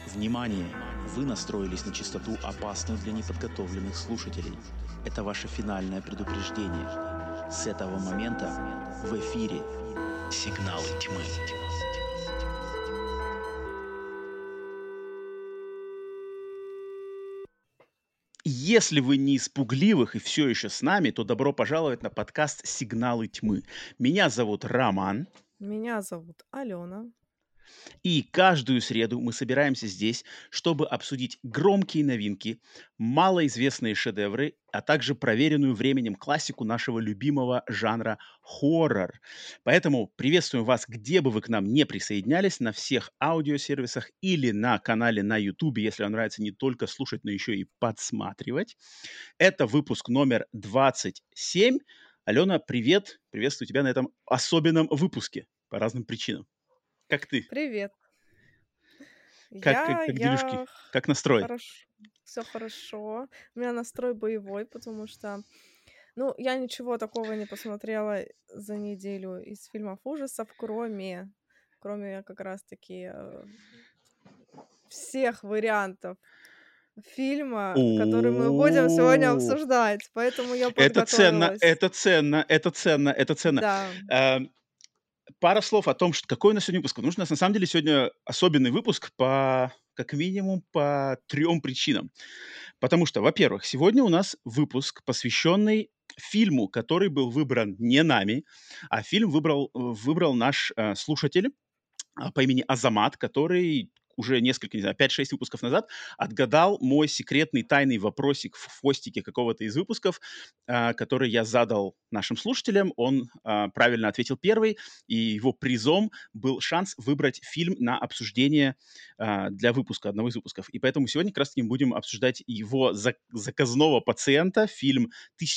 Внимание! Вы настроились на частоту, опасную для неподготовленных слушателей. Это ваше финальное предупреждение. С этого момента в эфире «Сигналы тьмы». Если вы не из пугливых и все еще с нами, то добро пожаловать на подкаст «Сигналы тьмы». Меня зовут Роман. Меня зовут Алена. И каждую среду мы собираемся здесь, чтобы обсудить громкие новинки, малоизвестные шедевры, а также проверенную временем классику нашего любимого жанра хоррор. Поэтому приветствуем вас, где бы вы к нам не присоединялись, на всех аудиосервисах или на канале на YouTube, если вам нравится не только слушать, но еще и подсматривать. Это выпуск номер 27. Алена, привет! Приветствую тебя на этом особенном выпуске по разным причинам. Как ты? Привет. Как как Я как делишки? я Как настрой? хорошо, все хорошо. У меня настрой боевой, потому что, ну, я ничего такого не посмотрела за неделю из фильмов ужасов, кроме как раз таки, всех вариантов фильма, который мы будем сегодня О, обсуждать, поэтому я это ценно, подготовилась. это ценно, это ценно, это ценно. Да. Эм, Пара слов о том, что какой у нас сегодня выпуск. Потому что у нас на самом деле сегодня особенный выпуск по как минимум по 3 причинам. Потому что, во-первых, сегодня у нас выпуск, посвященный фильму, который был выбран не нами, а фильм выбрал наш, слушатель по имени Азамат, который уже несколько, не знаю, 5-6 выпусков назад отгадал мой секретный тайный вопросик в хвостике какого-то из выпусков, который я задал нашим слушателям. Он правильно ответил первый, и его призом был шанс выбрать фильм на обсуждение для выпуска, одного из выпусков. И поэтому сегодня как раз-таки мы будем обсуждать его заказного пациента, фильм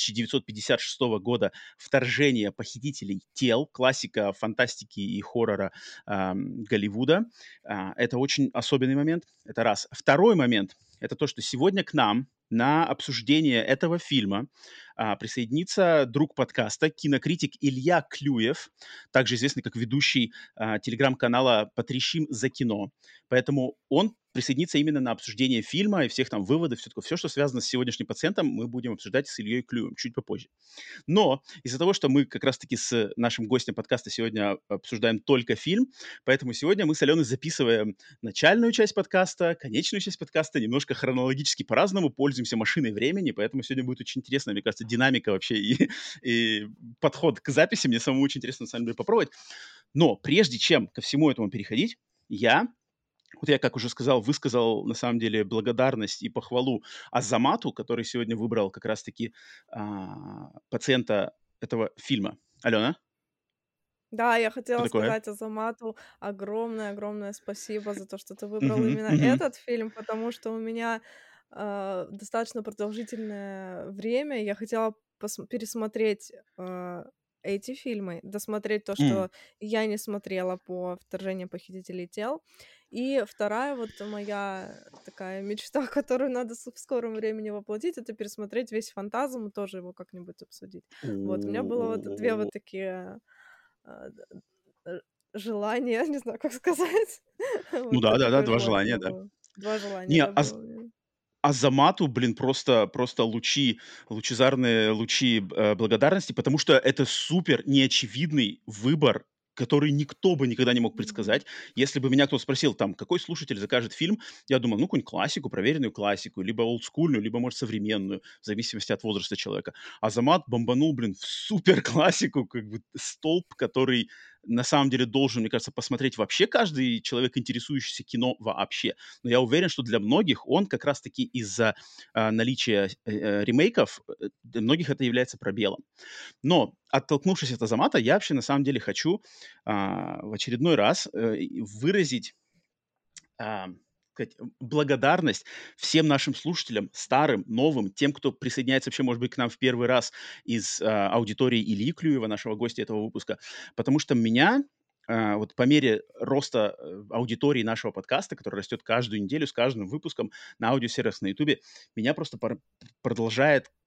1956 года «Вторжение похитителей тел», классика фантастики и хоррора Голливуда. Это очень особенный момент. Это раз. Второй момент — это то, что сегодня к нам на обсуждение этого фильма присоединится друг подкаста, кинокритик Илья Клюев, также известный как ведущий телеграм-канала «Потрещим за кино». Поэтому он присоединится именно на обсуждение фильма и всех там выводов, все такое. Все, что связано с сегодняшним пациентом, мы будем обсуждать с Ильей Клюевым чуть попозже. Но из-за того, что мы как раз-таки с нашим гостем подкаста сегодня обсуждаем только фильм, поэтому сегодня мы с Аленой записываем начальную часть подкаста, конечную часть подкаста, немножко хронологически по-разному, пользуемся машиной времени, поэтому сегодня будет очень интересно, мне кажется, динамика вообще и подход к записи. Мне самому очень интересно, на самом деле, попробовать. Но прежде чем ко всему этому переходить, я, как уже сказал, высказал на самом деле благодарность и похвалу Азамату, который сегодня выбрал как раз-таки пациента этого фильма. Алена, Да, я что хотела такое? сказать Азамату огромное-огромное спасибо за то, что ты выбрал Мгм, именно мгм. этот фильм, потому что у меня достаточно продолжительное время. Я хотела пересмотреть эти фильмы, досмотреть то, М. что я не смотрела по «Вторжению похитителей тел». И вторая вот моя такая мечта, которую надо в скором времени воплотить, это пересмотреть весь «Фантазм», тоже его как-нибудь обсудить. Вот, у меня было вот две О. вот такие а, д э, желание, не знаю, как сказать. Ну Вот да-да-да, такое 2 желание у желания, меня да. было. 2 желания, Не, да, было у меня. Азамату, блин, просто лучезарные лучи, благодарности, потому что это супер неочевидный выбор, который никто бы никогда не мог Мгм. предсказать. Если бы меня кто спросил, там, какой слушатель закажет фильм, я думаю, ну, какую-нибудь классику, проверенную классику, либо олдскульную, либо, может, современную, в зависимости от возраста человека. Азамат бомбанул, блин, в супер классику, как бы столб, который на самом деле должен, мне кажется, посмотреть вообще каждый человек, интересующийся кино вообще. Но я уверен, что для многих он как раз-таки из-за наличия ремейков, для многих это является пробелом. Но, оттолкнувшись от Азамата, я вообще на самом деле хочу в очередной раз выразить а, благодарность всем нашим слушателям, старым, новым, тем, кто присоединяется вообще, может быть, к нам в первый раз из аудитории Ильи Клюева, нашего гостя этого выпуска, потому что меня вот по мере роста аудитории нашего подкаста, который растет каждую неделю с каждым выпуском на аудиосервис на Ютубе, меня просто продолжает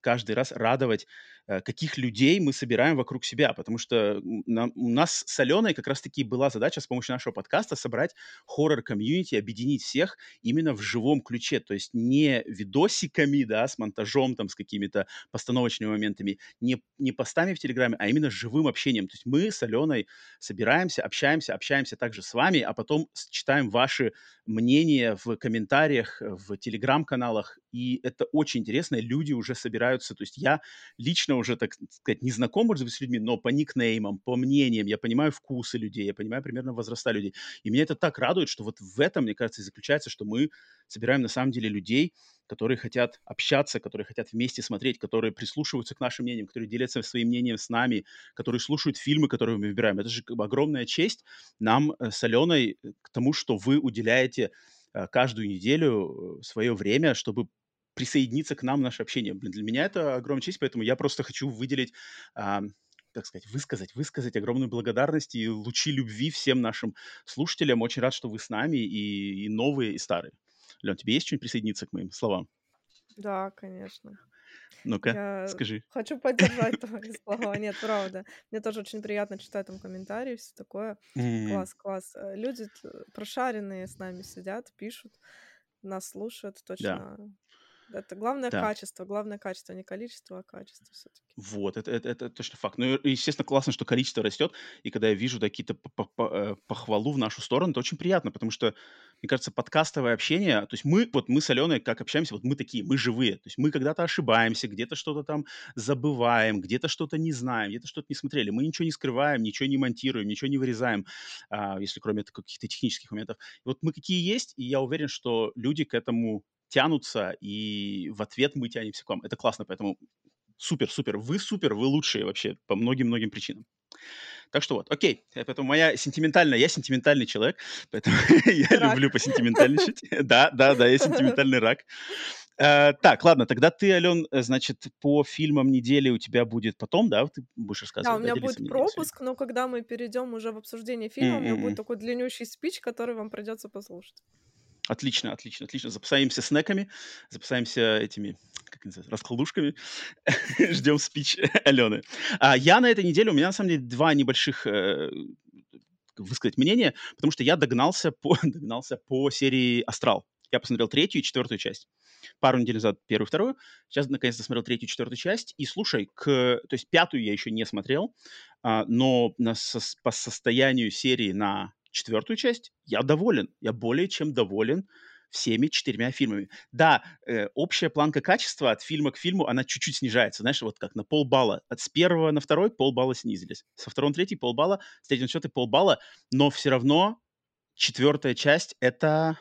каждый раз радовать, каких людей мы собираем вокруг себя, потому что у нас с Аленой как раз-таки была задача с помощью нашего подкаста собрать хоррор-комьюнити, объединить всех именно в живом ключе, то есть не видосиками, да, с монтажом, там, с какими-то постановочными моментами, не постами в Телеграме, а именно живым общением. То есть мы с Аленой собираемся, общаемся также с вами, а потом читаем ваши мнения в комментариях, в Телеграм-каналах, и это очень интересно, люди уже собираются, то есть я лично уже, так сказать, не знаком, может быть, с людьми, но по никнеймам, по мнениям, я понимаю вкусы людей, я понимаю примерно возраста людей, и меня это так радует, что вот в этом, мне кажется, и заключается, что мы собираем на самом деле людей, которые хотят общаться, которые хотят вместе смотреть, которые прислушиваются к нашим мнениям, которые делятся своим мнением с нами, которые слушают фильмы, которые мы выбираем. Это же как бы огромная честь нам с Аленой к тому, что вы уделяете каждую неделю свое время, чтобы присоединиться к нам в наше общение. Блин, для меня это огромная честь, поэтому я просто хочу выделить, так сказать, высказать огромную благодарность и лучи любви всем нашим слушателям. Очень рад, что вы с нами, и новые, и старые. Лен, тебе есть что-нибудь присоединиться к моим словам? Да, конечно. Ну-ка, Я скажи. хочу поддержать твои слова. Нет, правда. Мне тоже очень приятно читать там комментарии, все такое. М, Класс, класс. Люди прошаренные с нами сидят, пишут, нас слушают. Да, Точно. Это да. главное качество, не количество, а качество все-таки. Вот, это точно факт. Ну, и, естественно, классно, что количество растет, и когда я вижу какие-то похвалу в нашу сторону, это очень приятно, потому что, мне кажется, подкастовое общение, то есть мы с Аленой как общаемся, вот мы такие, мы живые, то есть мы когда-то ошибаемся, где-то что-то там забываем, где-то что-то не знаем, где-то что-то не смотрели, мы ничего не скрываем, ничего не монтируем, ничего не вырезаем, если кроме каких-то технических моментов. И вот мы какие есть, и я уверен, что люди к этому тянутся, и в ответ мы тянемся к вам. Это классно, поэтому супер, вы лучшие вообще по многим-многим причинам. Так что вот, окей. Поэтому я сентиментальный человек, поэтому я люблю Рак. посентиментальничать. Да, я сентиментальный рак. Так, ладно, тогда ты, Ален, значит, по фильмам недели у тебя будет потом, да, ты будешь Да, у рассказывать, да, меня делиться будет мнением своим. пропуск, но когда мы перейдем уже в обсуждение фильма, у меня будет М-м-м. такой длиннющий спич, который вам придется послушать. Отлично. Запасаемся снеками, запасаемся этими, как называется, раскладушками. Ждем спич Алены. Я на этой неделе, у меня на самом деле два небольших высказать мнение, потому что я догнался по серии «Астрал». Я посмотрел третью и четвертую часть. Пару недель назад первую и вторую. Сейчас, наконец-то, смотрел третью и четвертую часть. И слушай, то есть пятую я еще не смотрел, но по состоянию серии на четвертую часть я доволен. Я более чем доволен всеми четырьмя фильмами. Да, общая планка качества от фильма к фильму, она чуть-чуть снижается. Знаешь, вот как на полбалла. С первого на второй полбалла снизились. Со второго на третий полбалла, с третьего на четвертый полбалла. Но все равно четвертая часть — это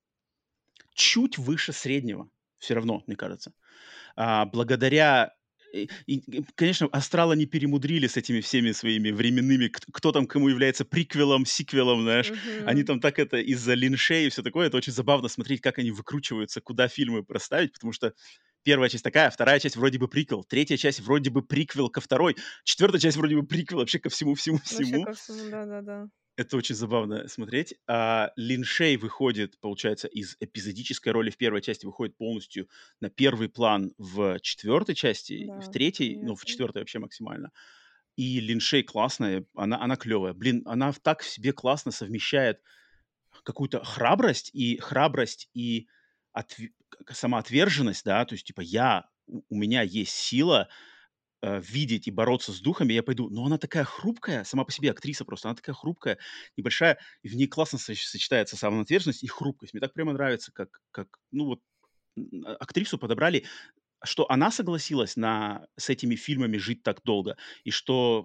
чуть выше среднего. Все равно, мне кажется. Благодаря конечно, «Астрала» не перемудрили с этими всеми своими временными, кто там кому является приквелом, сиквелом, знаешь. Они Мгм. там так это из-за линшей и всё такое. Это очень забавно смотреть, как они выкручиваются, куда фильмы проставить, потому что первая часть такая, вторая часть вроде бы приквел, третья часть вроде бы приквел ко второй, четвертая часть вроде бы приквел вообще ко Вообще всему-всему-всему. ко всему, да-да-да. Это очень забавно смотреть. Лин Шей выходит, получается, из эпизодической роли в первой части, выходит полностью на первый план в четвертой части, и в Да, третьей, ну, в конечно. четвертой вообще максимально. И Лин Шей классная, она клевая. Блин, она так в себе классно совмещает какую-то храбрость и самоотверженность, да, то есть, типа, у меня есть сила, видеть и бороться с духами, я пойду. Но она такая хрупкая, сама по себе актриса просто, она такая хрупкая, небольшая, и в ней классно сочетается самоотверженность и хрупкость. Мне так прямо нравится, ну вот, актрису подобрали, что она согласилась с этими фильмами жить так долго, и что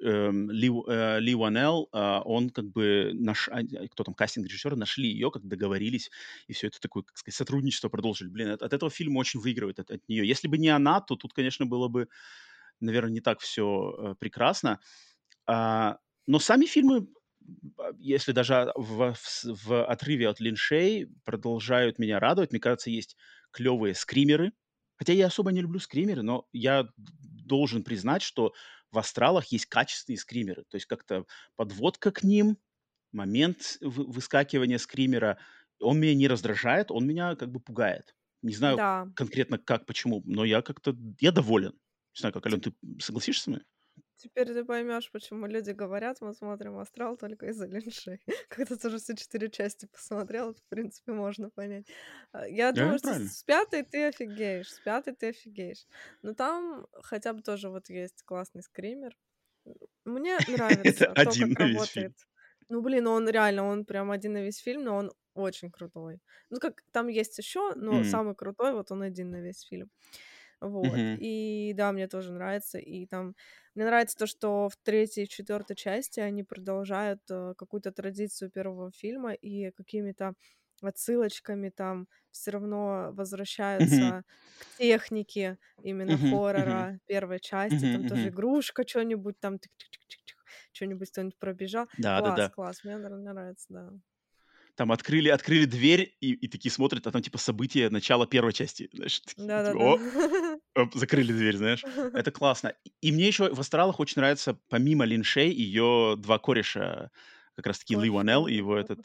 Ли Уанелл, он как бы, кто там, кастинг-режиссеры, нашли ее, как договорились, и все это такое, как сказать, сотрудничество продолжили. Блин, от этого фильма очень выигрывает от нее. Если бы не она, то тут, конечно, было бы, наверное, не так все прекрасно. А, но сами фильмы, если даже в отрыве от Линшей, продолжают меня радовать. Мне кажется, есть клевые скримеры. Хотя я особо не люблю скримеры, но я должен признать, что в «Астралах» есть качественные скримеры. То есть как-то подводка к ним, момент выскакивания скримера, он меня не раздражает, он меня как бы пугает. Не знаю Да. конкретно как, почему, но я доволен. Не знаю, как, Алён, ты согласишься со мной? Теперь ты поймешь, почему люди говорят: "Мы смотрим "Астрал" только из-за линчей". Когда ты уже все 4 части посмотрел, в принципе, можно понять. Я думаю, что Правильно. с 5 ты офигеешь, с 5 ты офигеешь. Но там хотя бы тоже вот есть классный скример. Мне Это нравится то, один как на весь работает. фильм. Ну, блин, он реально, он прям один на весь фильм, но он очень крутой. Ну, как там есть еще, но М, самый крутой, вот он один на весь фильм. Вот. мгм, И да, мне тоже нравится. И там мне нравится то, что в третьей и четвертой части они продолжают какую-то традицию первого фильма и какими-то отсылочками там все равно мгм, возвращаются к технике именно мгм, мгм, хоррора первой части. мгм, Там тоже мгм. игрушка, что-нибудь там, что-нибудь кто-нибудь пробежал. Класс, Да-да-да. класс, мне нравится, да. Там открыли дверь и такие смотрят, а там типа события начала первой части. Знаешь, такие типа: Да-да-да. "О, оп, закрыли дверь", знаешь. Это классно. И мне еще в "Астралах" очень нравится, помимо Лин-Шей, ее 2 кореша, как раз таки Ли Точно, Уаннелл и да. его этот,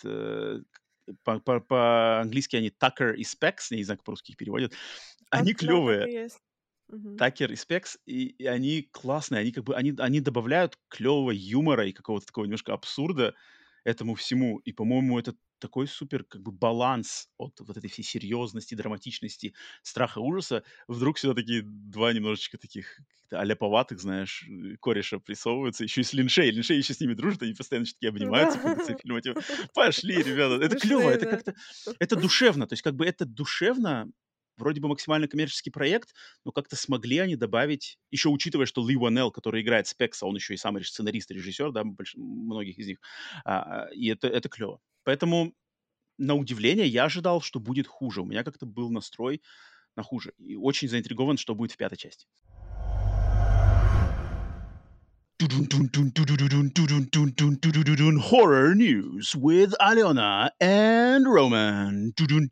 по-английски они Такер и Спекс, я не знаю, как по-русски их переводят. Так, Они да, так и клевые. есть. Мгм. Такер и Спекс, и они классные, они как бы они добавляют клевого юмора и какого-то такого немножко абсурда этому всему. И, по-моему, это такой супер как бы баланс от вот этой всей серьезности, драматичности, страха, ужаса. Вдруг сюда такие 2 немножечко таких каких-то аляповатых, знаешь, кореша присовываются. Еще и с Линшей. Линшей еще с ними дружит, они постоянно что-то такие Да. обнимаются в конце фильма, типа: "Пошли, ребята". Это клево, Смешные, это да. как-то это душевно. То есть как бы это душевно, вроде бы максимально коммерческий проект, но как-то смогли они добавить, еще учитывая, что Ли Уаннелл, который играет Спекса, он еще и сам сценарист и режиссер, да, многих из них, и это клево. Поэтому, на удивление, я ожидал, что будет хуже. У меня как-то был настрой на хуже. И очень заинтригован, что будет в пятой части. Horror news with Alena and Roman.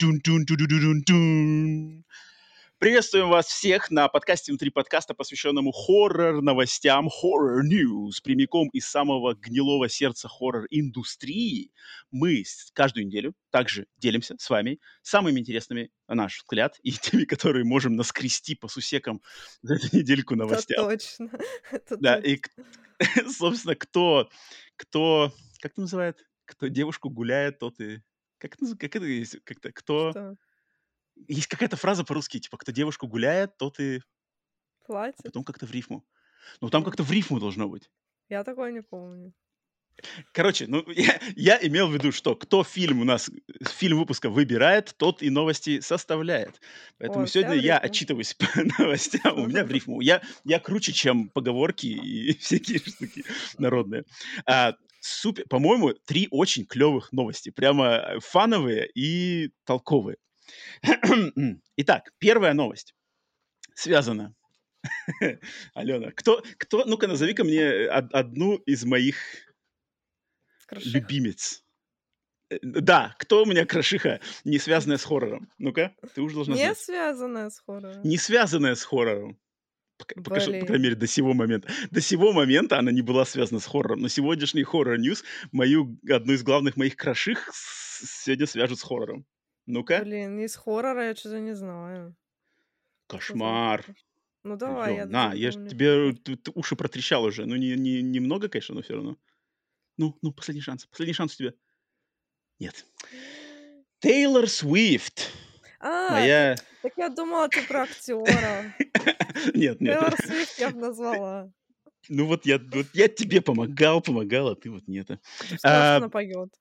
Приветствуем вас всех на подкасте внутри подкаста, посвященному хоррор-новостям, horror news, прямиком из самого гнилого сердца хоррор-индустрии. Мы каждую неделю также делимся с вами самыми интересными, на наш взгляд, и теми, которые можем наскрести по сусекам за эту недельку Это новостям. точно, это Да, точно. и, собственно, как это называют? Кто девушку гуляет, тот и... как это есть? Как-то, кто... Что, Есть какая-то фраза по-русски, типа, кто девушку гуляет, тот и... А платит? потом как-то в рифму. Ну, там Нет, как-то в рифму должно быть. я такое не помню. Короче, ну, я имел в виду, что кто фильм у нас, фильм выпуска выбирает, тот и новости составляет. Поэтому О, вся сегодня в я рифму. отчитываюсь по новостям. У меня в рифму. Я круче, чем поговорки и всякие штуки народные. Супер. По-моему, 3 очень клевых новости. Прямо фановые и толковые. Итак, первая новость связана. Алена, ну-ка, назови-ка Давай. мне одну из моих Крашиха? любимец. Да, кто у меня крашиха, не связанная с хоррором? Ну-ка, ты уже должна Не знать. связанная с хоррором? Не связанная с хоррором. По крайней Блин. мере, до сего момента. До сего момента она не была связана с хоррором. Но сегодняшний хоррор-ньюс одну из главных моих краших сегодня свяжут с хоррором. Ну-ка. Блин, из хоррора я что-то не знаю. Что за Кошмар. Ну давай, Алён, я на, даже я ж думаю, не тебе похож. уши протрещал уже. Ну, немного, конечно, но все равно. Ну, последний шанс. Последний шанс у тебя. Нет. Тейлор Свифт. Ты Моя... так я думала, ты про актера. Нет, нет. Тейлор Свифт я б назвала. Ну вот я тебе помогал, а ты вот нет. Ты б сказала, что А, она поет.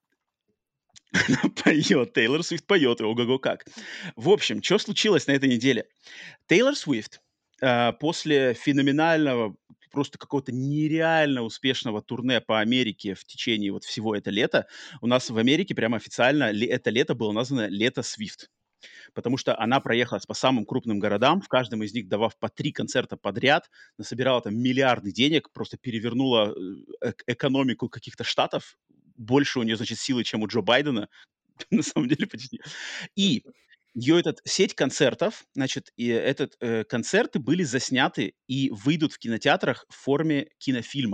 поет, Тейлор Свифт поет, ого-го как. В общем, что случилось на этой неделе? Тейлор Свифт после феноменального, просто какого-то нереально успешного турне по Америке в течение вот всего это лета, у нас в Америке прямо официально это лето было названо «Лето Свифт». Потому что она проехалась по самым крупным городам, в каждом из них давав по 3 концерта подряд, насобирала там миллиарды денег, просто перевернула экономику каких-то штатов. Больше у нее, значит, силы, чем у Джо Байдена, на самом деле почти. И ее этот сеть концертов, значит, концерты были засняты и выйдут в кинотеатрах в форме кинофильма.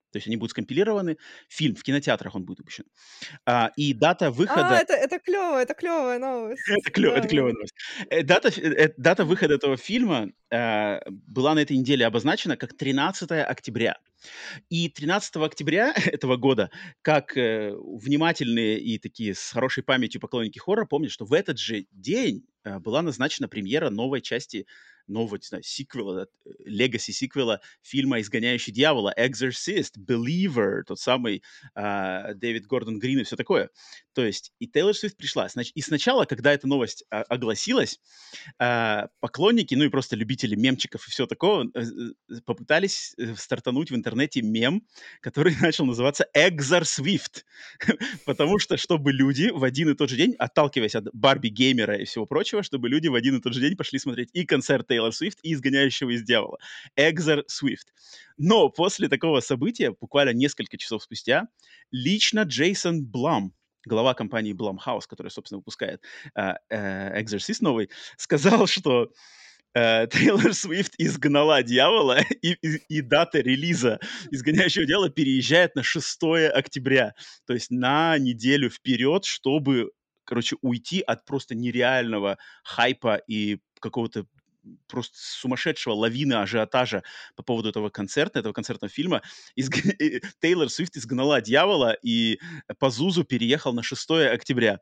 То есть они будут скомпилированы, фильм в кинотеатрах он будет выпущен. И дата выхода Это клевая новость. это Да, клевая да. новость. Дата выхода этого фильма, была на этой неделе обозначена как 13 октября. И 13 октября этого года, как, внимательные и такие с хорошей памятью поклонники хоррора помнят, что в этот же день, была назначена премьера новой части, нового, не знаю, сиквела, легаси-сиквела фильма «Изгоняющий дьявола», «Exorcist», «Believer», тот самый, Дэвид Гордон Грин и все такое. То есть и Тейлор Свифт пришла. И сначала, когда эта новость, огласилась, поклонники, ну и просто любители мемчиков и всего такого, попытались стартануть в интернете мем, который начал называться «Exor Swift», потому что, чтобы люди в один и тот же день, отталкиваясь от Барби-геймера и всего прочего, чтобы люди в один и тот же день пошли смотреть и концерт Тейлор Свифт, и «Изгоняющего из дьявола». «Exor Swift». Но после такого события, буквально несколько часов спустя, лично Джейсон Блам, глава компании Blumhouse, которая, собственно, выпускает «Экзорцист» новый, сказал, что Тейлор Свифт изгнала дьявола, и дата релиза «Изгоняющего дьявола» переезжает на 6 октября. То есть на неделю вперед, чтобы, короче, уйти от просто нереального хайпа и какого-то просто сумасшедшего лавины ажиотажа по поводу этого концерта, этого концертного фильма. Тейлор Свифт изгнала дьявола, и Пазузу переехал на 6 октября.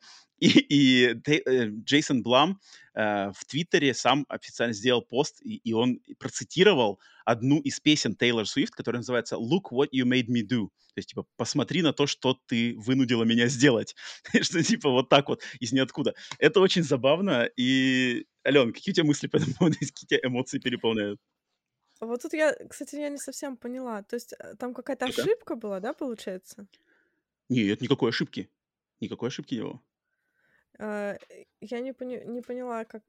Джейсон Блам в Твиттере сам официально сделал пост, и он процитировал одну из песен Тейлор Свифт, которая называется «Look what you made me do». То есть, типа, посмотри на то, что ты вынудила меня сделать. Что, типа, вот так вот, из ниоткуда. Это очень забавно. И, Ален, какие у тебя мысли по этому поводу, какие тебя эмоции переполняют? Вот тут я, кстати, я не совсем поняла. То есть там какая-то Ну-ка. ошибка была, да, получается? Нет, никакой ошибки. Никакой ошибки не было. Э, я не поняла, как...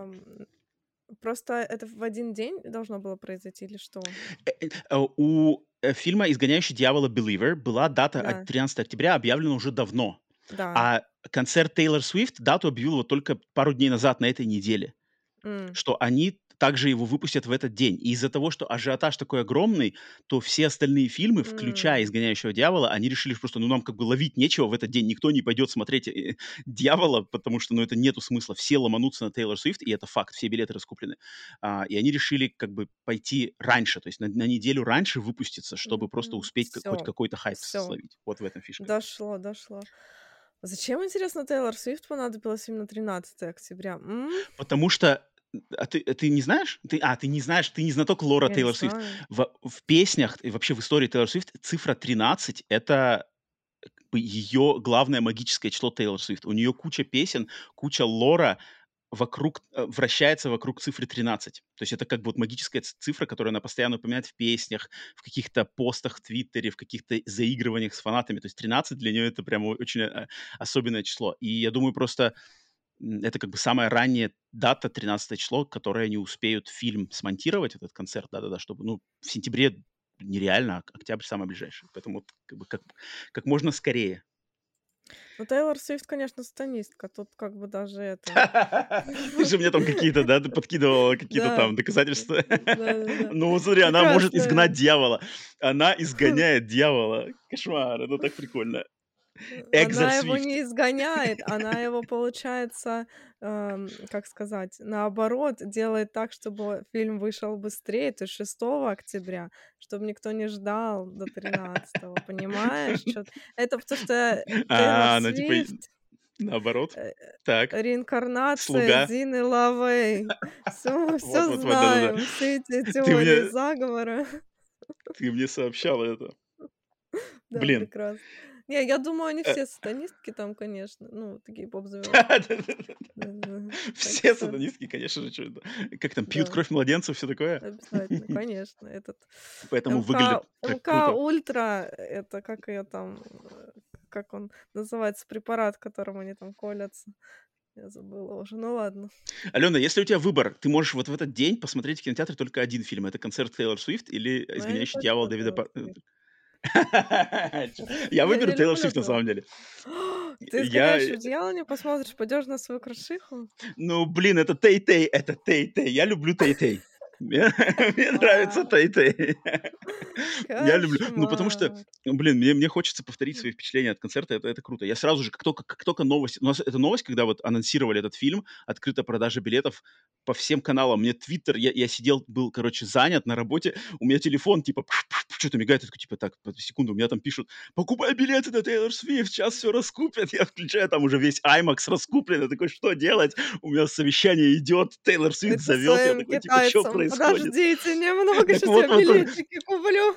Просто это в один день должно было произойти или что? У фильма «Изгоняющий дьявола» Believer была дата Да, 13 октября объявлена уже давно. да. А концерт Тейлор Свифт дату объявил вот только пару дней назад, на этой неделе, М, что они также его выпустят в этот день. И из-за того, что ажиотаж такой огромный, то все остальные фильмы, включая м, «Изгоняющего дьявола», они решили что просто, ну, нам как бы ловить нечего в этот день. Никто не пойдет смотреть «Дьявола», потому что, ну, это нету смысла. Все ломанутся на Тейлор Свифт, и это факт, все билеты раскуплены. И они решили как бы пойти раньше, то есть на неделю раньше выпуститься, чтобы просто успеть хоть Все, какой-то хайп все. словить. Вот в этом фишка. Дошло. Зачем, интересно, Тейлор Свифт понадобилось именно 13 октября? Потому что, ты не знаешь? Ты не знаешь, ты не знаток лора Я не Тейлор Свифт. знаю. В песнях и вообще в истории Тейлор Свифт цифра 13 — это как бы её главное магическое число Тейлор Свифт. У нее куча песен, куча лора вращается вокруг цифры 13. То есть это как бы вот магическая цифра, которую она постоянно упоминает в песнях, в каких-то постах в Твиттере, в каких-то заигрываниях с фанатами. То есть 13 для нее это прямо очень, особенное число. И я думаю, просто это как бы самая ранняя дата, 13 число, которое они успеют фильм смонтировать, этот концерт, да-да-да, чтобы, ну, в сентябре нереально, а октябрь самый ближайший. Поэтому вот как бы как можно скорее. Ну, Тейлор Свифт, конечно, сатанистка. Тут как бы даже это... Ты же мне там какие-то, да, ты подкидывала какие-то Да, там доказательства. да-да-да. Ну, вот смотри, она может изгнать Прекрасная. дьявола. Она изгоняет дьявола. Кошмар, это так прикольно. Экзор Она его Свифт. не изгоняет, она его, получается, как сказать, наоборот, делает так, чтобы фильм вышел быстрее, то есть 6 октября, чтобы никто не ждал до 13-го, понимаешь? Это потому что Тейлор Она типа Свифт, наоборот. э, Так, реинкарнация слуга. Зины Лавей. Все Вот-вот-вот, да-да-да. знаем, все эти Ты теории мне заговора. ты мне сообщала это. Да, Блин. прекрасно. Не, я думаю, они Э, все сатанистки там, конечно, ну, такие поп-звезды. да-да-да-да. Да-да-да. Так Все что сатанистки, конечно же, чё это. Как там, пьют да, кровь младенцев, все такое? обязательно, конечно. Этот Поэтому выглядят так круто. МК Ультра, это как её там, как он называется, препарат, которым они там колятся. Я забыла уже. Ну ладно. Алена, если у тебя выбор, ты можешь вот в этот день посмотреть в кинотеатре только один фильм. Это концерт Тейлор Свифт или Но я не «Изгоняющий хочу дьявол» Дэвида Тейлор Свифт. Я Я выберу не Тейлор люблю Свифт на Тейл самом деле. Ты Я, "Изгоняющего дьявола" не посмотришь, пойдёшь на свою крышиху? ну, блин, это Тей-Тей, это Тей-Тей. Я люблю Тей-Тей. Мне нравится Кошмар. Тей-Тей. Я люблю. Ну, потому что, Кошмар. блин, мне хочется повторить свои впечатления от концерта. Это круто. Я сразу же, как только новость... У нас эта новость, когда вот анонсировали этот фильм, открыта продажа билетов по всем каналам. Мне Твиттер... Я сидел, был, короче, занят на работе. У меня телефон, типа, что-то мигает. Я такой, типа, так, секунду, у меня там пишут, покупай билеты на Тейлор Свифт, сейчас все раскупят. Я включаю, там уже весь IMAX раскуплен. Я такой, что делать? У меня совещание идет, Тейлор И Свифт ты зовет. Я своим такой, типа, что китайцам: происходит? "Подождите немного, Так сейчас я вот. билетики куплю".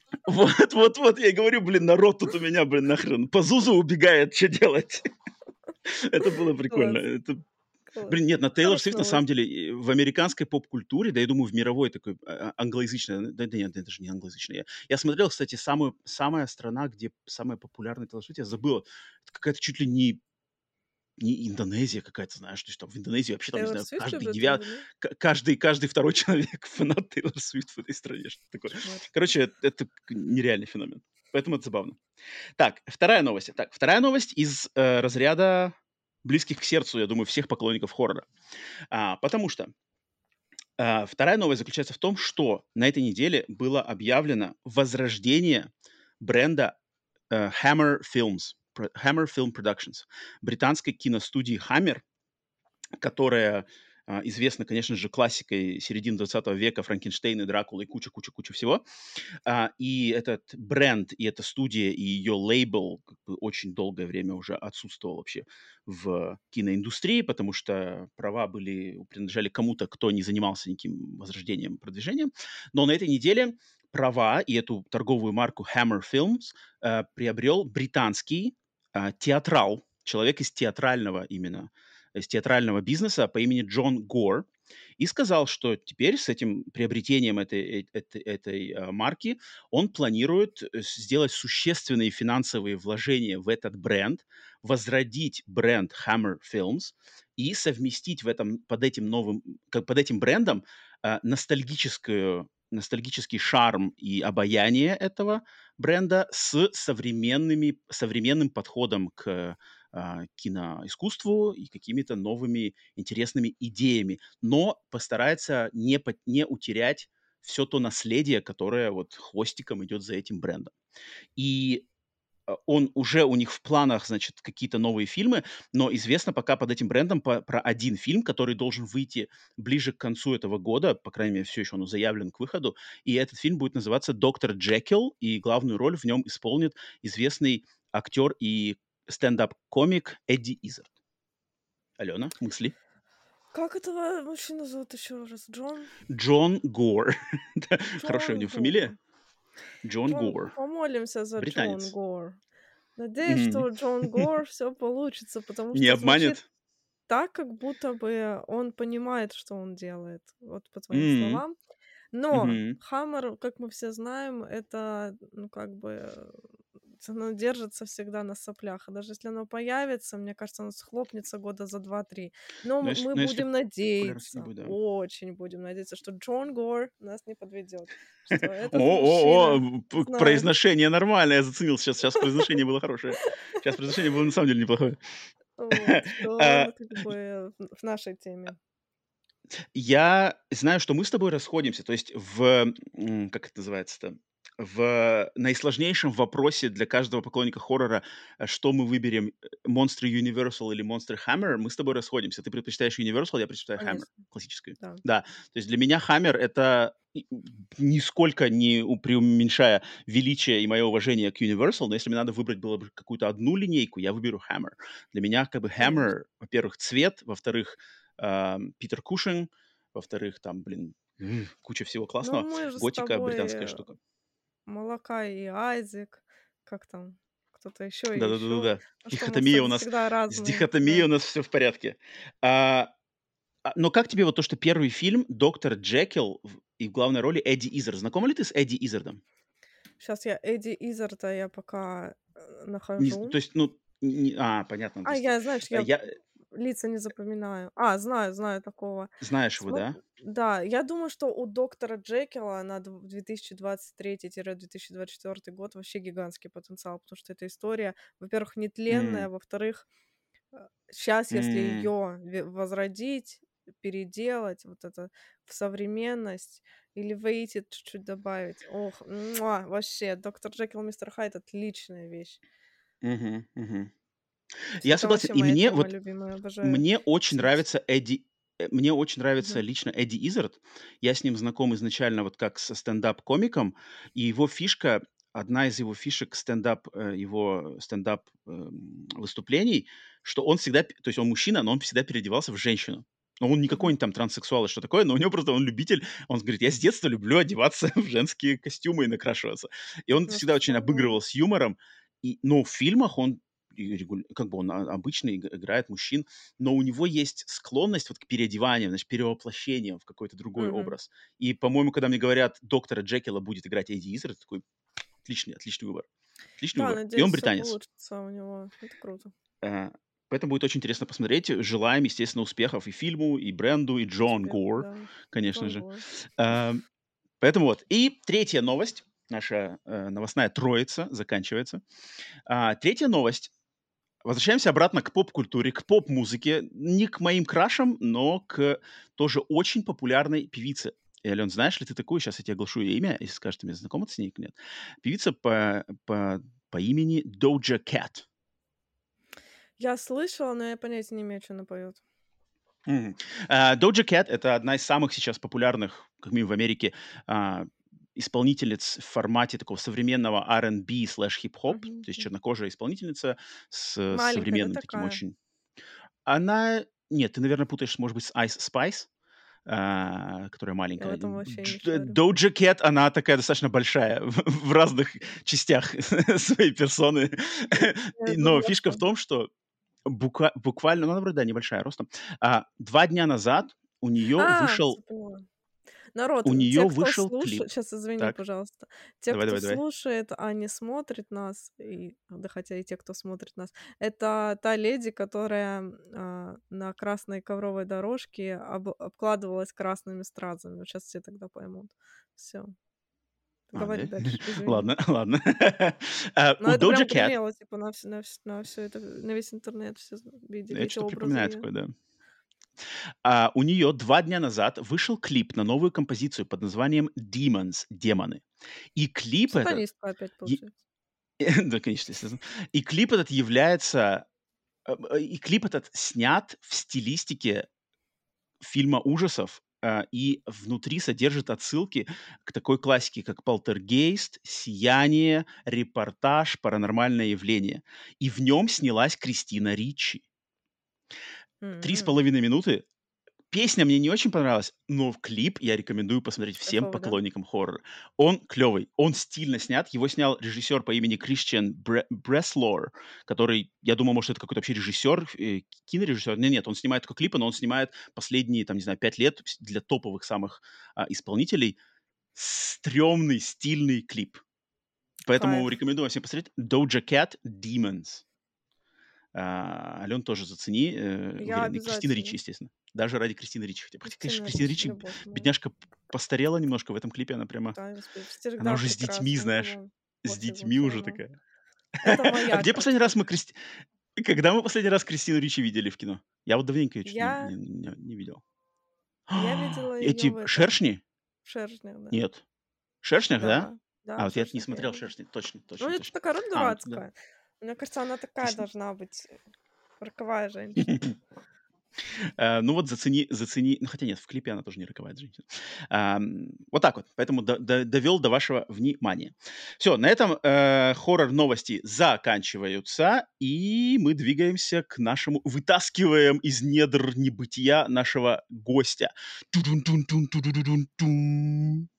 Вот, я и говорю, блин, народ тут у меня, блин, нахрен по ЗУЗу убегает, что делать? Это было прикольно. Класс, класс. Блин, нет, на Тейлор Свифт, Хорошая на самом новость. деле, в американской поп-культуре, да, я думаю, в мировой такой англоязычной, да нет, это же не англоязычная. Я смотрел, кстати, самая страна, где самая популярная Тейлор Свифт, я забыл, это какая-то чуть ли не Индонезия какая-то, знаешь, то есть там в Индонезии вообще там, не Тейлор знаю, Свифт живет в Индонезии? каждый второй человек фанат Тейлор Свифт в этой стране, что такое. Кошмар. Короче, это нереальный феномен. Поэтому это забавно. Так, вторая новость. Так, вторая новость из разряда близких к сердцу, я думаю, всех поклонников хоррора. Потому что вторая новость заключается в том, что на этой неделе было объявлено возрождение бренда Hammer Films, Hammer Film Productions, британской киностудии Hammer, которая известна, конечно же, классикой середины 20 века, Франкенштейн и Дракула и куча-куча-куча всего. И этот бренд, и эта студия, и ее лейбл как бы очень долгое время уже отсутствовал вообще в киноиндустрии, потому что права принадлежали кому-то, кто не занимался никаким возрождением, продвижением. Но на этой неделе права и эту торговую марку Hammer Films приобрел британский театрал, человек из театрального бизнеса по имени Джон Гор, и сказал, что теперь с этим приобретением этой марки он планирует сделать существенные финансовые вложения в этот бренд, возродить бренд Hammer Films и совместить под этим брендом ностальгический шарм и обаяние этого бренда с современным подходом к киноискусству и какими-то новыми интересными идеями, но постарается не утерять все то наследие, которое вот хвостиком идет за этим брендом. И он уже у них в планах, значит, какие-то новые фильмы, но известно пока под этим брендом про один фильм, который должен выйти ближе к концу этого года, по крайней мере, все еще он заявлен к выходу, и этот фильм будет называться «Доктор Джекил», и главную роль в нем исполнит известный актер и стендап-комик Эдди Иззард. Алена, мысли? Как этого мужчину зовут еще раз? Джон Гор. Хорошая у Джон него Гор. фамилия. Джон Гор. Помолимся за Джон Британец. Гор. Надеюсь, что Мгм. у Джон Гор все получится, потому Не что звучит обманет? так, как будто бы он понимает, что он делает, вот по твоим М, словам. Но мгм. Хаммер, как мы все знаем, это, ну, как бы, оно держится всегда на соплях. И даже если оно появится, мне кажется, оно схлопнется года за 2-3. Но мы Но если будем популярности не надеяться, будет, да. очень будем надеяться, что Джон Гор нас не подведет, что этот мужчина О, знает, произношение нормальное, я заценил сейчас. Сейчас произношение было хорошее. Сейчас произношение было на самом деле неплохое. вот, что А, он как бы в нашей теме. Я знаю, что мы с тобой расходимся. То есть как это называется-то? В наисложнейшем вопросе для каждого поклонника хоррора, что мы выберем, Monster Universal или Monster Hammer, мы с тобой расходимся. Ты предпочитаешь Universal, я предпочитаю Hammer, Конечно, классическую. да. Да, то есть для меня Hammer — это нисколько не преуменьшая величие и мое уважение к Universal, но если мне надо выбрать было бы какую-то одну линейку, я выберу Hammer. Для меня как бы Конечно. Hammer, во-первых, цвет, во-вторых, Питер Кушинг, во-вторых, там, блин, куча всего Ну, классного. мы же с Готика — тобой британская штука. Молока и Айзек, как там, кто-то еще и еще. Да-да-да-да-да. Ну что, мы Дихотомия у нас всегда с разные, дихотомией да. у нас все в порядке. А, но как тебе вот то, что первый фильм «Доктор Джекил» и в главной роли Эдди Иззард? Знакома ли ты с Эдди Иззардом? Сейчас я Эдди Иззарда я пока То нахожу. есть, ну, понятно. То есть, Я, знаешь, я я лица не запоминаю. Знаю такого. знаешь его, да? Да, я думаю, что у доктора Джекила на 2023-2024 год вообще гигантский потенциал, потому что эта история, во-первых, нетленная, М, во-вторых, сейчас, если м, ее возродить, переделать вот это в современность или weighted чуть-чуть добавить. Ох, вообще, доктор Джекил и мистер Хайд — отличная вещь. Мгм, мгм. Я Это согласен. вообще И моя мне тема вот любимая, обожаю мне очень Симпсонов. нравится мне очень нравится Мгм. лично Эдди Иззард. Я с ним знаком изначально вот как со стендап-комиком, и его фишка, одна из его фишек его выступлений, что он всегда, то есть он мужчина, но он всегда переодевался в женщину. Но он не Мгм. какой-нибудь там транссексуал или что такое, но у него просто он любитель, он говорит, я с детства люблю одеваться в женские костюмы и накрашиваться. И он Ну, всегда очень слушай, обыгрывал нормально. с юмором, но в фильмах он как бы он обычно играет мужчин, но у него есть склонность вот к переодеваниям, значит, перевоплощениям в какой-то другой Мгм. образ. И, по-моему, когда мне говорят, доктора Джекила будет играть Эдди Иззард, такой отличный выбор. Отличный Да, выбор. И надеюсь, он все британец. получится у него. Это круто. Э, Поэтому будет очень интересно посмотреть. Желаем, естественно, успехов и фильму, и бренду, и Джон Успех, Гор, да. конечно Джон же. Гор. Эм, Поэтому вот. И третья новость. Наша новостная троица заканчивается. Третья новость. Возвращаемся обратно к поп-культуре, к поп-музыке. Не к моим крашам, но к тоже очень популярной певице. И, Ален, знаешь ли ты такую? Сейчас я тебе оглашу ее имя, если скажешь, ты мне знакома ты с ней или нет. Певица по имени Doja Cat. Я слышала, но я понятия не имею, что она поет. Мгм. Doja Cat — это одна из самых сейчас популярных, как минимум в Америке, а, исполнительниц в формате такого современного R&B слэш хип-хоп, то есть чернокожая исполнительница с Маленькая, да, современным таким такая? очень. Она Нет, ты, наверное, путаешь, может быть, с Ice Spice, которая Я в маленькая. этом вообще не шарю. Doja Cat, она такая достаточно большая в разных частях своей персоны. Я Но думала, фишка что... в том, что буквально, ну, она вроде, да, небольшая ростом. 2 дня назад Всё поняла. Народ, у нее те, кто вышел клип. слушает, сейчас извини, Так, пожалуйста, те, давай, кто давай, давай. слушает, а не смотрит нас, да хотя и те, кто смотрит нас, это та леди, которая на красной ковровой дорожке обкладывалась красными стразами. Вот сейчас все тогда поймут. Все, говори Да? дальше, извини. Ладно, ладно. Но У это Doja прям Cat, гремело, типа, на все это, на весь интернет все видели это эти что-то образы припоминает ее. такое, да. У нее 2 дня назад вышел клип на новую композицию под названием "Demons" — "Демоны". И клип этот Сатанистка опять е получается. да, конечно, естественно. И клип этот является, и клип этот снят в стилистике фильма ужасов, и внутри содержит отсылки к такой классике, как "Полтергейст", "Сияние", "Репортаж", "Паранормальное явление". И в нем снялась Кристина Ричи. Три с М. половиной минуты. Песня мне не очень понравилась, но в клип я рекомендую посмотреть всем Кайфово, да? поклонникам хоррора. Он клевый, он стильно снят. Его снял режиссер по имени Кристиан Бреслор, который, я думаю, может, это какой-то вообще режиссер, кинорежиссер. Нет, он снимает только клипы, но он снимает последние, там, не знаю, 5 лет для топовых самых исполнителей стрёмный, стильный клип. Поэтому Кайф. рекомендую всем посмотреть. Doja Cat Demons. Ален, тоже зацени, Я уверен. И Кристина Ричи, обязательно. естественно. Даже ради Кристины Ричи хотя бы. Хотя, конечно, Кристина Кристина Ричи, Ричи, любовь моя. бедняжка, постарела немножко в этом клипе. Она прямо... Да, господи, Она всегда уже с детьми, прекрасна, знаешь. никого С пофигу детьми вообще уже на нее. такая. Это А моя где последний раз красотка. мы Когда мы последний раз Кристину Ричи видели в кино? Я вот давненько ее чуть Я, не видел. я видела ее в Эти этом, "Шершни"? в «Шершнях», да. Нет. В "Шершнях", да? Да, да, в Вот я не «Шершнях» я смотрел ее видела. "Шершни". Точно, Ну, точно, это точно. такая роль Ну да. дурацкая. Мне кажется, она такая Здесь должна быть, роковая женщина. Ну вот зацени, ну хотя нет, в клипе она тоже не роковая женщина. Вот так вот, поэтому довел до вашего внимания. Все, на этом хоррор-новости заканчиваются, и мы двигаемся к нашему, вытаскиваем из недр небытия нашего гостя. Тудун-тун-тун, тудудудун-тун.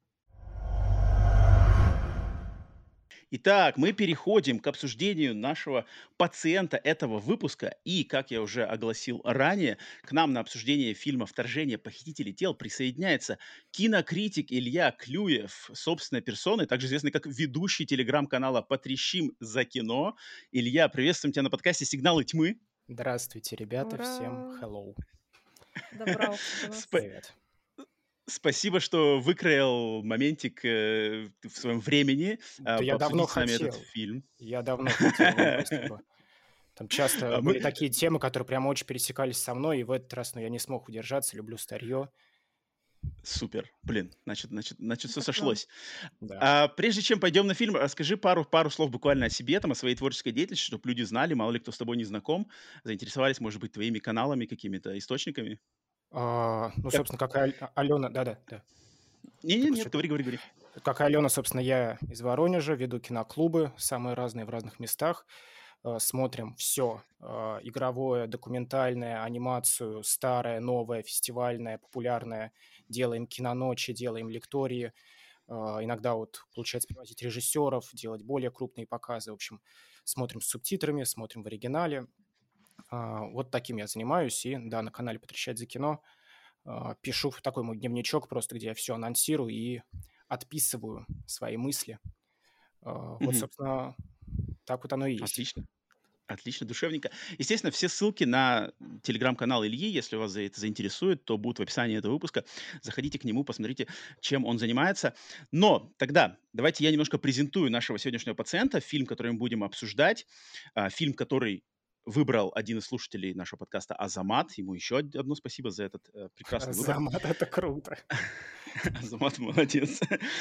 Итак, мы переходим к обсуждению нашего пациента этого выпуска. И, как я уже огласил ранее, к нам на обсуждение фильма «Вторжение. Похитители тел» присоединяется кинокритик Илья Клюев, собственной персоной, также известный как ведущий телеграм-канала «Потрещим за кино». Илья, приветствуем тебя на подкасте «Сигналы тьмы». Здравствуйте, ребята, всем Ура! hello. Добрался до нас. Спа- Привет. Спасибо, что выкроил моментик в своем времени Да я давно обсудить с нами этот хотел. фильм. Я давно хотел, не то чтобы Там часто были такие темы, которые прямо очень пересекались со мной, и в этот раз я не смог удержаться, люблю старье. Супер. Блин, значит, все сошлось. Да. Прежде чем пойдем на фильм, расскажи пару слов буквально о себе, там, о своей творческой деятельности, чтобы люди знали, мало ли кто с тобой не знаком, заинтересовались, может быть, твоими каналами, какими-то источниками. Собственно, как и Алена, да. Нет, говори. Как и Алена, собственно, я из Воронежа, веду киноклубы, самые разные в разных местах. Смотрим все: игровое, документальное, анимацию, старое, новое, фестивальное, популярное. Делаем киноночи, делаем лектории. Иногда получается привозить режиссеров, делать более крупные показы. В общем, смотрим с субтитрами, смотрим в оригинале. Вот таким я занимаюсь. И да, на канале «Потрещать за кино» пишу такой мой дневничок просто, где я все анонсирую и отписываю свои мысли. Вот, собственно, так вот оно и есть. Отлично, душевненько. Естественно, все ссылки на телеграм-канал Ильи, если вас это заинтересует, то будут в описании этого выпуска. Заходите к нему, посмотрите, чем он занимается. Но тогда давайте я немножко презентую нашего сегодняшнего пациента, фильм, который мы будем обсуждать, фильм, который выбрал один из слушателей нашего подкаста Азамат. Ему еще одно спасибо за этот прекрасный выбор. Азамат, это круто. Азамат молодец.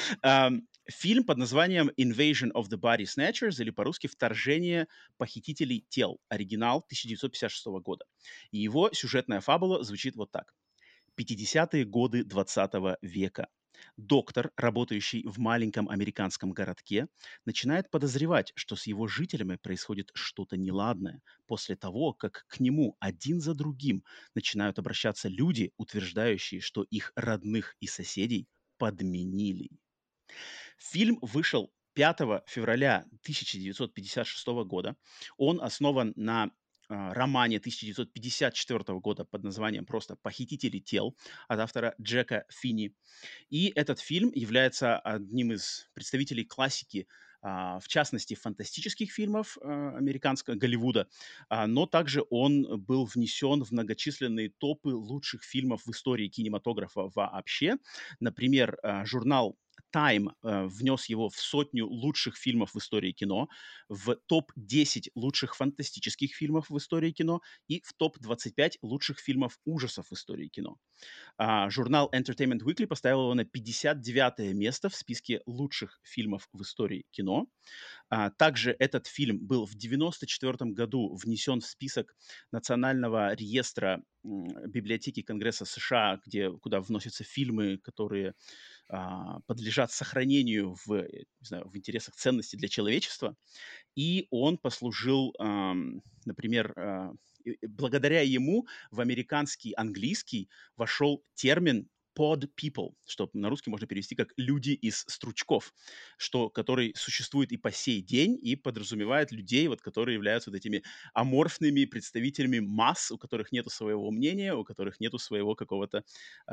Фильм под названием Invasion of the Body Snatchers, или по-русски «Вторжение похитителей тел». Оригинал 1956 года. И его сюжетная фабула звучит вот так. 50-е годы 20 века. Доктор, работающий в маленьком американском городке, начинает подозревать, что с его жителями происходит что-то неладное после того, как к нему один за другим начинают обращаться люди, утверждающие, что их родных и соседей подменили. Фильм вышел 5 февраля 1956 года. Он основан на романе 1954 года под названием просто «Похитители тел» от автора Джека Финни. И этот фильм является одним из представителей классики, в частности, фантастических фильмов американского Голливуда, но также он был внесен в многочисленные топы лучших фильмов в истории кинематографа вообще. Например, журнал Time внес его в 100 лучших фильмов в истории кино, в топ-10 лучших фантастических фильмов в истории кино и в топ-25 лучших фильмов ужасов в истории кино. Журнал Entertainment Weekly поставил его на 59 место в списке лучших фильмов в истории кино. Также этот фильм был в 1994 году внесен в список Национального реестра библиотеки Конгресса США, куда вносятся фильмы, которые подлежат сохранению в интересах ценности для человечества. И он послужил, например, благодаря ему в американский английский вошел термин pod people, что на русский можно перевести как «люди из стручков», который существует и по сей день и подразумевает людей, которые являются этими аморфными представителями масс, у которых нету своего мнения, у которых нету своего какого-то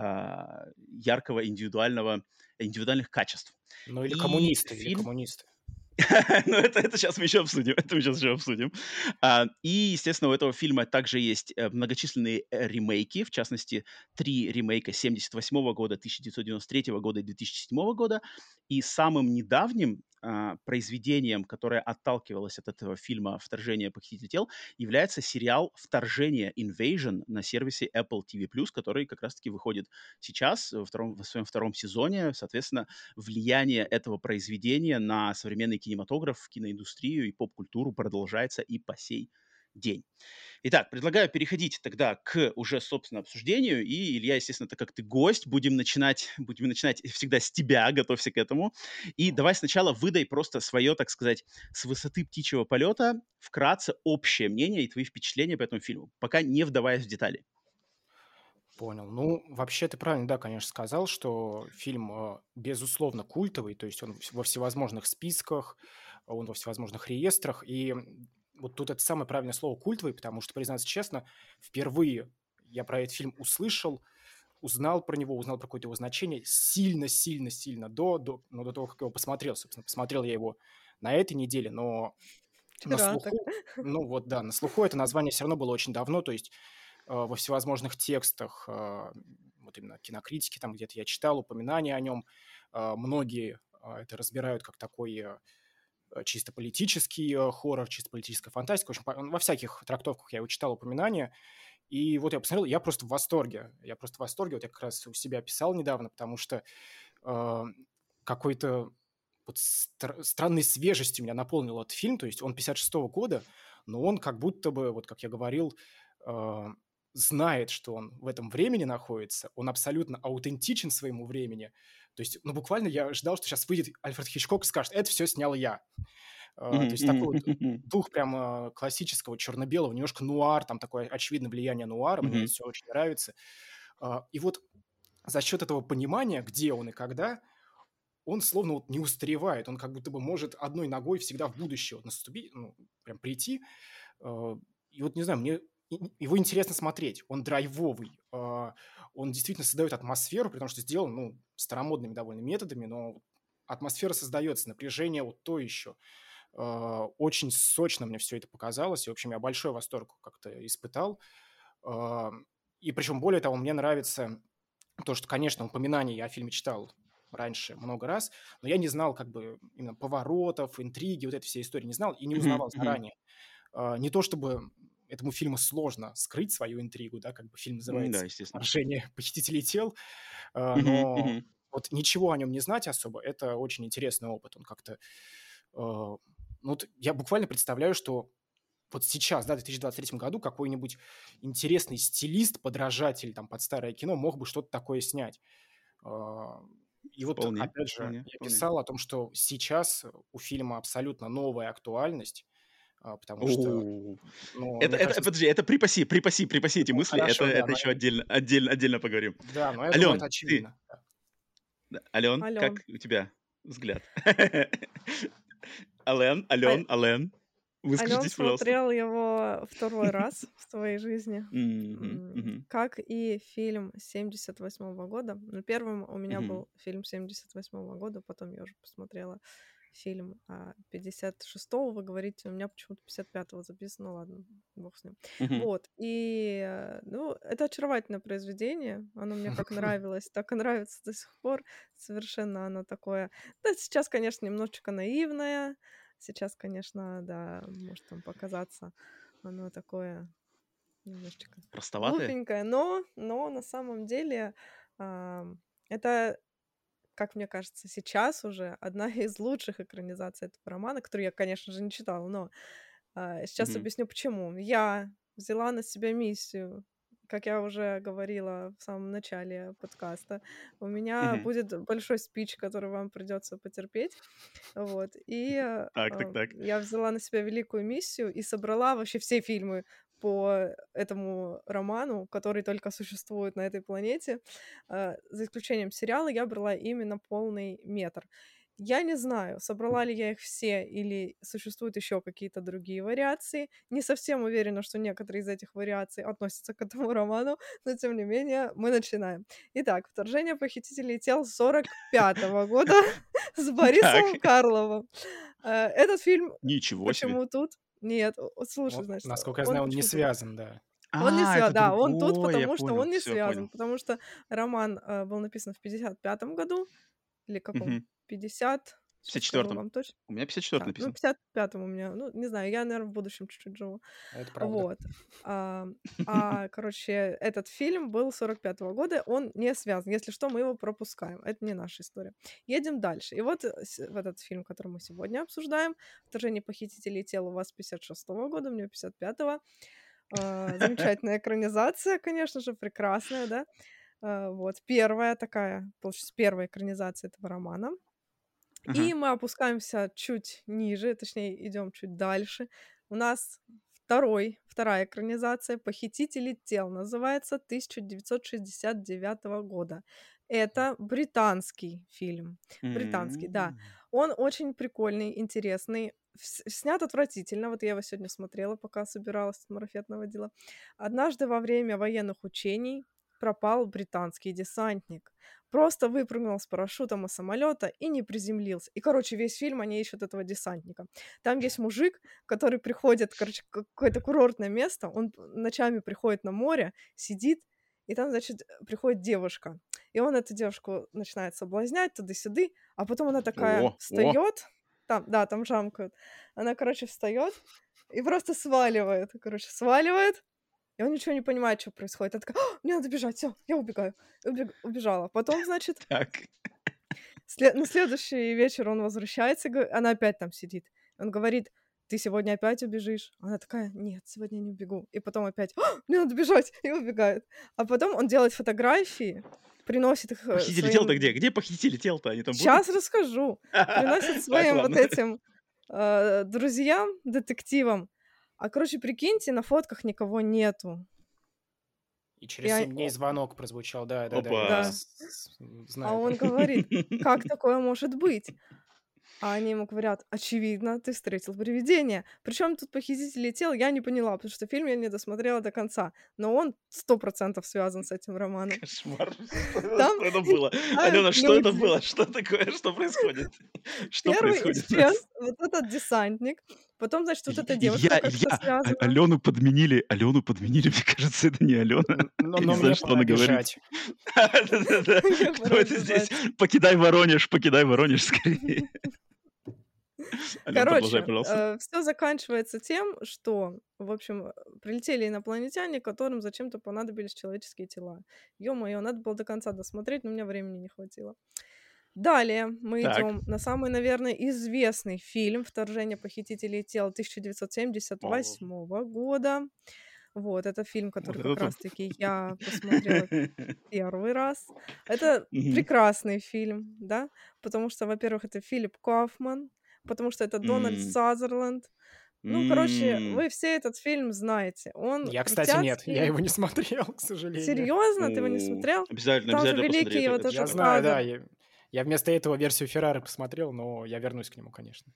яркого индивидуальных качеств. Ну или коммунисты, Ну, это сейчас мы еще обсудим. И, естественно, у этого фильма также есть многочисленные ремейки, в частности, 3 ремейка 1978 года, 1993 года и 2007 года. И самым недавним произведением, которое отталкивалось от этого фильма «Вторжение похитителей тел», является сериал «Вторжение Invasion» на сервисе Apple TV+, который как раз-таки выходит сейчас в своем втором сезоне. Соответственно, влияние этого произведения на современный кинематограф, киноиндустрию и поп-культуру продолжается и по сей день. Итак, предлагаю переходить тогда к уже, собственно, обсуждению. И, Илья, естественно, так как ты гость, будем начинать всегда с тебя, готовься к этому. И давай сначала выдай просто свое, так сказать, с высоты птичьего полета, вкратце общее мнение и твои впечатления по этому фильму, пока не вдаваясь в детали. Понял. Ну, вообще ты правильно, да, конечно, сказал, что фильм, безусловно, культовый, то есть он во всевозможных списках, он во всевозможных реестрах, и вот тут это самое правильное слово «культовый», потому что, признаться честно, впервые я про этот фильм узнал про какое-то его значение сильно до того, как я его посмотрел. Собственно, посмотрел я его на этой неделе, но на слуху это название все равно было очень давно, то есть во всевозможных текстах, вот именно кинокритики, там где-то я читал упоминания о нем, многие это разбирают как такой чисто политический хоррор, чисто политическая фантастика. В общем, во всяких трактовках я его читал упоминания. И вот я посмотрел, я просто в восторге. Я просто в восторге. Вот я как раз у себя писал недавно, потому что какой-то вот странной свежестью меня наполнил этот фильм. То есть он 56-го года, но он как будто бы, вот как я говорил, знает, что он в этом времени находится. Он абсолютно аутентичен своему времени. То есть, ну, буквально я ждал, что сейчас выйдет Альфред Хичкок и скажет: это все снял я. То есть такой вот дух прям классического черно-белого, немножко нуар, там такое очевидное влияние нуара, мне это все очень нравится. И вот за счет этого понимания, где он и когда, он словно вот не устаревает, он как будто бы может одной ногой всегда в будущее вот наступить, ну, прям прийти. И вот, не знаю, мне его интересно смотреть, он драйвовый, он действительно создает атмосферу, при том, что сделан, ну, старомодными довольно методами, но атмосфера создается, напряжение вот то еще. Очень сочно мне все это показалось, и, в общем, я большой восторг как-то испытал. И причем, более того, мне нравится то, что, конечно, упоминания я о фильме читал раньше много раз, но я не знал как бы именно поворотов, интриги, вот этой всей истории не знал и не узнавал заранее. Не то чтобы этому фильму сложно скрыть свою интригу, да, как бы фильм Да, называется естественно. «Вторжение похитителей тел», но вот ничего о нем не знать особо, это очень интересный опыт. Он как-то... Ну, вот я буквально представляю, что вот сейчас, да, в 2023 году какой-нибудь интересный стилист, подражатель там под старое кино мог бы что-то такое снять. И вот, Вполне, опять же, вполне, я вполне. писал о том, что сейчас у фильма абсолютно новая актуальность, потому что, ну, мне кажется, Подожди, это припаси эти ну, мысли, хорошо, да, это но еще отдельно поговорим. да, но я думаю, это Ален, ты, очевидно. Да. Ален, Ален. как у тебя взгляд? А- Ален, Ален выскажитесь, пожалуйста. смотрел его второй раз в своей жизни, Мгм. как и фильм 78-го года. Ну, первым у меня Мгм. был фильм 78-го года, потом я уже посмотрела фильм 56-го, вы говорите, у меня почему-то 55-го записано, ну ладно, бог с ним. Мгм. Вот, и, ну, это очаровательное произведение, оно мне как нравилось, так и нравится до сих пор, совершенно оно такое, да, сейчас, конечно, немножечко наивное, сейчас, конечно, да, может там показаться оно такое немножечко Простоватые? глупенькое, но на самом деле это, как мне кажется, сейчас уже одна из лучших экранизаций этого романа, который я, конечно же, не читала, но сейчас Мгм. объясню, почему. Я взяла на себя миссию, как я уже говорила в самом начале подкаста. У меня Мгм. будет большой спич, который вам придется потерпеть. Вот. И Так. я взяла на себя великую миссию и собрала вообще все фильмы по этому роману, который только существует на этой планете. За исключением сериала, я брала именно полный метр. Я не знаю, собрала ли я их все или существуют еще какие-то другие вариации. Не совсем уверена, что некоторые из этих вариаций относятся к этому роману, но тем не менее мы начинаем. Итак, «Вторжение похитителей тел» 45-го года с Так, Борисом Карловым. Этот фильм ничего себе. почему тут? Нет, слушай, Ну, значит, насколько я он знаю, он не почему тут? связан, да. Он не Это связан, да, он тут, другое, я потому что понял, он не все, я связан, понял. потому что роман был написан в 55-м году, или каком? Мгм. 50, В сейчас скажу 54-м. вам точно. У меня 54 Так, ну, написан. в 55-м у меня, ну, не знаю, я, наверное, в будущем чуть-чуть живу. Это правда. Вот. Короче, этот фильм был 45-го года, он не связан. Если что, мы его пропускаем. Это не наша история. Едем дальше. И вот в этот фильм, который мы сегодня обсуждаем, «Вторжение похитителей тел» у вас 56-го года, у меня 55-го. Замечательная экранизация, конечно же, прекрасная, да. Вот, первая такая, получается, первая экранизация этого романа. Ага. И мы опускаемся чуть ниже, точнее, идем чуть дальше. У нас вторая экранизация «Похитители тел» называется 1969 года. Это британский фильм. Британский, да. Он очень прикольный, интересный. Снят отвратительно. Вот я его сегодня смотрела, пока собиралась, марафет наводила. Однажды во время военных учений пропал британский десантник. Просто выпрыгнул с парашютом из самолета и не приземлился. И, короче, весь фильм они ищут этого десантника. Там есть мужик, который приходит, короче, в какое-то курортное место, он ночами приходит на море, сидит, и там, значит, приходит девушка. И он эту девушку начинает соблазнять туда-сюда, а потом она такая О, встает, Там, да, там жамкают. Она, короче, встает и просто сваливает. Сваливает, и он ничего не понимает, что происходит. Она такая: мне надо бежать, все, я убегаю. Убежала. Потом, значит, Так. на следующий вечер он возвращается, она опять там сидит. Он говорит: ты сегодня опять убежишь? Она такая: нет, сегодня не убегу. И потом опять: мне надо бежать, и убегает. А потом он делает фотографии, приносит их Похитители тел-то своим... где? Где похитители тел-то? Они там будут? Сейчас расскажу. Приносит Так, своим вот ладно. этим друзьям, детективам. А, короче, прикиньте, на фотках никого нету. И через 7 дней звонок прозвучал, да, я Опа. знаю. А он говорит: как такое может быть? А они ему говорят: очевидно, ты встретил привидение. Причем тут похитители тел, я не поняла, потому что фильм я не досмотрела до конца. Но он 100% связан с этим романом. Кошмар. Там Что это было? летают Алена, что это люди. было? Что такое? Что происходит? Что Первый происходит у исчез нас? вот этот десантник, потом, значит, вот эта девушка Илья, как-то связана. Алену подменили, мне кажется, это не Алена. Но Я не знаю, мне что пора она говорит. бежать. Да-да-да. Мне Кто пора это здесь? бежать. Покидай Воронеж скорее. Алена, продолжай, Короче, пожалуйста. все заканчивается тем, что, в общем, прилетели инопланетяне, которым зачем-то понадобились человеческие тела. Ё-моё, надо было до конца досмотреть, но у меня времени не хватило. Далее мы Так. идем на самый, наверное, известный фильм «Вторжение похитителей тел» 1978 года. Вот, это фильм, Вот который это как то. раз-таки я посмотрела первый раз. Это Мгм. прекрасный фильм, да, потому что, во-первых, это Филипп Кауфман, потому что это Дональд М, Сазерленд. Ну, короче, м. вы все этот фильм знаете. Он Я, кстати, нет, я крутяцкий. его не смотрел, к сожалению. Серьезно, ты его не смотрел? Обязательно, Там же обязательно посмотри, великий вот это Я этот шикарно. знаю, да, кадр. я вместо этого версию Феррары посмотрел, но я вернусь к нему, конечно.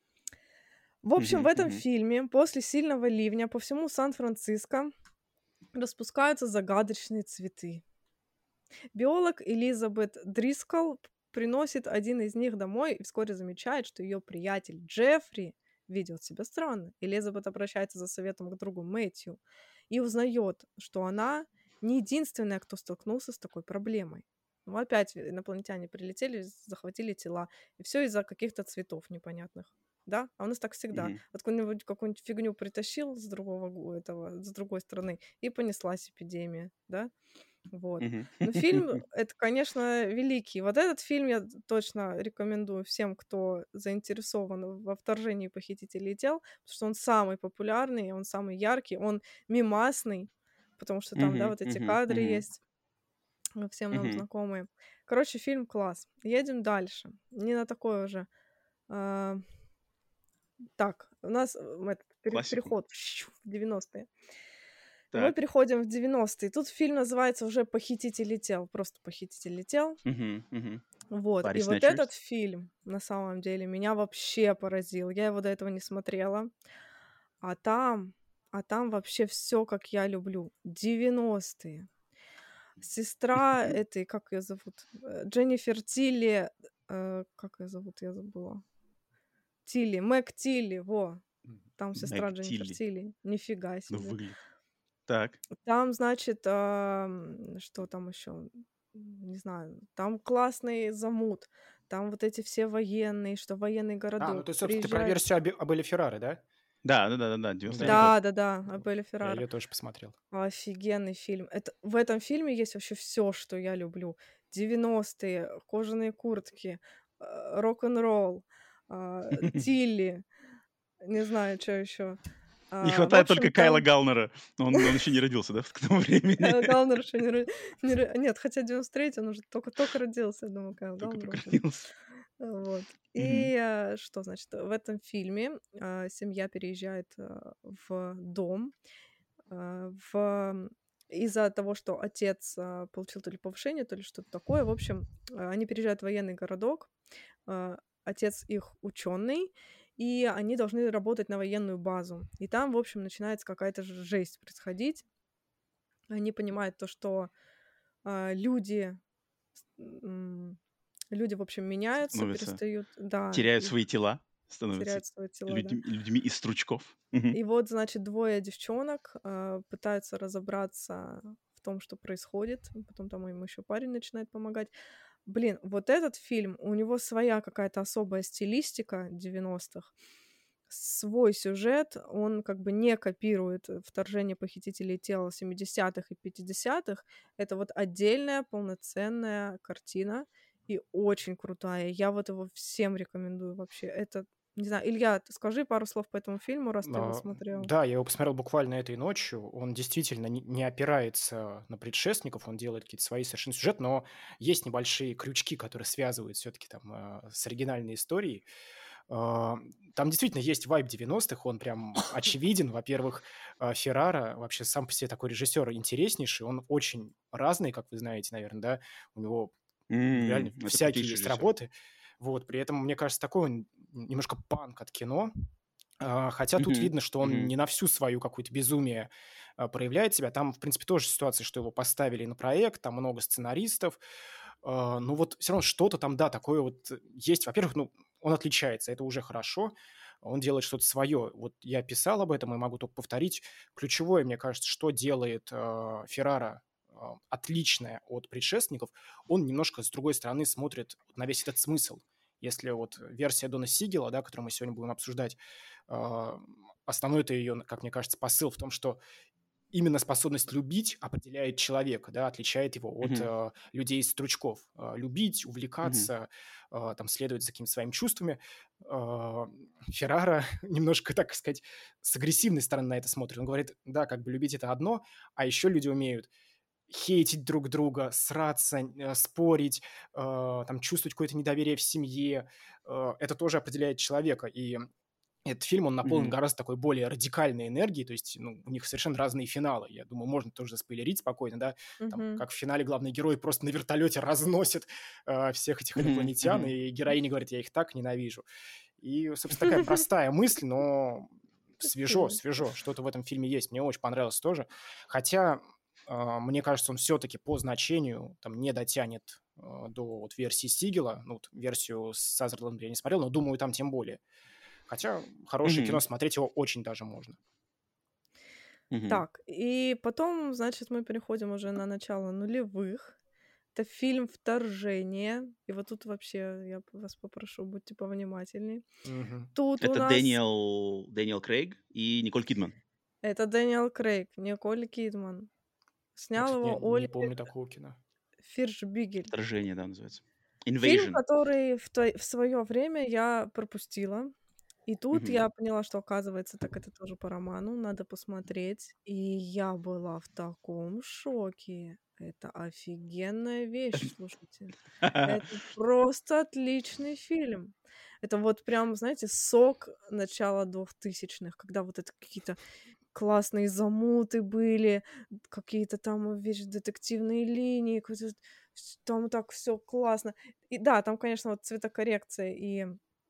В общем, в Мгм, этом мгм. фильме после сильного ливня по всему Сан-Франциско распускаются загадочные цветы. Биолог Элизабет Дрискл приносит один из них домой и вскоре замечает, что ее приятель Джеффри ведет себя странно. Элизабет обращается за советом к другу Мэтью и узнает, что она не единственная, кто столкнулся с такой проблемой. Ну, опять инопланетяне прилетели, захватили тела. И все из-за каких-то цветов непонятных. Да? А у нас так всегда. Мгм. Откуда-нибудь какую-нибудь фигню притащил с с другой стороны, и понеслась эпидемия. Да? Вот. Мгм. Но фильм это, конечно, великий. Вот этот фильм я точно рекомендую всем, кто заинтересован во вторжении похитителей тел, потому что он самый популярный, он самый яркий, он мемасный, потому что там, да, Мгм, вот эти мгм, кадры мгм, есть, всем нам мгм. знакомые. Короче, фильм класс. Едем дальше. Не на такой уже. а, Так, у нас этот Классику. переход в 90-е. Мы Так. переходим в 90-е. Тут фильм называется уже «Похитители тел», просто «Похитители тел». Мгм, мгм. Вот, Body и вот Snatchers. этот фильм на самом деле меня вообще поразил. Я его до этого не смотрела. А там, а там вообще все, как я люблю. 90-е. Сестра этой, как ее зовут? Дженнифер Тилли. Как ее зовут? Я забыла. Тилли, Мэг Тилли, во. Там сестра Мэг Дженнифер Тилли. Тилли. Нифига Ну, себе. выглядит. Так. Там, значит, что там еще? Не знаю. Там классный замут. Там вот эти все военные, что военный Ну ты, городок собственно, ты про приезжает. версию об Элле Феррари, да? Да, 91 Да, год. Да, Абеля я Феррара. ее тоже посмотрел. Офигенный фильм. В этом фильме есть вообще все, что я люблю. 90-е, кожаные куртки, рок-н-ролл, Тилли, не знаю, что еще. Не В хватает только общем, Кайла там Галнера. Он еще не родился, да, к тому времени? Кайл Галнер еще нет, хотя 93-й, он уже только родился, я думаю, Кайл Галнер Только уже. родился. Вот. Мгм. И что значит? В этом фильме семья переезжает в дом из-за того, что отец получил то ли повышение, то ли что-то такое. В общем, они переезжают в военный городок. а, Отец их ученый, и они должны работать на военную базу. И там, в общем, начинается какая-то жесть происходить. Они понимают то, что люди, м, люди, в общем, меняются, Становятся, перестают, да, теряют их свои тела, становятся теряют свои тела, да. людьми из стручков. Мгм. И вот, значит, двое девчонок пытаются разобраться в том, что происходит. И потом там им еще парень начинает помогать. Блин, вот этот фильм, у него своя какая-то особая стилистика 90-х, свой сюжет, он как бы не копирует «Вторжение похитителей тела» 70-х и 50-х. Это вот отдельная полноценная картина и очень крутая. Я вот его всем рекомендую вообще. Это, не знаю, Илья, ты скажи пару слов по этому фильму, раз ты его смотрел. Да, я его посмотрел буквально этой ночью. Он действительно не опирается на предшественников, он делает какие-то свои совершенно сюжеты, но есть небольшие крючки, которые связывают все-таки там с оригинальной историей. Там действительно есть вайб 90-х, он прям очевиден. Во-первых, Феррара вообще сам по себе такой режиссер интереснейший, он очень разный, как вы знаете, наверное, да, у него реально Это всякие крутейший есть режиссер. работы. Вот, при этом, мне кажется, такой он немножко панк от кино, хотя тут видно, что он не на всю свою какую-то безумие проявляет себя. Там, в принципе, тоже ситуация, что его поставили на проект, там много сценаристов. Ну вот все равно что-то там, да, такое вот есть. Во-первых, ну, он отличается, это уже хорошо. Он делает что-то свое. Вот я писал об этом и могу только повторить. Ключевое, мне кажется, что делает Феррара отличное от предшественников, он немножко с другой стороны смотрит на весь этот смысл. Если вот версия Дона Сигела, да, которую мы сегодня будем обсуждать, основной-то ее, как мне кажется, посыл в том, что именно способность любить определяет человека, да, отличает его от людей из стручков. Любить, увлекаться, там, следовать за какими-то своими чувствами. Феррара немножко, так сказать, с агрессивной стороны на это смотрит. Он говорит, да, как бы любить это одно, а еще люди умеют хейтить друг друга, сраться, спорить, там, чувствовать какое-то недоверие в семье. Это тоже определяет человека. И этот фильм, он наполнен гораздо такой более радикальной энергией, то есть, ну, у них совершенно разные финалы. Я думаю, можно тоже заспойлерить спокойно, да, там, как в финале главный герой просто на вертолете разносит всех этих инопланетян, и героиня говорит, я их так ненавижу. И, собственно, такая простая мысль, но свежо, что-то в этом фильме есть. Мне очень понравилось тоже. Хотя, мне кажется, он все-таки по значению там не дотянет до вот версии Сигела. Ну, вот версию с Сазерландом я не смотрел, но думаю, там тем более. Хотя хорошее кино, смотреть его очень даже можно. Так, и потом, значит, мы переходим уже на начало нулевых. Это фильм «Вторжение». И вот тут вообще я вас попрошу, будьте повнимательней. Тут у Это нас... Дэниел Крейг и Николь Кидман. Это Дэниел Крейг, Николь Кидман. Я, Снял кстати, его не Оливер помню такого кино. Фиршбигель. Вторжение, да, называется. Фильм, Invasion. который в свое время я пропустила. И тут я поняла, что, оказывается, так это тоже по роману, надо посмотреть. И я была в таком шоке. Это офигенная вещь, слушайте. Это просто отличный фильм. Это вот прям, знаете, сок начала 2000-х, когда вот это какие-то классные замуты были, какие-то там, видишь, детективные линии, там так все классно. И да, там, конечно, вот цветокоррекция и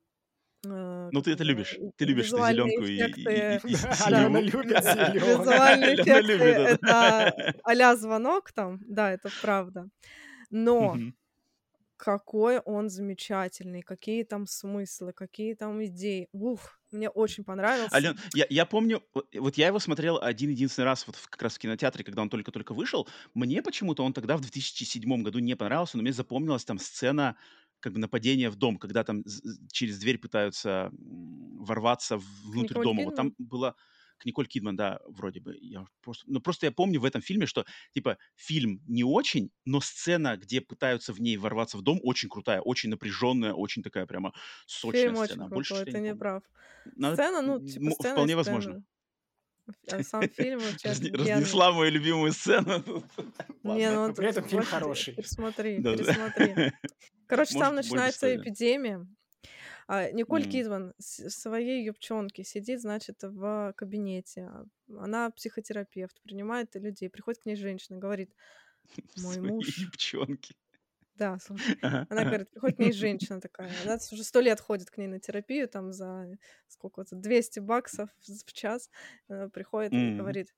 Ну, ты как это называется, любишь. Ты любишь эту визуальные зеленку эффекты. и Да, Алена синеву. любит зеленку. визуальные Алена эффекты — любит это. это а-ля «Звонок» там, да, это правда. Но Мгм. какой он замечательный, какие там смыслы, какие там идеи. Ух, мне очень понравился. Ален, я помню, вот я его смотрел один-единственный раз вот как раз в кинотеатре, когда он только-только вышел. Мне почему-то он тогда в 2007 году не понравился, но мне запомнилась там сцена как бы нападения в дом, когда там через дверь пытаются ворваться К внутрь Николь дома. Вот Кидман? там было к Николь Кидман, да, вроде бы. Просто я помню в этом фильме, что типа фильм не очень, но сцена, где пытаются в ней ворваться в дом, очень крутая, очень напряженная, очень такая прямо сочная Фильм очень сцена. А больше крутой, что-то я ты не не помню. прав. Надо Сцена, ну, типа, сцена и вполне возможно. сцена. А сам фильм вообще офигенный. Разнесла мою любимую сцену. Не, Ладно. ну Но при этом фильм вообще хороший. пересмотри, Да. пересмотри. Короче, там Может, больше начинается стоит. эпидемия. Николь Кидман в своей юбчонке сидит, значит, в кабинете. Она психотерапевт, принимает людей. Приходит к ней женщина, говорит, мой Свои муж... юбчонки. Да, слушай. Ага, Она ага. говорит, приходит к ней женщина такая. Она уже 100 лет ходит к ней на терапию, там за сколько-то, $200 в час. Она приходит и М. говорит,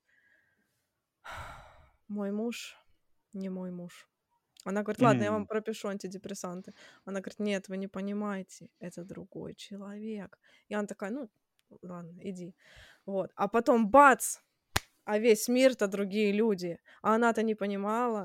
мой муж не мой муж. Она говорит, ладно, я вам М. пропишу антидепрессанты. Она говорит, нет, вы не понимаете, это другой человек. И она такая, ну, ладно, иди. Вот. А потом бац, а весь мир-то другие люди. А она-то не понимала.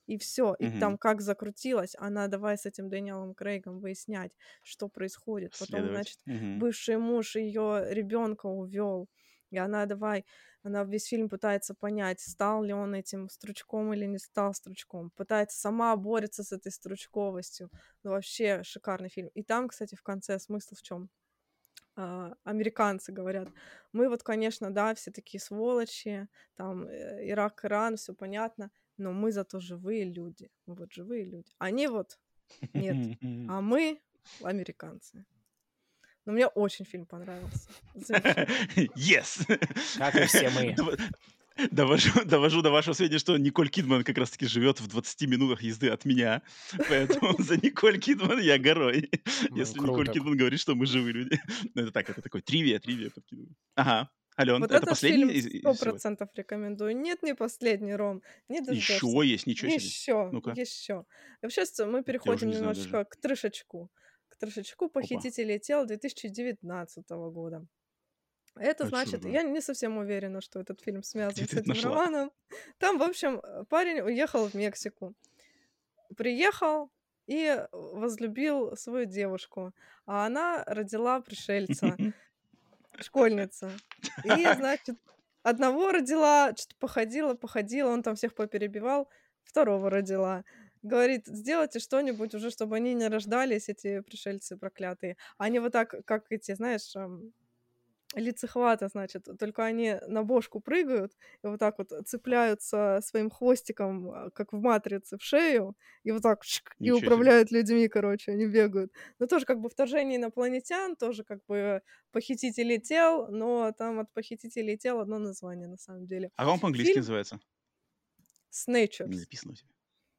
И все, и там Мгм. как закрутилось, она давай с этим Дэниелом Крейгом выяснять, что происходит. Потом, Следовать. значит, Мгм. бывший муж ее ребенка увел, и она весь фильм пытается понять, стал ли он этим стручком или не стал стручком. Пытается сама бороться с этой стручковостью. Ну, вообще шикарный фильм. И там, кстати, в конце смысл в чем? Американцы говорят, мы вот, конечно, да, все такие сволочи, там Ирак, Иран, все понятно, но мы зато живые люди. Мы вот живые люди. Они вот нет. А мы американцы. Но мне очень фильм понравился. Замечательно. Yes! Как и все мы. Дов- Довожу до вашего сведения, что Николь Кидман как раз-таки живет в 20 минутах езды от меня, поэтому за Николь Кидман я горой. Ну, Если Николь круто. Кидман говорит, что мы живые люди. Ну, это так, это такой тривия подкидываю. Ага. Ален, Вот это этот последний фильм из всего? 100% рекомендую. Нет, не последний, Ром, не Еще дождешься. есть, ничего себе. Еще, Ну-ка, еще. И вообще мы я уже переходим не знаю даже. немножечко к трешечку. К трешечку Опа. «Похитителей тел» 2019 года. Это А что значит, такое? я не совсем уверена, что этот фильм Где связан с ты это этим нашла? романом. Там, в общем, парень уехал в Мексику. Приехал и возлюбил свою девушку, а она родила пришельца, школьница. И, Так. значит, одного родила, что-то походила, он там всех поперебивал, второго родила. Говорит, сделайте что-нибудь уже, чтобы они не рождались, эти пришельцы проклятые. Они вот так, как эти, знаешь, лицехвата, значит, только они на бошку прыгают и вот так вот цепляются своим хвостиком, как в «Матрице», в шею, и вот так и Ничего себе. управляют людьми, короче, они бегают. Но тоже как бы вторжение инопланетян, тоже как бы похитители тел, но там от похитителей тел одно название на самом деле. А он по-английски Фильм называется? Не «Snatchers». написано у тебя.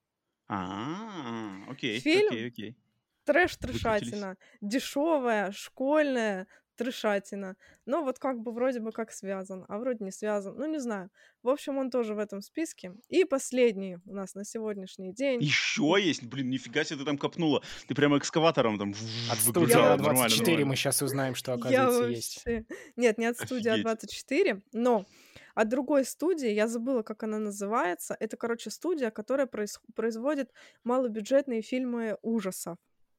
Окей, Фильм окей, окей. Выкрутились. трэш-трешатина, дешевая, школьная трешатина. Но вот как бы вроде бы как связан, а вроде не связан. Ну, не знаю. В общем, он тоже в этом списке. И последний у нас на сегодняшний день. Еще есть? Блин, нифига себе ты там копнула. Ты прямо экскаватором там От студии Я выгрузала. Нормально, вообще, А24 мы нормально. сейчас узнаем, что, я оказывается, есть. вообще... Нет, не от студии Офигеть. А24, но от другой студии, я забыла, как она называется. Это, короче, студия, которая производит малобюджетные фильмы ужасов.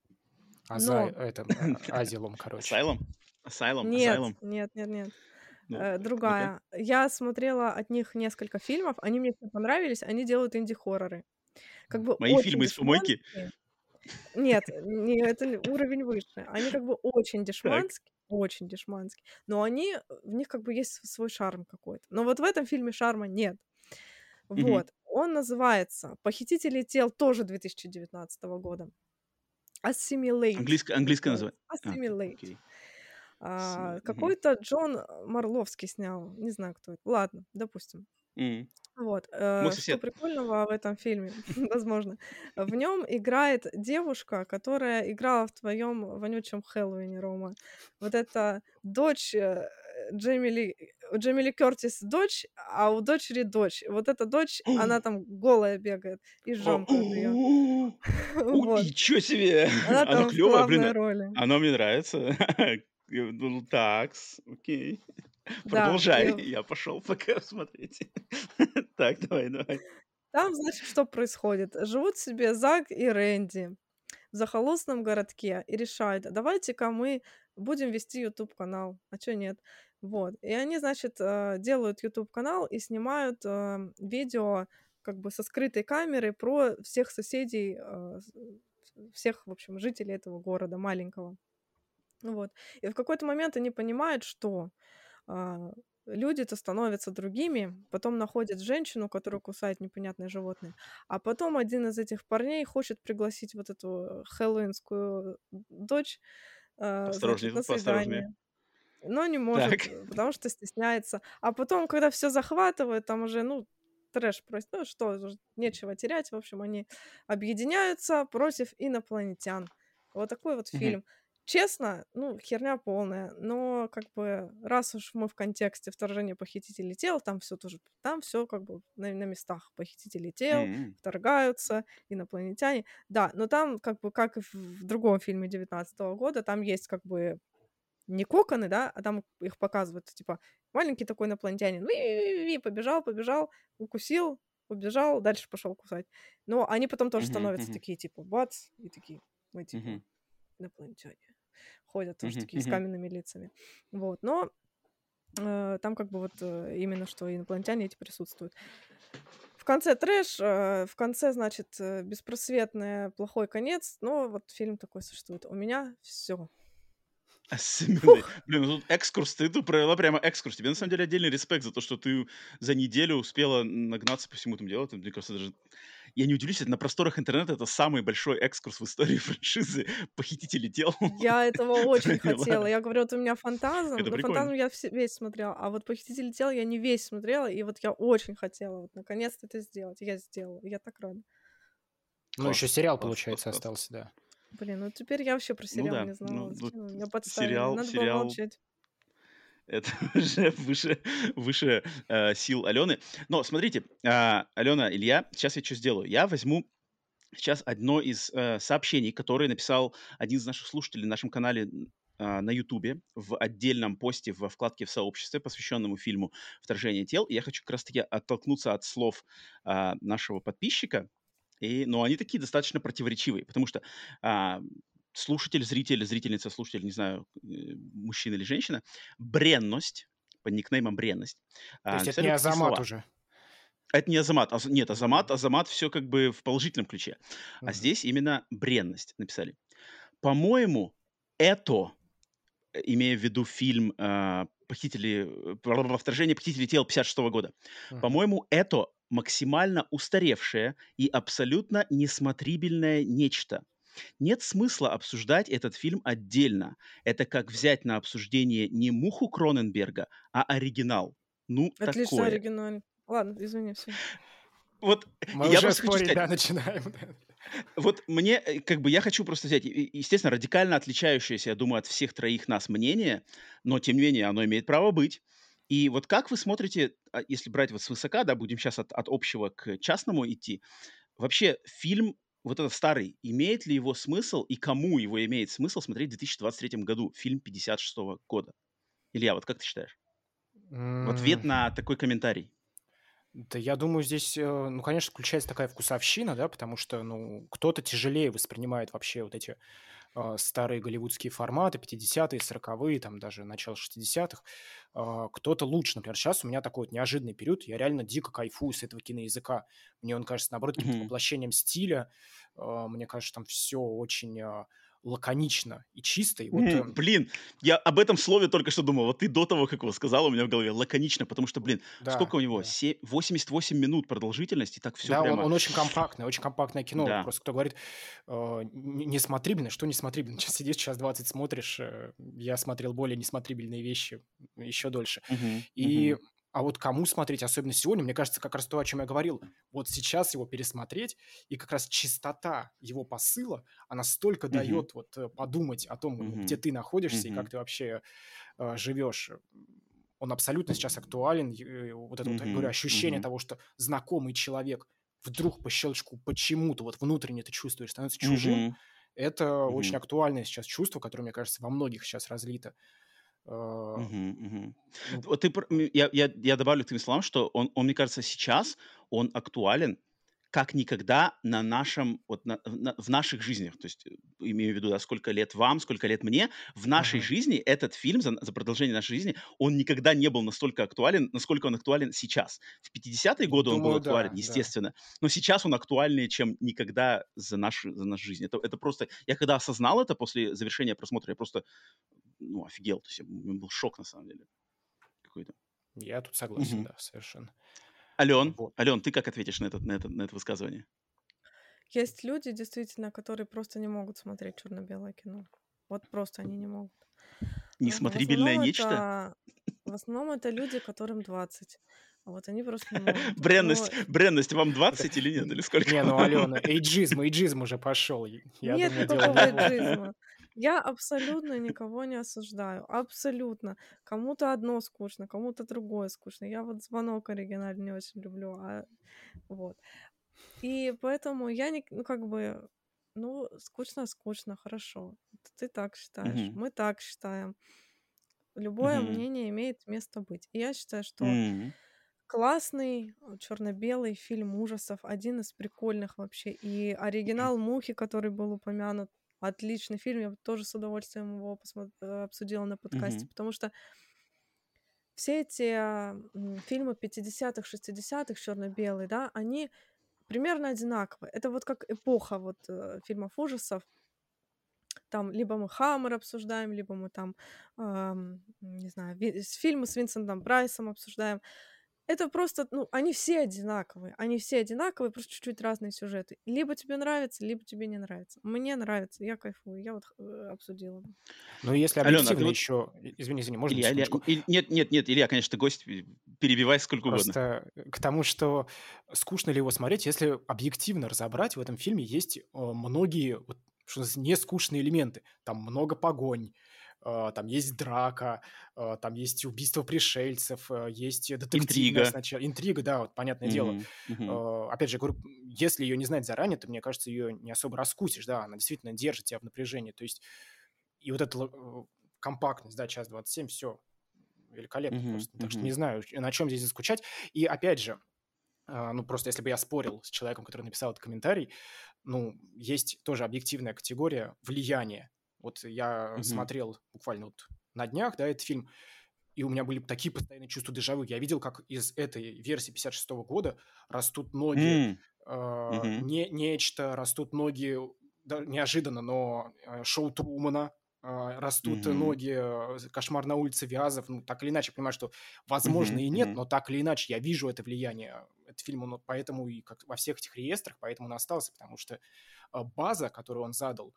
Но Азилум, короче. Asylum? Asylum? нет, Asylum? нет, нет, нет. Ну, ну-ка. Другая. Я смотрела от них несколько фильмов, они мне все понравились, они делают инди-хорроры. Как бы Мои очень фильмы из помойки? дешманские. Нет, не, это уровень выше. Они как бы Так. очень дешманские, но в них как бы есть свой шарм какой-то. Но вот в этом фильме шарма нет. Мгм. Вот. Он называется «Похитители тел», тоже 2019 года. Assimilate Английское название. называется. Так, Assimilate. окей. Мгм. Какой-то Джон Марловский снял. Не знаю, кто это. Ладно, допустим. Мгм. Вот, Мой что сосед. прикольного в этом фильме, возможно, в нем играет девушка, которая играла в твоем вонючем Хэллоуине, Рома. Вот это дочь Джейми Ли Кёртис дочь, а у дочери дочь. Вот эта дочь, она там голая бегает, и жамкают ее. Вот. Ничего себе! Она Оно там в клевое, блин. главной роли. Оно мне нравится. Такс, окей. Да, Продолжай. и Я пошел пока смотреть. Так, давай. там, значит, что происходит? Живут себе Зак и Рэнди в захолустном городке и решают, давайте-ка мы будем вести YouTube-канал, а чё нет? Вот. И они, значит, делают YouTube-канал и снимают видео как бы со скрытой камеры про всех соседей, всех, в общем, жителей этого города маленького. Вот. И в какой-то момент они понимают, что а, люди-то становятся другими, потом находят женщину, которую кусает непонятное животное, а потом один из этих парней хочет пригласить вот эту хэллоуинскую дочь, Осторожнее значит, на тут, поосторожнее. свидание. Но не может, Так. потому что стесняется. А потом, когда все захватывают, там уже, ну, трэш просто, ну что, уже нечего терять. В общем, они объединяются против инопланетян. Вот такой вот Мгм. фильм. Честно, ну, херня полная, но как бы раз уж мы в контексте вторжения похитителей тел, там все тоже, там все как бы на местах. Похитители тел М. вторгаются, инопланетяне. Да, но там как бы, как и в другом фильме 19 года, там есть как бы не коконы, да, а там их показывают, типа, маленький такой инопланетянин, побежал, укусил, убежал, дальше пошел кусать. Но они потом тоже Мгм, становятся мгм, такие, типа, бац, и такие, мы, типа, мгм, инопланетяне. Ходят тоже мгм, такие с мгм. каменными лицами. Вот, но там как бы вот именно что инопланетяне эти присутствуют. В конце трэш, в конце, значит, беспросветный плохой конец, но вот фильм такой существует. У меня все. Особенный. Фух. Блин, ну тут экскурс, ты тут провела прямо экскурс. Тебе на самом деле отдельный респект за то, что ты за неделю успела нагнаться по всему этому делу. Это, мне кажется, даже... Я не удивлюсь, это на просторах интернета это самый большой экскурс в истории франшизы «Похитители тел». Я этого очень хотела. Поняла. Я говорю, вот у меня фантазм. Это Ну, прикольно. фантазм я весь смотрела, а вот «Похититель тел» я не весь смотрела, и вот я очень хотела вот наконец-то это сделать. И я сделала. И я так рада. Ну, еще Класс, сериал, класс, класс, получается, класс. остался, да. Блин, ну теперь я вообще про Ну сериал да, не знала. ну Зачем вы меня подставили? сериал, Надо было сериал молчать. это уже выше сил Алены. Но смотрите, Алена, Илья, сейчас я что сделаю? Я возьму сейчас одно из сообщений, которое написал один из наших слушателей на нашем канале на Ютубе в отдельном посте во вкладке в сообществе, посвященному фильму «Вторжение тел». И я хочу как раз-таки оттолкнуться от слов нашего подписчика, но они такие достаточно противоречивые, потому что а, слушатель, зритель, зрительница, слушатель, не знаю, мужчина или женщина, бренность, под никнеймом бренность, То есть это написали не вот такие Азамат слова. уже. Это не Азамат. Нет, М, Азамат все как бы в положительном ключе. А мгм. здесь именно бренность написали. По-моему, это, имея в виду фильм «Вторжение похитителей тел» 56 года, Мгм. по-моему, это максимально устаревшее и абсолютно несмотрибельное нечто. Нет смысла обсуждать этот фильм отдельно. Это как взять на обсуждение не муху Кроненберга, а оригинал. Ну, Отлично, такое. оригинально. Ладно, извини, все. Вот Мы я уже просто хочу спорить, сказать, да, начинаем. вот мне, как бы, я хочу просто взять, естественно, радикально отличающееся, я думаю, от всех троих нас мнение, но, тем не менее, оно имеет право быть. И вот как вы смотрите, если брать вот свысока, да, будем сейчас от общего к частному идти, вообще фильм вот этот старый, имеет ли его смысл и кому его имеет смысл смотреть в 2023 году, фильм 56 года? Илья, вот как ты считаешь? В ответ М, на такой комментарий. Да, я думаю, здесь, ну, конечно, включается такая вкусовщина, да, потому что, ну, кто-то тяжелее воспринимает вообще вот эти старые голливудские форматы, 50-е, 40-е, там даже начало 60-х. Кто-то лучше. Например, сейчас у меня такой вот неожиданный период, я реально дико кайфую с этого киноязыка. Мне он кажется, наоборот, каким-то Мгм. воплощением стиля. Мне кажется, там все очень лаконично и чисто. И вот, Блин, я об этом слове только что думал. Вот ты до того, как его сказал, у меня в голове лаконично, потому что, блин, сколько да, у него? да. 88 минут продолжительности, так все Да, он, прямо, он очень компактное кино. Вот да. просто кто говорит, несмотрибельно, что несмотрибельно? Сейчас сидишь, час 20 смотришь. Я смотрел более несмотрибельные вещи еще дольше. Мгм, И, мгм, а вот кому смотреть, особенно сегодня, мне кажется, как раз то, о чем я говорил, вот сейчас его пересмотреть, и как раз чистота его посыла, она столько мгм, дает вот подумать о том, ну, где мгм, ты находишься и как мгм, ты вообще живешь. Он абсолютно сейчас актуален. Вот это вот, я говорю, мгм, ощущение мгм, того, что знакомый человек вдруг по щелчку почему-то вот внутренне ты чувствуешь, становится чужим, мгм, это очень мгм, актуальное сейчас чувство, которое, мне кажется, во многих сейчас разлито. Э, мгм, мгм. Ну, Вот ты, вот. я добавлю к твоим словам, что он, мне кажется, сейчас он актуален как никогда на нашем, вот в наших жизнях. То есть, имею в виду, да, сколько лет вам, сколько лет мне. В нашей Мгм. жизни этот фильм, за продолжение нашей жизни, он никогда не был настолько актуален, насколько он актуален сейчас. В 50-е годы он был Думаю, актуален, да, да. естественно, но сейчас он актуальнее, чем никогда за нашу жизнь. Это просто... Я когда осознал это после завершения просмотра, я просто, ну, офигел. То есть, у меня был шок, на самом деле, какой-то. Я тут согласен, Мгм. да, совершенно. Вот. Ален, ты как ответишь на это высказывание? Есть люди, действительно, которые просто не могут смотреть черно-белое кино. Вот просто они не могут. В Несмотрибельное основном нечто? это люди, которым 20. А вот они просто не могут. Но Бренность вам Это, 20 или нет? Или сколько не, ну, вам? Алена, эйджизм уже пошел. Я нет думаю, дело никакого не в возрасте. эйджизма. Я абсолютно никого не осуждаю. Абсолютно. Кому-то одно скучно, кому-то другое скучно. Я вот «Звонок» оригинальный не очень люблю. Вот. И поэтому я не, ну, как бы, ну, скучно, хорошо. Ты так считаешь, Мгм. мы так считаем. Любое Мгм. мнение имеет место быть. И я считаю, что М. классный черно-белый фильм ужасов, один из прикольных вообще. И оригинал «Мухи», который был упомянут, отличный фильм. Я бы тоже с удовольствием его обсудила на подкасте, Мгм. потому что все эти фильмы 50-х, 60-х, черно-белые, да, они примерно одинаковые. Это вот как эпоха вот фильмов ужасов. Там либо мы «Хаммер» обсуждаем, либо мы там, не знаю, фильмы с Винсентом Прайсом обсуждаем. Это просто, ну, они все одинаковые, просто чуть-чуть разные сюжеты. Либо тебе нравится, либо тебе не нравится. Мне нравится, я кайфую, я вот обсудила бы. Ну, и если Алена, а ты объективно вот... еще... Извини, можно на Илья, секундочку? нет, нет, нет, Илья, конечно, ты гость, перебивай сколько угодно. Просто к тому, что скучно ли его смотреть, если объективно разобрать, в этом фильме есть многие вот, что называется, нескучные элементы. Там много погонь, там есть драка, там есть убийство пришельцев, есть детективное Интрига. сначала. Интрига, да, вот, понятное дело. Мгм, мгм, Опять же, говорю, если ее не знать заранее, то, мне кажется, ее не особо раскусишь, да, она действительно держит тебя в напряжении. То есть и вот эта компактность, да, час 27, все великолепно мгм, просто. Так что не мгм, знаю, на чем здесь заскучать. И опять же, ну, просто если бы я спорил с человеком, который написал этот комментарий, ну, есть тоже объективная категория влияния. Вот я мгм. смотрел буквально вот на днях, да, этот фильм, и у меня были такие постоянные чувства дежавю. Я видел, как из этой версии 56 года растут ноги, М, мгм, нечто, растут ноги, да, неожиданно, но шоу Трумана, растут мгм, ноги «Кошмар на улице Вязов». Ну, так или иначе, я понимаю, что возможно мгм, и нет, мгм, но так или иначе я вижу это влияние. Этот фильм, он поэтому и как во всех этих реестрах, поэтому он остался, потому что база, которую он задал,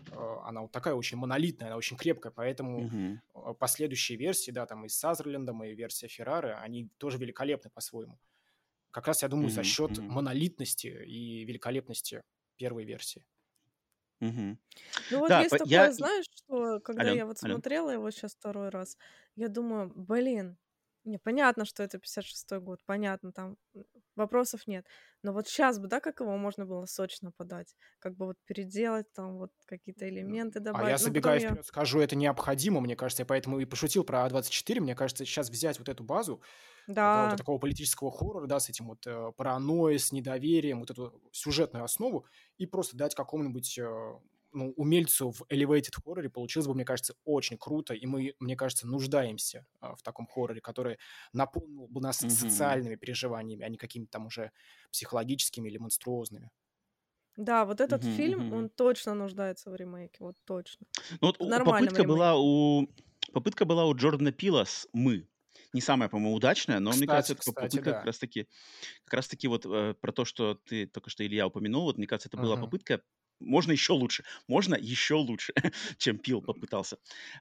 она вот такая очень монолитная, она очень крепкая, поэтому мгм, последующие версии, да, там и с Сазерлендом, и версия Феррары, они тоже великолепны по-своему. Как раз, я думаю, за мгм, счет мгм, монолитности и великолепности первой версии. мгм. Ну вот Да, есть я... такое, знаешь, что когда Ален, я вот Ален. смотрела его сейчас второй раз, я думаю, блин, не, понятно, что это 56-й год, понятно, там вопросов нет. Но вот сейчас бы, да, как его можно было сочно подать? Как бы вот переделать, там вот какие-то элементы А я, добавить. Ну, потом забегая я... вперед, скажу, это необходимо, мне кажется, я поэтому и пошутил про А24. Мне кажется, сейчас взять вот эту базу, да, вот Да, такого политического хоррора, да, с этим вот паранойей, с недоверием, вот эту сюжетную основу, и просто дать какому-нибудь ну, умельцу в elevated хорроре, получилось бы, мне кажется, очень круто, и мы, мне кажется, нуждаемся в таком хорроре, который наполнил бы нас Мгм, социальными переживаниями, а не какими-то там уже психологическими или монструозными. да, вот этот мгм, фильм, мгм. он точно нуждается в ремейке, вот точно. Ну вот В нормальном ремейке. попытка была у Джордана Пила с «Мы». Не самая, по-моему, удачная, но мне кажется, это Кстати, попытка да. как раз таки вот про то, что ты только что, Илья, упомянул. Вот мне кажется, это была Мгм. попытка. Можно еще лучше, чем Пил попытался.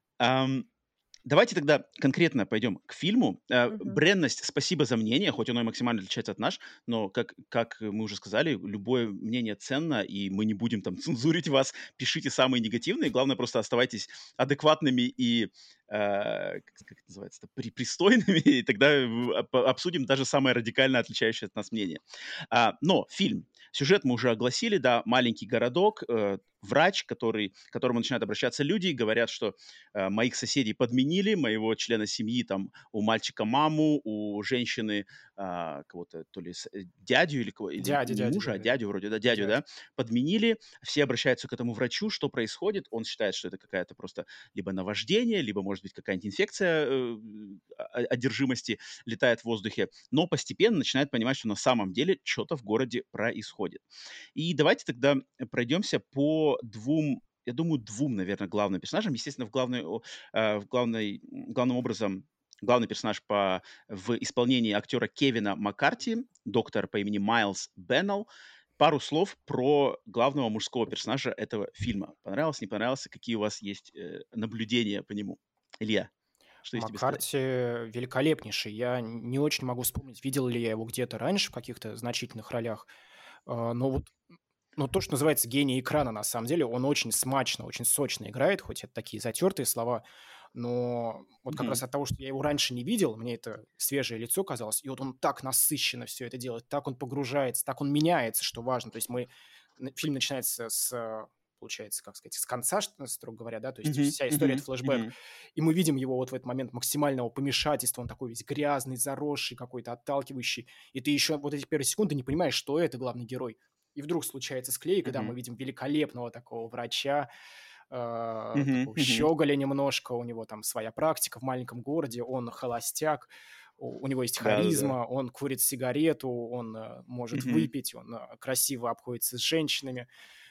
Давайте тогда конкретно пойдем к фильму. Мгм. Бренность, спасибо за мнение, хоть оно и максимально отличается от наш, но, как мы уже сказали, любое мнение ценно, и мы не будем там цензурить вас. Пишите самые негативные, главное, просто оставайтесь адекватными и, как это называется, пристойными, и тогда обсудим даже самое радикально отличающее от нас мнение. Но фильм. Сюжет мы уже огласили, да, маленький городок, врач, к которому начинают обращаться люди, говорят, что моих соседей подменили, моего члена семьи, там, у мальчика маму, у женщины кого-то, то ли дядю или кого, или не мужа, а Дядя. дядю вроде, да, дядю, Дядя. да, подменили, все обращаются к этому врачу, что происходит, он считает, что это какая-то просто либо наваждение, либо, может быть, какая-нибудь инфекция одержимости летает в воздухе, но постепенно начинает понимать, что на самом деле что-то в городе происходит. И давайте тогда пройдемся по двум, я думаю, двум, наверное, главным персонажам. Естественно, главным образом главный персонаж в исполнении актера Кевина Маккарти, доктор по имени Майлз Беннелл. Пару слов про главного мужского персонажа этого фильма. Понравился, не понравился? Какие у вас есть наблюдения по нему? Илья, что есть тебе сказать? Маккарти великолепнейший. Я не очень могу вспомнить, видел ли я его где-то раньше в каких-то значительных ролях. Но вот ну, то, что называется гений экрана, на самом деле, он очень смачно, очень сочно играет, хоть это такие затертые слова, но вот как раз Мгм. от того, что я его раньше не видел, мне это свежее лицо казалось, и вот он так насыщенно все это делает, так он погружается, так он меняется, что важно. То есть фильм начинается с получается, как сказать, с конца, строго говоря, да, то есть Мгм, вся история — это мгм, флешбэк, мгм. и мы видим его вот в этот момент максимального помешательства, он такой весь грязный, заросший, какой-то отталкивающий, и ты еще вот эти первые секунды не понимаешь, что это главный герой. И вдруг случается склейка, да, мы Мгм. видим великолепного такого врача, Мгм, такого мгм. щеголя немножко, у него там своя практика в маленьком городе, он холостяк, у него есть Да-да-да. харизма, он курит сигарету, он может Мгм, выпить, он красиво обходится с женщинами.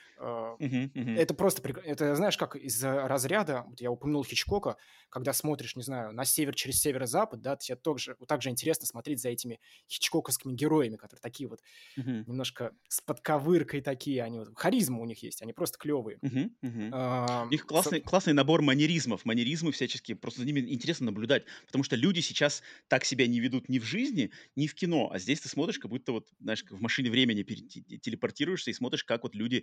Э, мгм, мгм. Это просто, это знаешь, как из разряда, вот я упомянул Хичкока, когда смотришь, не знаю, на север через северо-запад, да, тебе также интересно смотреть за этими хичкоковскими героями, которые такие вот Мгм, немножко с подковыркой такие, они вот, харизма у них есть, они просто клевые. мгм, мгм. А, У них классный набор манеризмов. Манеризмы всяческие. Просто за ними интересно наблюдать. Потому что люди сейчас так себя не ведут ни в жизни, ни в кино. А здесь ты смотришь, как будто вот, знаешь, как в машине времени телепортируешься и смотришь, как вот люди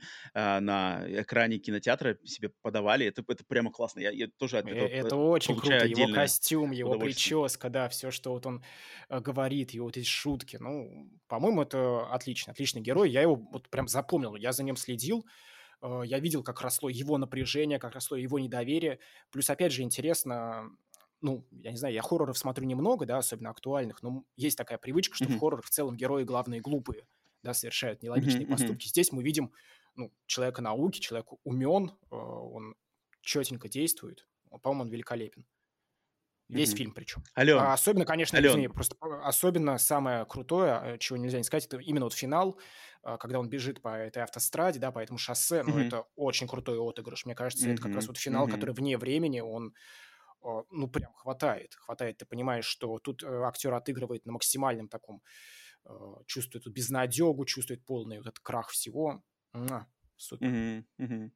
на экране кинотеатра себе подавали. Это прямо классно. Я тоже от этого Это очень получаю круто. Его отдельное костюм, его удовольствие. прическа, да, все, что вот он говорит, его вот эти шутки. Ну, по-моему, это отличный герой. Я его вот прям запомнил, я за ним следил. Я видел, как росло его напряжение, как росло его недоверие. Плюс, опять же, интересно, ну, я не знаю, я хорроров смотрю немного, да, особенно актуальных, но есть такая привычка, что в Мгм, хоррорах в целом герои главные глупые, да, совершают мгм, нелогичные мгм, поступки. Здесь мы видим, ну, человека науки, человек умен, он четенько действует. По-моему, он великолепен. Весь мгм. фильм причем. А Ален, особенно, конечно, извини, Ален. просто особенно самое крутое, чего нельзя не сказать, это именно вот финал, когда он бежит по этой автостраде, да, по этому шоссе, ну, Мгм, это очень крутой отыгрыш. Мне кажется, это как раз мгм, вот финал, мгм, который вне времени, он, ну, прям хватает. Ты понимаешь, что тут актер отыгрывает на максимальном таком, чувствует эту безнадегу, чувствует полный вот этот крах всего. Супер. мгм, мгм.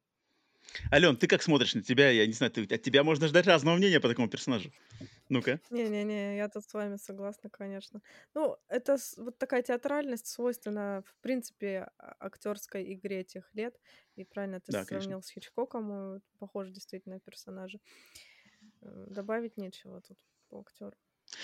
Ален, ты как смотришь на тебя? Я не знаю, от тебя можно ждать разного мнения по такому персонажу. Ну-ка. Не-не-не, я тут с вами согласна, конечно. Ну, это вот такая театральность свойственна, в принципе, актерской игре тех лет. И правильно ты Да, конечно. сравнил с Хичкоком, похожи действительно персонажи. Добавить нечего тут по актеру.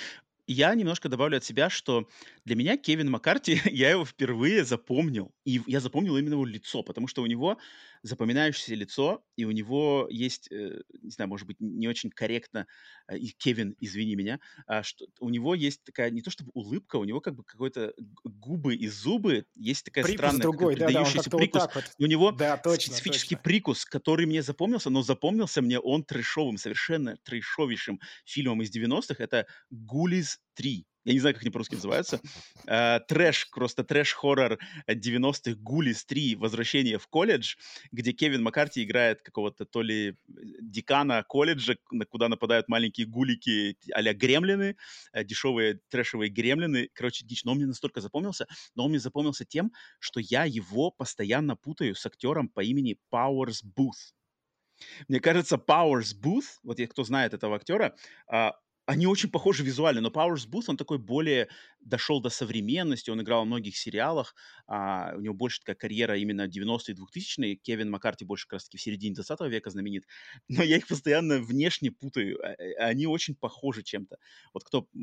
Я немножко добавлю от себя, что для меня Кевин Маккарти, я его впервые запомнил. И я запомнил именно его лицо, потому что у него запоминающееся лицо, и у него есть, не знаю, может быть, не очень корректно, и Кевин, извини меня, что у него есть такая, не то чтобы улыбка, у него как бы какой-то губы и зубы, есть такая Прикус странная, какой-то другой, да-да, он придающийся как-то вот прикус. так вот. У него Да, точно, специфический точно. прикус, который мне запомнился, но запомнился мне он трэшовым, совершенно трэшовейшим фильмом из 90-х. Это «Гулиз 3». Я не знаю, как они по-русски называются. Трэш, просто трэш-хоррор 90-х «Гулиз 3. Возвращение в колледж», где Кевин Маккарти играет какого-то то ли декана колледжа, куда нападают маленькие гулики а-ля гремлины, дешевые трэшевые гремлины. Короче, дичь. Но он мне настолько запомнился, но он мне запомнился тем, что я его постоянно путаю с актером по имени Пауэрс Бут. Мне кажется, Powers Booth, вот кто знает этого актера, они очень похожи визуально, но Powers Booth, он такой более дошел до современности, он играл в многих сериалах, у него больше такая карьера именно 90-е, 2000-е, Кевин Маккарти больше как раз-таки в середине 20 века знаменит, но я их постоянно внешне путаю, они очень похожи чем-то. Вот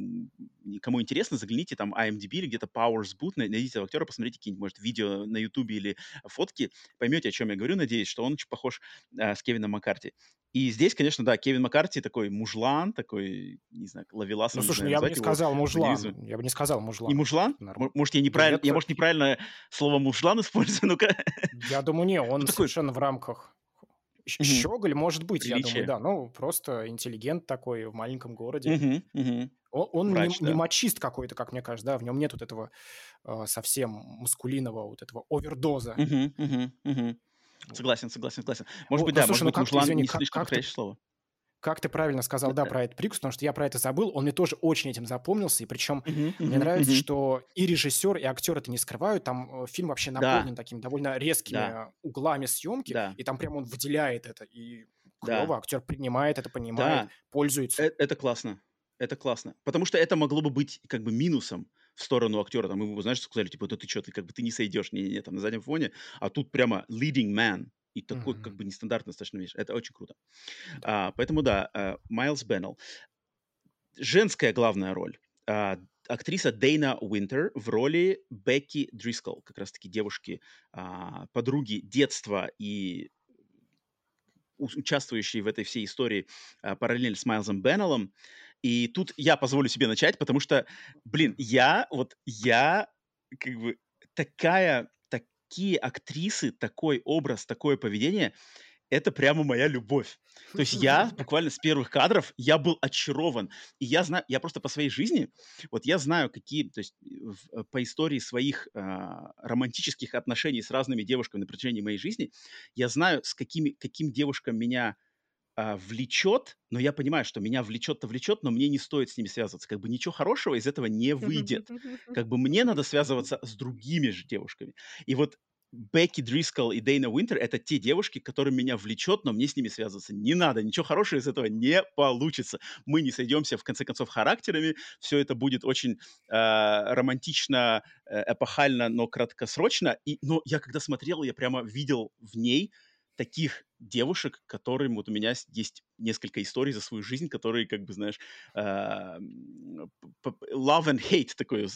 кому интересно, загляните там IMDb или где-то Powers Booth, найдите этого актера, посмотрите какие-нибудь, может, видео на YouTube или фотки, поймете, о чем я говорю, надеюсь, что он очень похож с Кевином Маккарти. И здесь, конечно, да, Кевин Маккарти такой мужлан, такой, не знаю, Ну, ловеласом, не слушай, ну знаю, я бы не назвать его сказал манеризмы. мужлан. Я бы не сказал Не мужлан. мужлан? Как-то нормально. Может, я, Нет, может, неправильное слово мужлан использую, ну-ка. я думаю, не, Ну, он такой совершенно в рамках. мгм, Щеголь, может быть, я думаю, приличие. да. Ну, просто интеллигент такой в маленьком городе. Мгм, мгм. Он Врач, не да. мачист какой-то, как мне кажется, да, в нем нет вот этого совсем маскулинного вот этого овердоза. Мгм, мгм, мгм. Вот. Согласен. Может быть, Ну, да, может слушай, ну быть, как ты, мужлан извини, не слишком подходящее слово. как ты правильно сказал, да, Э, про этот прикус, потому что я про это забыл, он мне тоже очень этим запомнился, и причем Мгм, мне мгм, нравится, мгм. что и режиссер, и актер это не скрывают, там фильм вообще Да, наполнен такими довольно да, резкими углами съемки, да, и там прям он выделяет это, и да, клево, актер принимает это, понимает, да. пользуется. Это классно. Это классно. Потому что это могло бы быть как бы минусом в сторону актера. Там ему, знаешь, сказали, типа, да ты что, ты как бы ты не сойдешь, не, там на заднем фоне. А тут прямо leading man. И такой как Мгм. бы нестандартный достаточно вещь. Это очень круто. Да. Поэтому да, Майлз Беннелл. Женская главная роль. Актриса Дейна Уинтер в роли Бекки Дрискл. Как раз-таки девушки, подруги детства и участвующий в этой всей истории параллельно с Майлзом Беннеллом. И тут я позволю себе начать, потому что, блин, я как бы такие актрисы, такой образ, такое поведение, это прямо моя любовь. То есть я буквально с первых кадров, я был очарован. И я знаю, я просто по своей жизни, вот я знаю, то есть по истории своих романтических отношений с разными девушками на протяжении моей жизни, я знаю, каким девушкам меня влечет, но я понимаю, что меня влечет-то влечет, но мне не стоит с ними связываться. Как бы ничего хорошего из этого не выйдет. Как бы мне надо связываться с другими же девушками. И вот Бекки Дрискл и Дейна Уинтер — это те девушки, которым меня влечет, но мне с ними связываться не надо. Ничего хорошего из этого не получится. Мы не сойдемся, в конце концов, характерами. Все это будет очень романтично, эпохально, но краткосрочно. Но я когда смотрел, я прямо видел в ней таких девушек, которым вот у меня есть несколько историй за свою жизнь, которые, как бы, знаешь, love and hate такой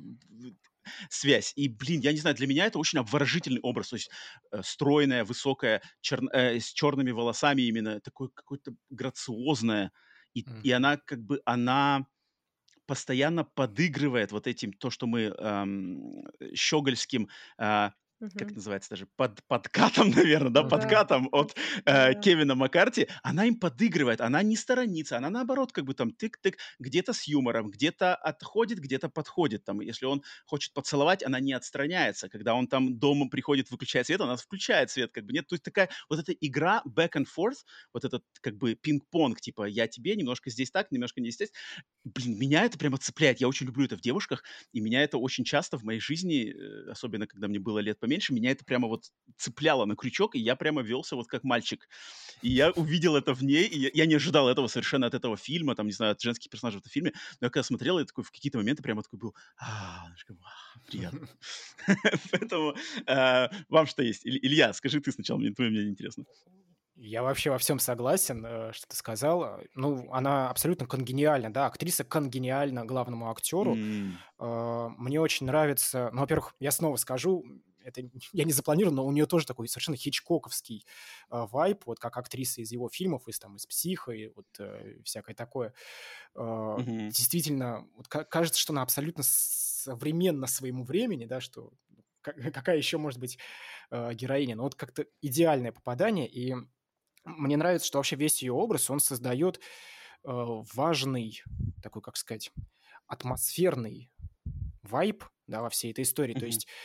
связь. И, блин, я не знаю, для меня это очень обворожительный образ. То есть стройная, высокая, с черными волосами именно, такой какой-то грациозная. И она как бы, она постоянно подыгрывает вот этим, то, что мы щегольским, как это называется даже, подкатом, наверное, да, подкатом от Кевина Маккарти, она им подыгрывает, она не сторонится, она наоборот как бы там тык-тык, где-то с юмором, где-то отходит, где-то подходит. Там, если он хочет поцеловать, она не отстраняется. Когда он там дома приходит, выключает свет, она включает свет, как бы нет. То есть такая вот эта игра back and forth, вот этот как бы пинг-понг, типа я тебе, немножко здесь так, немножко не здесь. Блин, меня это прямо цепляет. Я очень люблю это в девушках, и меня это очень часто в моей жизни, особенно когда мне было лет поменьше, меня это прямо вот цепляло на крючок, и я прямо велся вот как мальчик. И я увидел это в ней, и я не ожидал этого совершенно от этого фильма, там, не знаю, от женских персонажей в этом фильме, но я когда смотрел, я такой в какие-то моменты прямо такой был, приятно. Поэтому вам что есть? Илья, скажи ты сначала, мне твое мнение интересно. Я вообще во всем согласен, что ты сказал. Ну, она абсолютно конгениальна, да, актриса конгениальна главному актеру. Мне очень нравится... Ну, во-первых, я снова скажу, это я не запланировал, но у нее тоже такой совершенно хичкоковский вайб, вот как актриса из его фильмов, из «Психо» и вот всякое такое. Действительно, вот кажется, что она абсолютно современна своему времени, да, что какая еще может быть героиня. Но вот как-то идеальное попадание, и мне нравится, что вообще весь ее образ, он создает важный, такой, как сказать, атмосферный вайб, да, во всей этой истории. То есть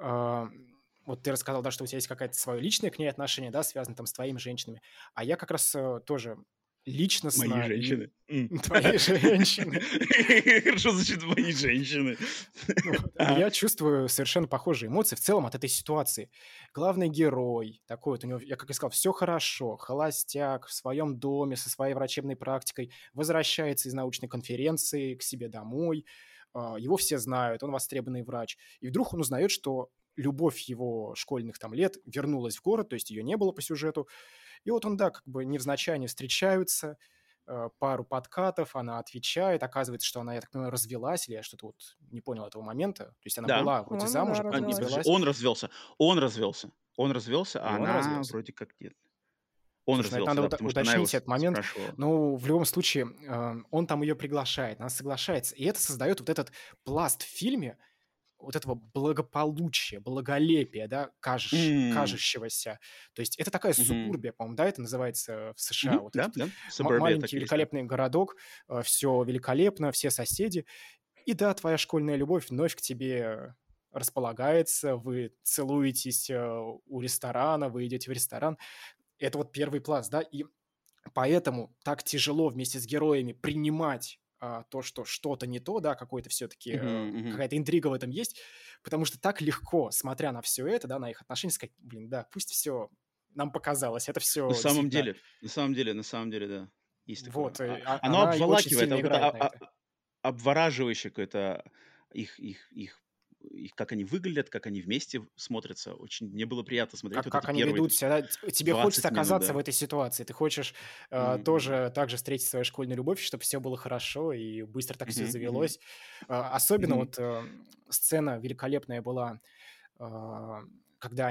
вот ты рассказал, да, что у тебя есть какое-то свое личное к ней отношение, да, связанное там с твоими женщинами, а я как раз тоже личностно... Мои женщины. Твои женщины. Хорошо звучит «мои женщины». Я чувствую совершенно похожие эмоции в целом от этой ситуации. Главный герой, такой вот у него, я как и сказал, все хорошо, холостяк, в своем доме, со своей врачебной практикой, возвращается из научной конференции к себе домой, его все знают, он востребованный врач. И вдруг он узнает, что любовь его школьных там лет вернулась в город, то есть ее не было по сюжету. И вот он, да, как бы невзначай они встречаются, пару подкатов, она отвечает, оказывается, что она, я так понимаю, развелась, или я что-то вот не понял этого момента. То есть она была вроде замужем, да, потом развелась. Он развелся, а она вроде как нет. Он Слушай, развелся, надо да, потому что она его уточнить этот момент. спрашивала. Ну, в любом случае, он там ее приглашает, она соглашается. И это создает вот этот пласт в фильме, вот этого благополучия, благолепия, да, кажущегося. То есть это такая субурбия, по-моему, да, это называется в США. Вот Да, этот да. маленький великолепный городок, все великолепно, все соседи. И да, твоя школьная любовь вновь к тебе располагается, вы целуетесь у ресторана, вы идете в ресторан. Это вот первый пласт, да, и поэтому так тяжело вместе с героями принимать то, что что-то не то, да, какой-то все-таки какая-то интрига в этом есть, потому что так легко, смотря на все это, да, на их отношения, сказать, блин, да, пусть все нам показалось, это все На самом деле, да, есть такое. Вот, Оно она очень обволакивает, сильно играет на это. обвораживающее какое-то их, как они выглядят, как они вместе смотрятся. Очень мне было приятно смотреть вот Как эти они первые ведут себя, да, тебе 20 хочется минут, оказаться да. в этой ситуации, ты хочешь тоже так же встретить свою школьную любовь, чтобы все было хорошо и быстро так все завелось. Особенно вот сцена великолепная была, когда они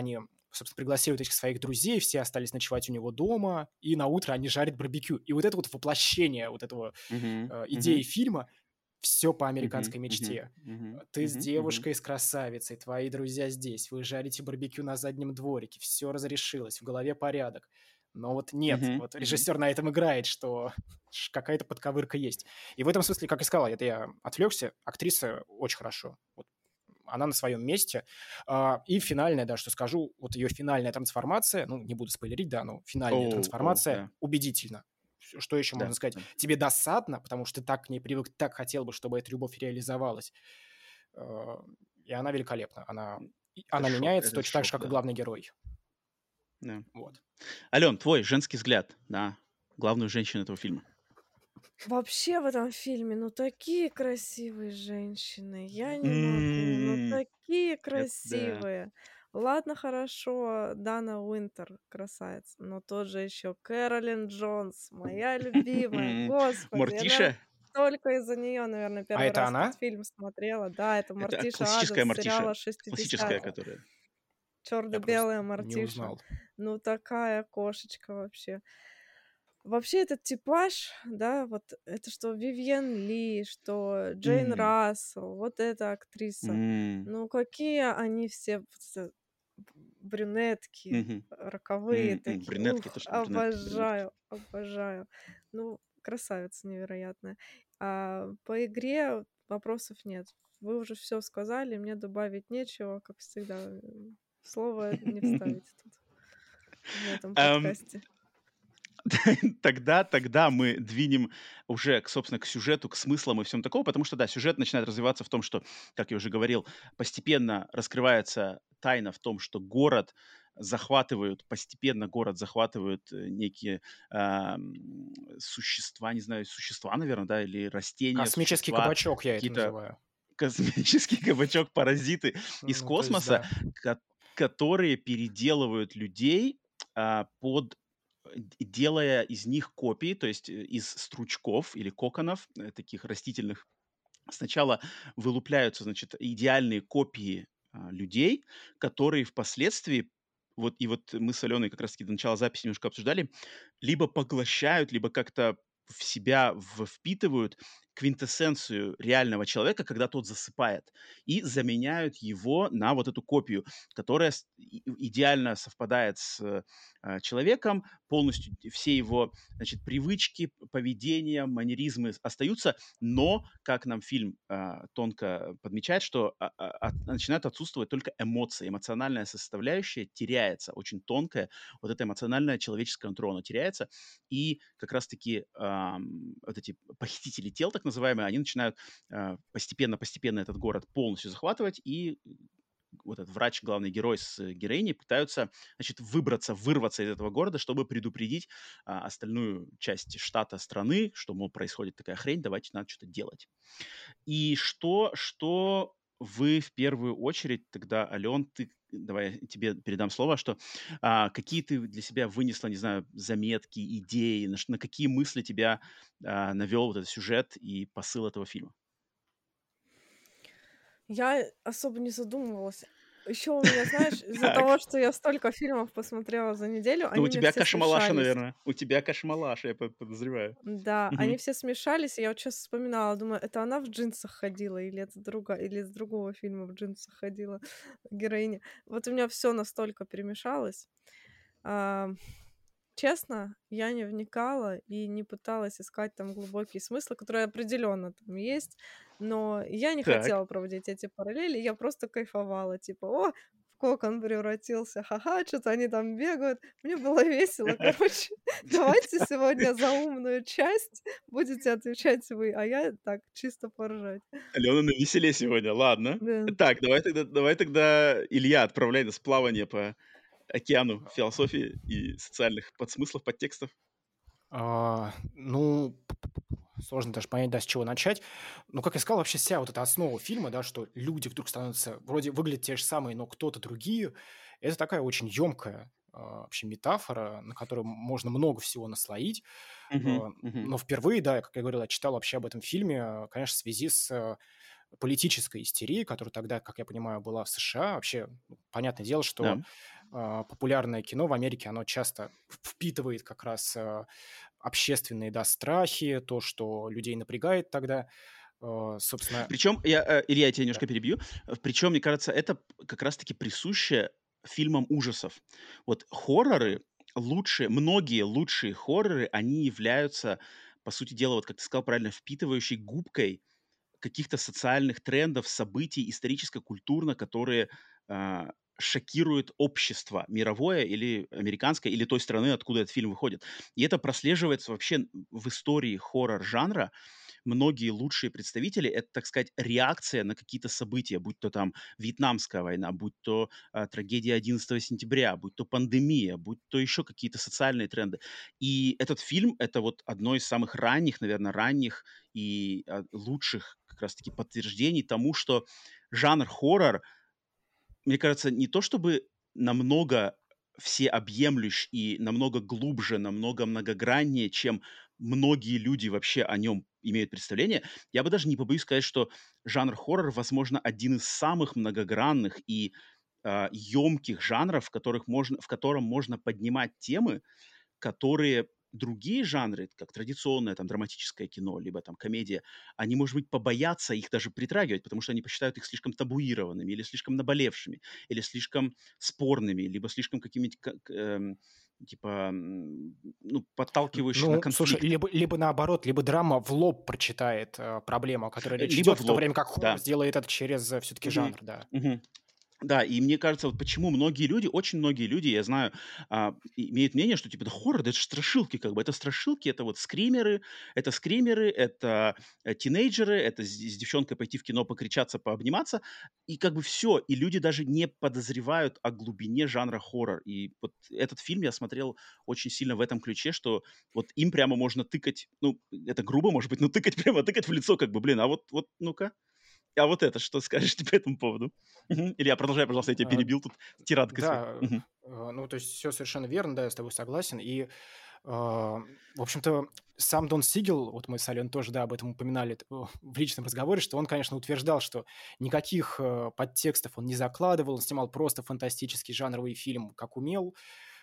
собственно, пригласил этих своих друзей, все остались ночевать у него дома, и на утро они жарят барбекю. И вот это вот воплощение вот этого Мгм. идеи Мгм. фильма, все по Мгм. американской Мгм. мечте. Мгм. Ты с Мгм. Мгм. девушкой, с красавицей, твои друзья здесь, вы жарите барбекю на заднем дворике, все разрешилось, в голове порядок. Но вот нет, Мгм. вот Мгм. режиссер на этом играет, что какая-то подковырка есть. И в этом смысле, как я сказал, это я отвлекся, актриса очень хорошо. Вот она на своем месте. И финальная, да, что скажу, вот ее финальная трансформация, ну, не буду спойлерить, да, но финальная трансформация Да, убедительна. Что еще можно да, сказать? да. Тебе досадно, потому что ты так к ней привык, так хотел бы, чтобы эта любовь реализовалась. Э, И она великолепна. Это Она шок, меняется это точно так шок, же, как и да. главный герой. Да. Вот. Ален, твой женский взгляд на главную женщину этого фильма. Вообще в этом фильме, ну, такие красивые женщины, я не могу, ну, М, такие Это да. красивые. Ладно, хорошо, Дана Уинтер красавица, но тот же еще Кэролин Джонс, моя любимая, господи, она Мортиша? только из-за нее, наверное, А первый это раз этот она? фильм смотрела. Да, это Это Мартиша классическая Адамс с Мортиша. сериала Классическая, 60-х. которая... Я просто Черно-белая не Мартиша. узнал. Ну, такая кошечка вообще. Вообще этот типаж, да, вот это что Вивьен Ли, что Джейн М, Рассел, вот эта актриса. м, Ну, какие они все брюнетки, мгм, роковые такие. Брюнетки, Ух, точно, брюнетки. обожаю, обожаю. Ну, красавица невероятная. А по игре вопросов нет. Вы уже все сказали, мне добавить нечего, как всегда. Слово не вставить тут в этом Ам, подкасте. тогда мы двинем уже, собственно, к сюжету, к смыслам и всем такому, потому что, да, сюжет начинает развиваться в том, что, как я уже говорил, постепенно раскрывается тайна в том, что постепенно город захватывают некие существа, не знаю, существа, наверное, да, или растения, Космический существа, кабачок я это какие-то называю. космический кабачок-паразиты из Ну, то есть, космоса, да. ко- которые переделывают людей под делая из них копии, то есть из стручков или коконов, таких растительных, сначала вылупляются, значит, идеальные копии людей, которые впоследствии, вот и вот мы с Аленой как раз-таки до начала записи немножко обсуждали, либо поглощают, либо как-то в себя впитывают квинтэссенцию реального человека, когда тот засыпает, и заменяют его на вот эту копию, которая идеально совпадает с человеком, полностью все его, значит, привычки, поведение, манеризмы остаются, но, как нам фильм тонко подмечает, что начинают отсутствовать только эмоции, эмоциональная составляющая теряется, очень тонкая, вот это эмоциональное человеческое нутро, оно теряется, и как раз-таки вот эти похитители тел, так называемые, они начинают постепенно этот город полностью захватывать, и вот этот врач, главный герой с героиней пытаются, значит, вырваться из этого города, чтобы предупредить остальную часть штата, страны, что, мол, происходит такая хрень, давайте надо что-то делать. И что вы в первую очередь тогда, Ален, давай я тебе передам слово, что какие ты для себя вынесла, не знаю, заметки, идеи, на какие мысли тебя навел вот этот сюжет и посыл этого фильма? Я особо не задумывалась. Еще у меня, знаешь, из-за Так. того, что я столько фильмов посмотрела за неделю, Ну, у они мне тебя все каша-малаша, смешались. наверное. У тебя каша-малаша, я подозреваю. Да, они Мгм. все смешались, и я вот сейчас вспоминала, думаю, это она в джинсах ходила, или это другая, или из другого фильма в джинсах ходила героиня. Вот у меня все настолько перемешалось. А, Честно, я не вникала и не пыталась искать там глубокие смыслы, которые определенно там есть, но я не Так. хотела проводить эти параллели, я просто кайфовала, типа, о, в кокон превратился, ха-ха, что-то они там бегают. Мне было весело, короче. Давайте сегодня за умную часть будете отвечать вы, а я так, чисто поржать. Алена на веселе сегодня, ладно. Да. Так, давай тогда, Илья, отправляй нас в плавание по океану философии и социальных подсмыслов, подтекстов. Ну, сложно даже понять, да, с чего начать. Ну, как я сказал, вообще вся вот эта основа фильма, да, что люди вдруг становятся, вроде выглядят те же самые, но кто-то другие, это такая очень емкая вообще метафора, на которой можно много всего наслоить. Мгм, мгм. Но впервые, да, как я говорил, я читал вообще об этом фильме, конечно, в связи с политической истерией, которая тогда, как я понимаю, была в США. Вообще, понятное дело, что Да. популярное кино в Америке, оно часто впитывает как раз общественные, да, страхи, то, что людей напрягает тогда. Собственно, Причем, Илья, я тебя да. немножко перебью. Причем, мне кажется, это как раз-таки присуще фильмам ужасов. Вот хорроры многие лучшие хорроры, они являются, по сути дела, вот как ты сказал правильно, впитывающей губкой каких-то социальных трендов, событий, историческо-культурно, которые а, шокируют общество мировое или американское, или той страны, откуда этот фильм выходит. И это прослеживается вообще в истории хоррор-жанра. Многие лучшие представители — это, так сказать, реакция на какие-то события, будь то там Вьетнамская война, будь то трагедия 11 сентября, будь то пандемия, будь то еще какие-то социальные тренды. И этот фильм — это вот одно из самых ранних, наверное, ранних и лучших как раз-таки подтверждений тому, что жанр хоррор, мне кажется, не то чтобы намного всеобъемлющ и намного глубже, намного многограннее, чем многие люди вообще о нем имеют представление. Я бы даже не побоюсь сказать, что жанр хоррор, возможно, один из самых многогранных и емких жанров, в котором можно поднимать темы, которые другие жанры, как традиционное там драматическое кино, либо там комедия, они, может быть, побоятся их даже притрагивать, потому что они посчитают их слишком табуированными, или слишком наболевшими, или слишком спорными, либо слишком какими-то типа, подталкивающими на Ну, слушай, конфликт. либо наоборот, либо драма в лоб прочитает проблему, о которой речь Либо идет, в в то лоб, время как хоррор да. сделает это через все-таки Мгм. жанр, да. Мгм. Да, и мне кажется, вот почему многие люди, очень многие люди, я знаю, имеют мнение, что типа, да хоррор, да это же страшилки, как бы, это страшилки, это вот скримеры, это тинейджеры, это с девчонкой пойти в кино покричаться, пообниматься, и как бы все, и люди даже не подозревают о глубине жанра хоррор. И вот этот фильм я смотрел очень сильно в этом ключе, что вот им прямо можно тыкать, ну, это грубо, может быть, но тыкать в лицо, как бы, блин, а вот ну-ка, а вот это что скажешь ты по этому поводу? Мгм. Илья, продолжай, пожалуйста, я тебя А, перебил, тут тирадкой своей. Да, Мгм. ну, то есть все совершенно верно, да, я с тобой согласен. И, в общем-то, сам Дон Сигел, вот мы с Ален тоже, да, об этом упоминали в личном разговоре, что он, конечно, утверждал, что никаких подтекстов он не закладывал, он снимал просто фантастический жанровый фильм, как умел,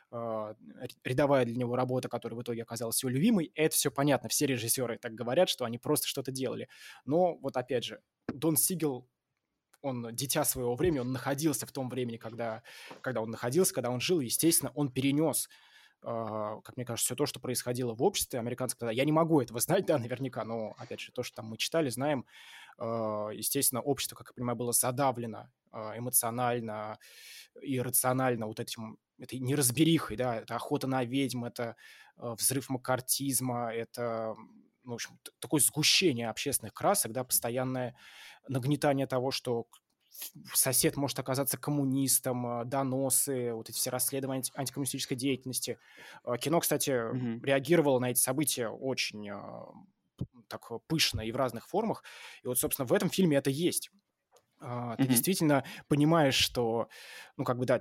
рядовая для него работа, которая в итоге оказалась его любимой. Это все понятно, все режиссеры так говорят, что они просто что-то делали. Но вот опять же, Дон Сигел, он дитя своего времени, он находился в том времени, когда он находился, когда он жил, естественно, он перенес, как мне кажется, все то, что происходило в обществе американском тогда. Я не могу этого знать, да, наверняка, но, опять же, то, что там мы читали, знаем, естественно, общество, как я понимаю, было задавлено эмоционально и рационально вот этой неразберихой, да, это охота на ведьм, это взрыв маккартизма, это, ну, в общем, такое сгущение общественных красок, да, постоянное нагнетание того, что сосед может оказаться коммунистом, доносы, вот эти все расследования антикоммунистической деятельности. Кино, кстати, Мгм. реагировало на эти события очень так пышно и в разных формах. И вот, собственно, в этом фильме это есть. Ты Мгм. действительно понимаешь, что, ну, как бы, да,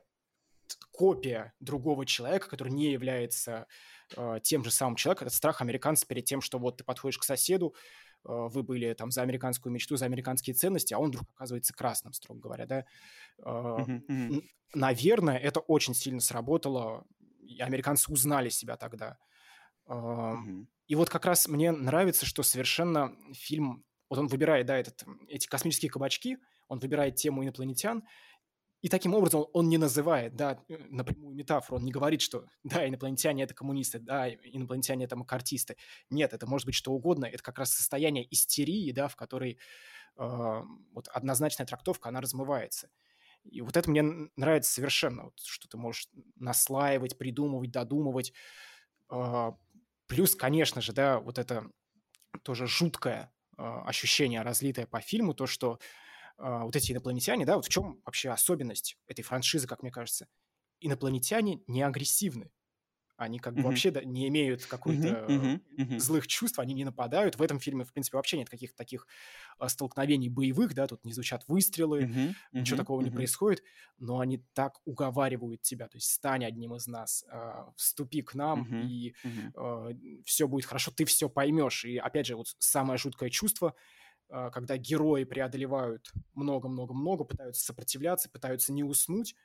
копия другого человека, который не является тем же самым человеком, это страх американца перед тем, что вот ты подходишь к соседу, вы были там за американскую мечту, за американские ценности, а он вдруг оказывается красным, строго говоря, да. А, Мгм. Мгм. Наверное, это очень сильно сработало, и американцы узнали себя тогда. А, Мгм. И вот как раз мне нравится, что совершенно фильм, вот он выбирает, да, эти космические кабачки, он выбирает тему инопланетян, и таким образом он не называет, да, напрямую метафору, он не говорит, что да, инопланетяне — это коммунисты, да, инопланетяне — это маккартисты. Нет, это может быть что угодно, это как раз состояние истерии, да, в которой вот однозначная трактовка, она размывается. И вот это мне нравится совершенно, вот, что ты можешь наслаивать, придумывать, додумывать. А, Плюс, конечно же, да, вот это тоже жуткое ощущение, разлитое по фильму, то, что вот эти инопланетяне, да, вот в чем вообще особенность этой франшизы, как мне кажется? Инопланетяне не агрессивны. Они как бы Мгм. вообще не имеют Мгм. какой-то Мгм. Мгм. злых чувств, они не нападают. В этом фильме, в принципе, вообще нет каких-то таких столкновений боевых, да, тут не звучат выстрелы, Мгм. ничего Мгм. такого не Мгм. происходит, но они так уговаривают тебя, то есть стань одним из нас, вступи к нам, Мгм. и Мгм. все будет хорошо, ты все поймешь. И опять же, вот самое жуткое чувство, когда герои преодолевают много-много-много, пытаются сопротивляться, пытаются не уснуть,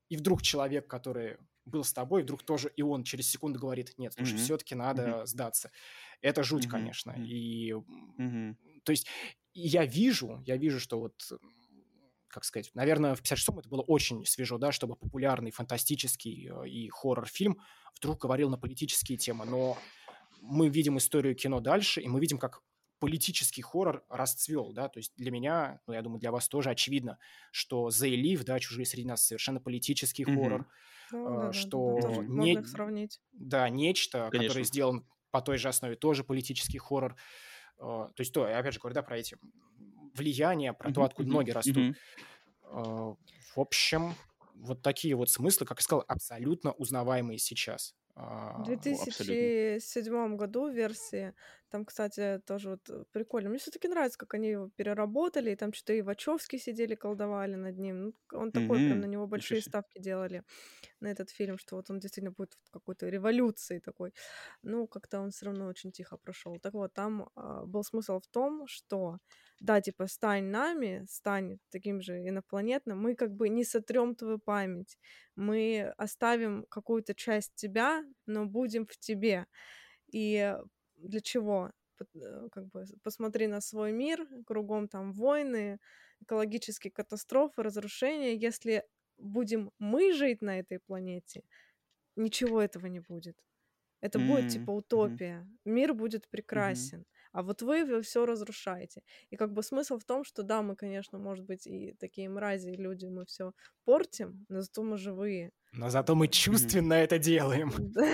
и вдруг человек, который был с тобой, вдруг тоже и он через секунду говорит: нет, слушай, Мгм. все-таки Мгм. надо сдаться. Это жуть, Мгм. конечно. Мгм. И, Мгм. то есть я вижу, что вот, как сказать, наверное, в 56-м это было очень свежо, да, чтобы популярный фантастический и хоррор-фильм вдруг говорил на политические темы. Но мы видим историю кино дальше, и мы видим, как политический хоррор расцвел, да, то есть для меня, ну, я думаю, для вас тоже очевидно, что «They Live», да, «Чужие среди нас» совершенно политический Мгм. хоррор, Ну, да-да-да-да, тоже что Мгм. можно их сравнить. да, «Нечто», который Конечно. сделан по той же основе, тоже политический хоррор. То есть то, я опять же говорю, да, про эти влияния, про то, Мгм. откуда Мгм. ноги растут. Мгм. В общем, вот такие вот смыслы, как я сказал, абсолютно узнаваемые сейчас. В Абсолютно. 2007 году версии, там, кстати, тоже вот прикольно. Мне все-таки нравится, как они его переработали, и там что-то и Вачовски сидели, колдовали над ним. Ну, он такой, прям на Мгм. него Ничего большие себе. ставки делали, на этот фильм, что вот он действительно будет вот какой-то революцией такой. Ну, как-то он все равно очень тихо прошел. Так вот, там был смысл в том, что да, типа, стань нами, стань таким же инопланетным, мы как бы не сотрем твою память, мы оставим какую-то часть тебя, но будем в тебе. И для чего? Как бы посмотри на свой мир, кругом там войны, экологические катастрофы, разрушения. Если будем мы жить на этой планете, ничего этого не будет. Это будет типа Мгм. утопия. Мир будет Мгм. прекрасен. А вот вы все разрушаете. И как бы смысл в том, что да, мы, конечно, может быть, и такие мрази, и люди, мы все портим, но зато мы живые. Но Как зато мы бы. Мгм. чувственно это делаем.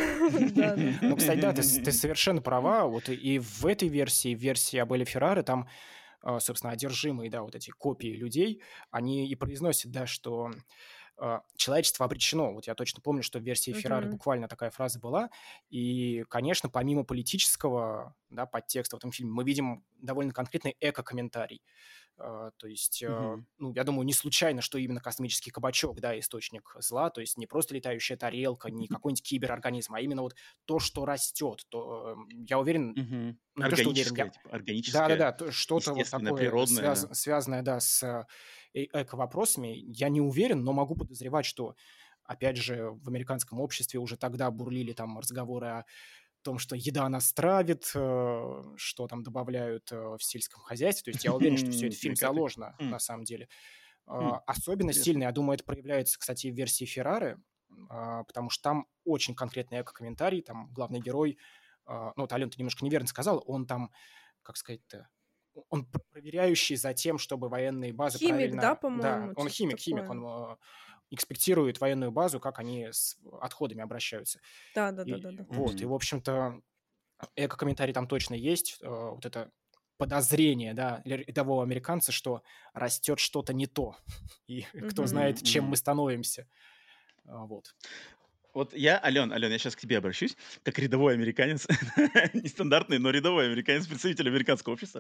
Ну, кстати, да, ты совершенно права. Вот и в этой версии, в версии об Элле Ферраре, там, собственно, одержимые, да, вот эти копии людей, они и произносят, да, что человечество обречено. Вот я точно помню, что в версии Феррары Мгм. буквально такая фраза была. И, конечно, помимо политического, да, подтекста в этом фильме, мы видим довольно конкретный эко-комментарий. То есть, Мгм. ну, я думаю, не случайно, что именно космический кабачок, да, источник зла, то есть не просто летающая тарелка, не какой-нибудь киберорганизм, а именно вот то, что растет. Я уверен, Мгм. ну, не то, что уверен, Органическое, типа, органическое, да-да-да, что-то вот естественное, такое природное, да. связанное, да, с эко-вопросами. Я не уверен, но могу подозревать, что, опять же, в американском обществе уже тогда бурлили там разговоры о том, что еда нас травит, что там добавляют в сельском хозяйстве. То есть я уверен, что все это в фильме Нифига ты. заложено на самом деле. Особенно Интересно. сильно, я думаю, это проявляется, кстати, в версии Феррары, потому что там очень конкретный эко-комментарий, там главный герой, ну вот, Ален, ты немножко неверно сказал, он там, как сказать-то, он проверяющий за тем, чтобы военные базы Химик, да, правильно... Да, по-моему, он что-то химик, такое. он инспектирует военную базу, как они с отходами обращаются. И Да-да-да-да-да. вот, и, Мгм. в общем-то, эко-комментарий там точно есть, вот это подозрение, да, рядового американца, что растет что-то не то, и кто Мгм. знает, Мгм. чем мы Мгм. становимся. Вот. Вот Ален, я сейчас к тебе обращусь, как рядовой американец, нестандартный, но рядовой американец, представитель американского общества.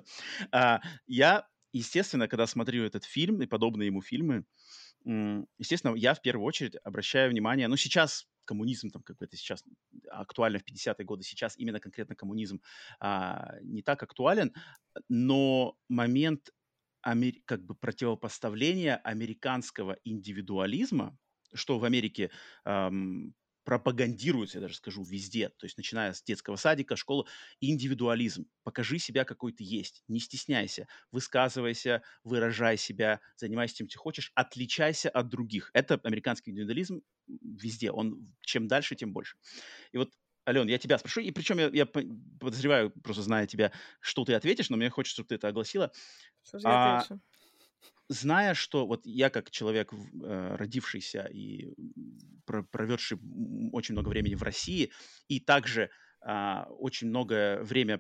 Я, естественно, когда смотрю этот фильм и подобные ему фильмы, естественно, я в первую очередь обращаю внимание, ну, сейчас коммунизм, там, как бы это сейчас актуально в 50-е годы, сейчас именно конкретно коммунизм не так актуален, но момент как бы противопоставления американского индивидуализма, что в Америке ам, пропагандируется, я даже скажу, везде, то есть начиная с детского садика, школы, индивидуализм. Покажи себя, какой ты есть, не стесняйся, высказывайся, выражай себя, занимайся тем, чем хочешь, отличайся от других. Это американский индивидуализм везде, он чем дальше, тем больше. И вот, Ален, я тебя спрошу, и причем я подозреваю, просто зная тебя, что ты ответишь, но мне хочется, чтобы ты это огласила. Что же я А, отвечу? Зная, что вот я как человек, родившийся и проведший очень много времени в России, и также очень многое время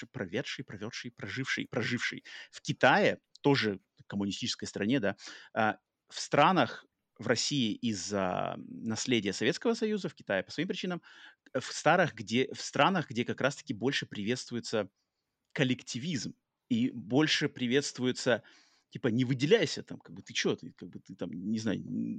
проживший в Китае, тоже коммунистической стране, да, в странах, в России из-за наследия Советского Союза, в Китае по своим причинам, в странах, где как раз-таки больше приветствуется коллективизм и больше приветствуется, типа, не выделяйся там, как бы ты чё, ты как бы ты там, не знаю,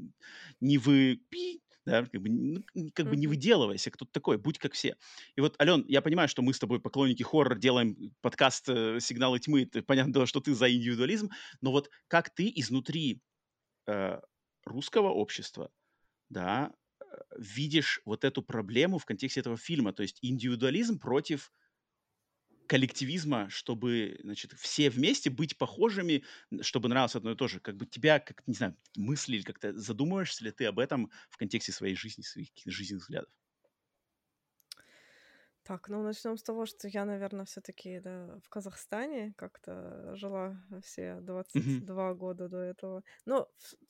да, как бы, как бы не Мгм. выделывайся, кто ты такой, будь как все. И вот, Ален, я понимаю, что мы с тобой поклонники хоррора, делаем подкаст «Сигналы тьмы», понятно дело, что ты за индивидуализм, но вот как ты изнутри э, русского общества да, видишь вот эту проблему в контексте этого фильма. То есть индивидуализм против коллективизма, чтобы, значит, все вместе быть похожими, чтобы нравилось одно и то же. Как бы тебя, как, не знаю, мысли или как-то задумываешься ли ты об этом в контексте своей жизни, своих каких-то жизненных взглядов? Так, ну начнем с того, что я, наверное, все-таки в Казахстане как-то жила все Мгм. 22 года до этого. Но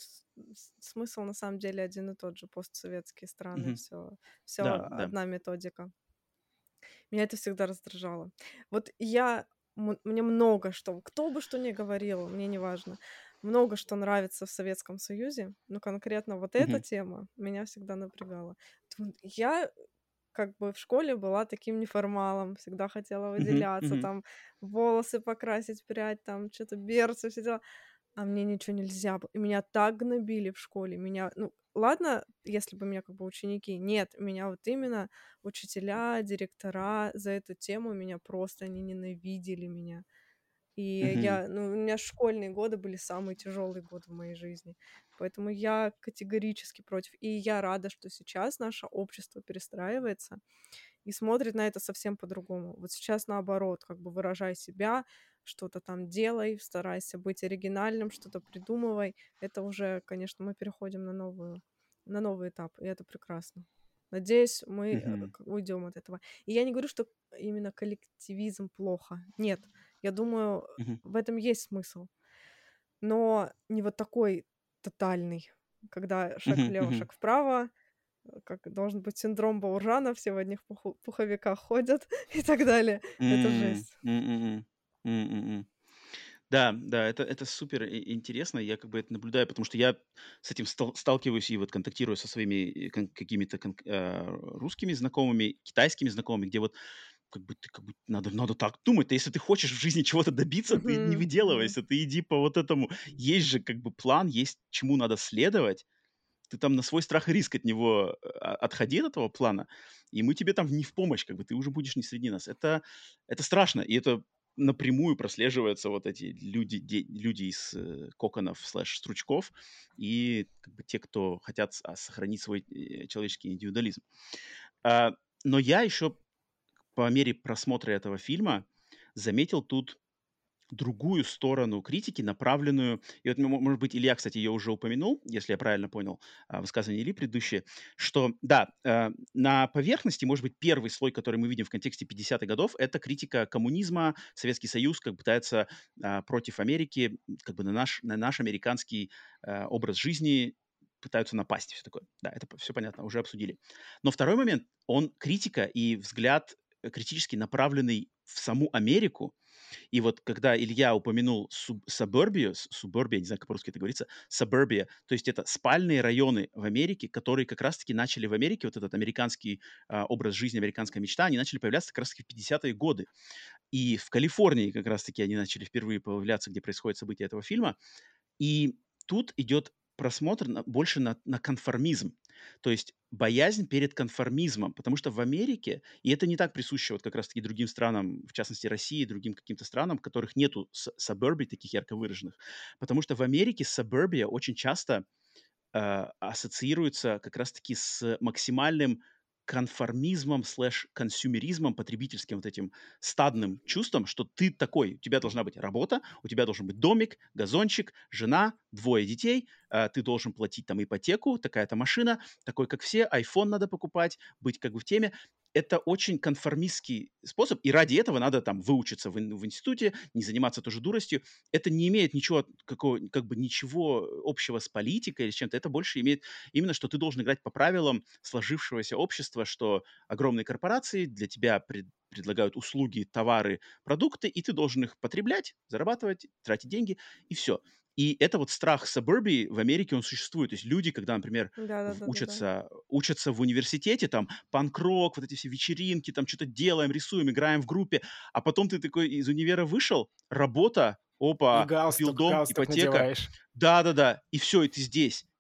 смысл на самом деле один и тот же: постсоветские страны, Мгм. все Да, да. одна методика. Меня это всегда раздражало. Вот мне много что, кто бы что ни говорил, мне не важно, много что нравится в Советском Союзе, но конкретно вот эта Мгм. тема меня всегда напрягала. Я как бы в школе была таким неформалом, всегда хотела Мгм. выделяться, Мгм. там волосы покрасить, прядь, там что-то берцы, все дела. А мне ничего нельзя было. И меня так гнобили в школе. Ну, ладно, если бы меня как бы ученики. Нет, меня вот именно учителя, директора за эту тему меня просто, они ненавидели меня. И Мгм. у меня школьные годы были самые тяжелые годы в моей жизни. Поэтому я категорически против. И я рада, что сейчас наше общество перестраивается и смотрит на это совсем по-другому. Вот сейчас наоборот, как бы выражай себя, что-то там делай, старайся быть оригинальным, что-то придумывай. Это уже, конечно, мы переходим на новый этап, и это прекрасно. Надеюсь, мы Мгм. уйдем от этого. И я не говорю, что именно коллективизм плохо. Нет, я думаю, Мгм. в этом есть смысл. Но не вот такой тотальный, когда шаг Мгм. влево, Мгм. шаг вправо, как должен быть синдром Бауржана, все в одних пуховиках ходят и так далее. Это М. жесть. М. М. Да, да, это супер интересно. Я как бы это наблюдаю, потому что я с этим сталкиваюсь и вот контактирую со своими какими-то русскими знакомыми, китайскими знакомыми, где вот как бы надо так думать. Если ты хочешь в жизни чего-то добиться, ты не Мгм, мгм. выделывайся, ты иди по вот этому. Есть же как бы план, есть чему надо следовать. Ты там на свой страх и риск от него отходи от этого плана, и мы тебе там не в помощь, как бы ты уже будешь не среди нас. Это страшно, и это напрямую прослеживаются вот эти люди из коконов слэш стручков и как бы те, кто хотят сохранить свой человеческий индивидуализм. А, но я еще по мере просмотра этого фильма заметил тут другую сторону критики, направленную, и вот, может быть, Илья, кстати, ее уже упомянул, если я правильно понял высказывание Ильи предыдущее, что, да, на поверхности, может быть, первый слой, который мы видим в контексте 50-х годов, это критика коммунизма, Советский Союз как бы пытается против Америки, как бы на наш американский образ жизни пытаются напасть, все такое. Да, это все понятно, уже обсудили. Но второй момент, он критика и взгляд критически направленный в саму Америку, и вот когда Илья упомянул субурбия, не знаю, как по-русски это говорится, suburbia, то есть это спальные районы в Америке, которые как раз-таки начали в Америке, вот этот американский образ жизни, американская мечта, они начали появляться как раз-таки в 50-е годы. И в Калифорнии как раз-таки они начали впервые появляться, где происходят события этого фильма. И тут идет просмотр больше на конформизм, то есть боязнь перед конформизмом, потому что в Америке, и это не так присуще вот как раз-таки другим странам, в частности России, другим каким-то странам, в которых нету suburбий таких ярко выраженных, потому что в Америке suburbia очень часто ассоциируется как раз-таки с максимальным конформизмом слэш консюмеризмом, потребительским вот этим стадным чувством, что ты такой, у тебя должна быть работа, у тебя должен быть домик, газончик, жена, двое детей, ты должен платить там ипотеку, такая-то машина, такой, как все, iPhone надо покупать, быть как бы в теме. Это очень конформистский способ, и ради этого надо там выучиться в институте, не заниматься тоже дуростью. Это не имеет ничего, как бы ничего общего с политикой или с чем-то. Это больше имеет именно, что ты должен играть по правилам сложившегося общества, что огромные корпорации для тебя предлагают услуги, товары, продукты, и ты должен их потреблять, зарабатывать, тратить деньги, и все. И это вот страх suburбии в Америке, он существует. То есть люди, когда, например, Да-да-да-да-да. учатся в университете, там, панк-рок, вот эти все вечеринки, там, что-то делаем, рисуем, играем в группе, а потом ты такой из универа вышел, работа, И опа, купил галстук, дом, галстук ипотека, надеваешь. да-да-да, и все, и ты здесь.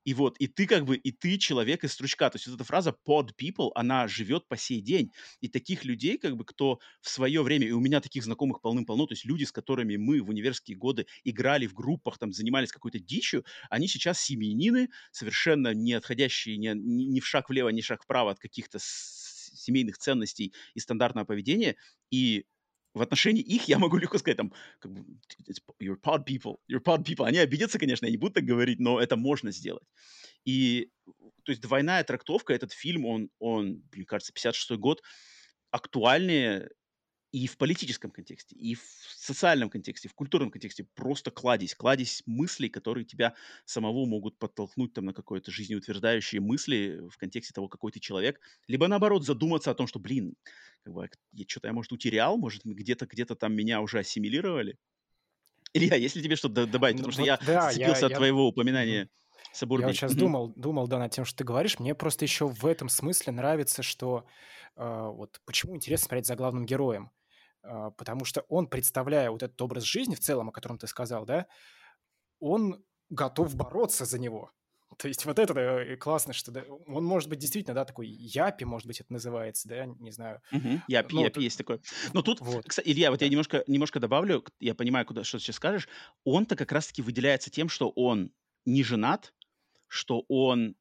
И ты как бы, и ты человек из стручка. То есть вот эта фраза pod people, она живет по сей день. И таких людей, как бы, кто в свое время, и у меня таких знакомых полным-полно, то есть люди, с которыми мы в университетские годы играли в группах, там, занимались какой-то дичью, они сейчас семьянины, совершенно не отходящие ни в шаг влево, ни в шаг вправо от каких-то семейных ценностей и стандартного поведения. И в отношении их я могу легко сказать, там, как бы, you're pod people. Они обидятся, конечно, они не будут так говорить, но это можно сделать. И, то есть, двойная трактовка, этот фильм, он, мне кажется, 56-й год, актуальнее и в политическом контексте, и в социальном контексте, в культурном контексте. Просто кладезь мыслей, которые тебя самого могут подтолкнуть там на какое-то жизнеутверждающие мысли в контексте того, какой ты человек. Либо, наоборот, задуматься о том, что, блин, как бы, что-то я, может, утерял, может, где-то там меня уже ассимилировали. Илья, есть ли тебе что-то добавить? Потому что Вот, я да, зацепился от твоего Мгм. упоминания Я вот Suburbia. сейчас думал, да, над тем, что ты говоришь. Мне просто еще в этом смысле нравится, что вот почему интересно смотреть за главным героем. Потому что он, представляя вот этот образ жизни в целом, о котором ты сказал, да, он готов бороться за него. То есть вот это классно, что да, он может быть действительно, да, такой япи, может быть, это называется, да, не знаю. Ну, Япи есть такое. Но тут, вот, кстати, Илья, вот я да. немножко добавлю, я понимаю, что ты сейчас скажешь. Он-то как раз-таки выделяется тем, что он не женат, что он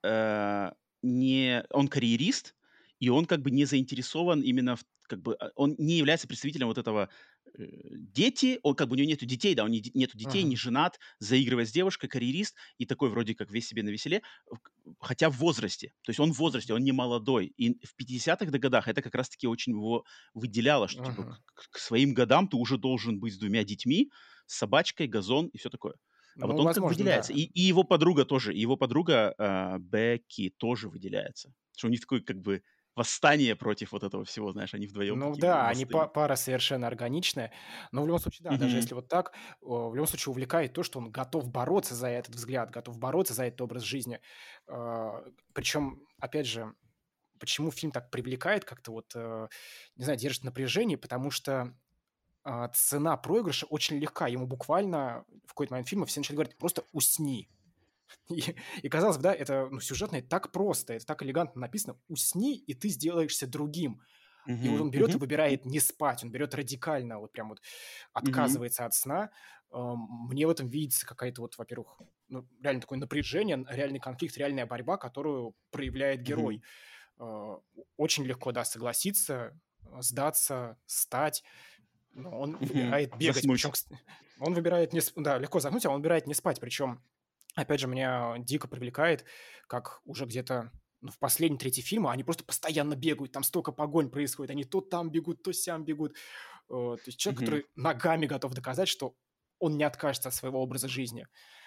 он карьерист, и он как бы не заинтересован именно в, как бы, он не является представителем вот этого дети, он как бы у него нету детей, да, нету детей, не Мгм. женат, заигрывает с девушкой, карьерист, и такой вроде как весь себе на веселе, хотя в возрасте. То есть он в возрасте, он не молодой. И в 50-х годах это как раз-таки очень его выделяло, что типа Мгм. к своим годам ты уже должен быть с 2 детьми, с собачкой, газон и все такое. А вот Ну, он как возможно, выделяется. да. И его подруга тоже. И его подруга Бекки тоже выделяется. Что у них такое как бы восстание против вот этого всего, знаешь, они вдвоем Ну такие да, они восстают. пара совершенно органичная. Но в любом случае, да, даже Мгм. если вот так, в любом случае увлекает то, что он готов бороться за этот взгляд, готов бороться за этот образ жизни. Причем, опять же, почему фильм так привлекает, как-то вот, не знаю, держит напряжение, потому что цена проигрыша очень легка. Ему буквально в какой-то момент фильма все начали говорить: просто усни. И казалось бы, да, это сюжетно это так просто, это так элегантно написано. Усни, и ты сделаешься другим. И вот Мгм. он берет и Мгм. выбирает не спать, он берет радикально, вот прям вот Мгм. отказывается от сна. Мне в этом видится какая-то вот, во-первых, реально такое напряжение, реальный конфликт, реальная борьба, которую проявляет герой. Мгм. Э, Очень легко, да, согласиться, сдаться, стать, но он Мгм. выбирает бегать, причем Заснуть. он выбирает не да, легко заснуть, а он выбирает не спать, причем, опять же, меня дико привлекает, как уже где-то в последней трети фильма они просто постоянно бегают, там столько погонь происходит, они то там бегут, то сям бегут. То есть человек, Мгм. который ногами готов доказать, что он не откажется от своего образа жизни.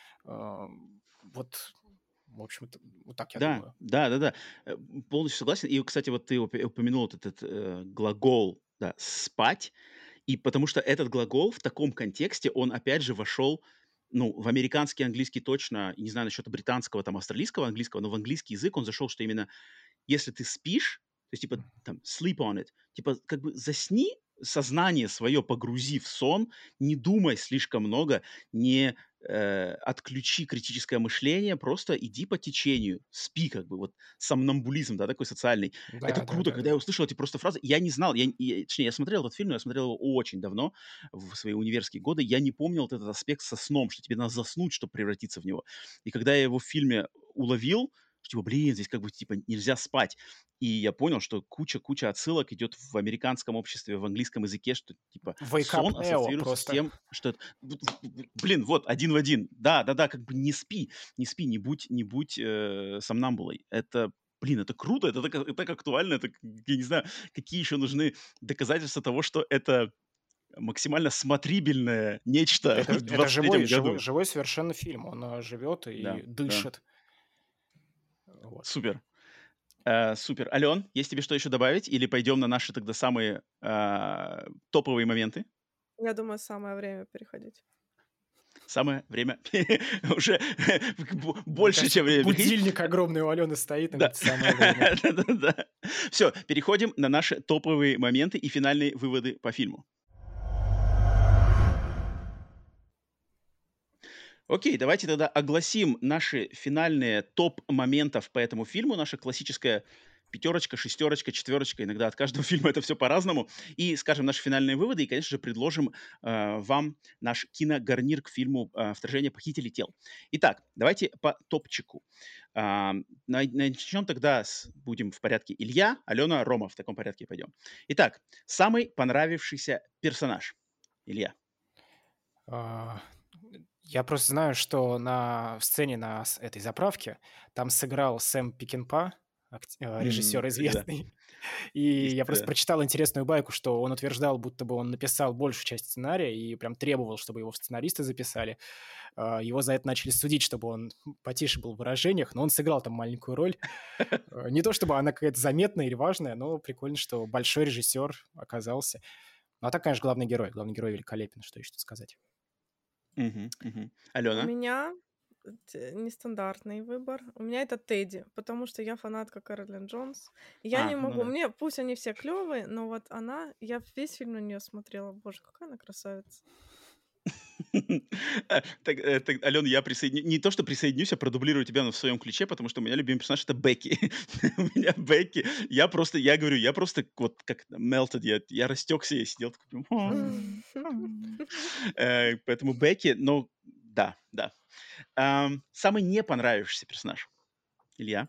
Вот, в общем-то, вот так я Да, думаю. да-да-да, полностью согласен. И, кстати, вот ты упомянул вот этот, глагол, да, "спать", и потому что этот глагол в таком контексте, он опять же вошел, ну, в американский английский точно, и не знаю насчет британского, там, австралийского английского, но в английский язык он зашел, что именно если ты спишь, то есть, типа, там, sleep on it, типа, как бы засни, сознание свое погрузи в сон, не думай слишком много, не отключи критическое мышление, просто иди по течению, спи, как бы, вот, сомнамбулизм, да, такой социальный. Это Да, да, круто, да, когда я да. услышал эти просто фразы, я не знал, точнее, я смотрел этот фильм, но я смотрел его очень давно, в свои универские годы, я не помнил вот этот аспект со сном, что тебе надо заснуть, чтобы превратиться в него. И когда я его в фильме уловил, что, типа, блин, здесь как бы, типа, нельзя спать. И я понял, что куча отсылок идет в американском обществе, в английском языке, что, типа, Wake up сон Neo ассоциируется с просто. тем, что это... Блин, вот, один в один. Да, как бы не спи, не будь сомнамбулой. Это, блин, это круто, это так актуально, это, я не знаю, какие еще нужны доказательства того, что это максимально смотрибельное нечто в Это живой, 23-м живой, году. живой совершенно фильм. Он живет и Да, да, дышит. Вот. супер. Супер. Ален, есть тебе что еще добавить? Или пойдем на наши тогда самые топовые моменты? Я думаю, самое время переходить. Самое время уже Мне больше, кажется, чем время переходить. будильник огромный у Алены стоит, она Да. говорит, самое время. Да-да-да. Все, переходим на наши топовые моменты и финальные выводы по фильму. Окей, давайте тогда огласим наши финальные топ-моментов по этому фильму. Наша классическая пятерочка, шестерочка, четверочка. Иногда от каждого фильма это все по-разному. И скажем наши финальные выводы. И, конечно же, предложим вам наш киногарнир к фильму «Вторжение похитителей тел». Итак, давайте по топчику. Начнем тогда будем в порядке Илья, Алена, Рома. В таком порядке пойдем. Итак, самый понравившийся персонаж. Илья. А, Я просто знаю, что в сцене на этой заправке там сыграл Сэм Пекинпа, режиссер Да, известный. И есть я просто такое. прочитал интересную байку, что он утверждал, будто бы он написал большую часть сценария и прям требовал, чтобы его в сценаристы записали. Его за это начали судить, чтобы он потише был в выражениях, но он сыграл там маленькую роль. Не то чтобы она какая-то заметная или важная, но прикольно, что большой режиссер оказался. Ну, а так, конечно, главный герой. Главный герой великолепен, что еще тут сказать. У Алена? меня нестандартный выбор. У меня это Тедди, потому что я фанатка Кэролин Джонс. Я не Ну могу, да. пусть они все клевые, но вот она, я весь фильм на нее смотрела. Боже, какая она красавица. Алена, я не то, что присоединюсь, а продублирую тебя в своем ключе, потому что у меня любимый персонаж — это Бекки. У меня Бекки. Я просто вот как melted, я растекся, я сидел такой, поэтому Бекки, ну, да. Самый не понравившийся персонаж. Илья?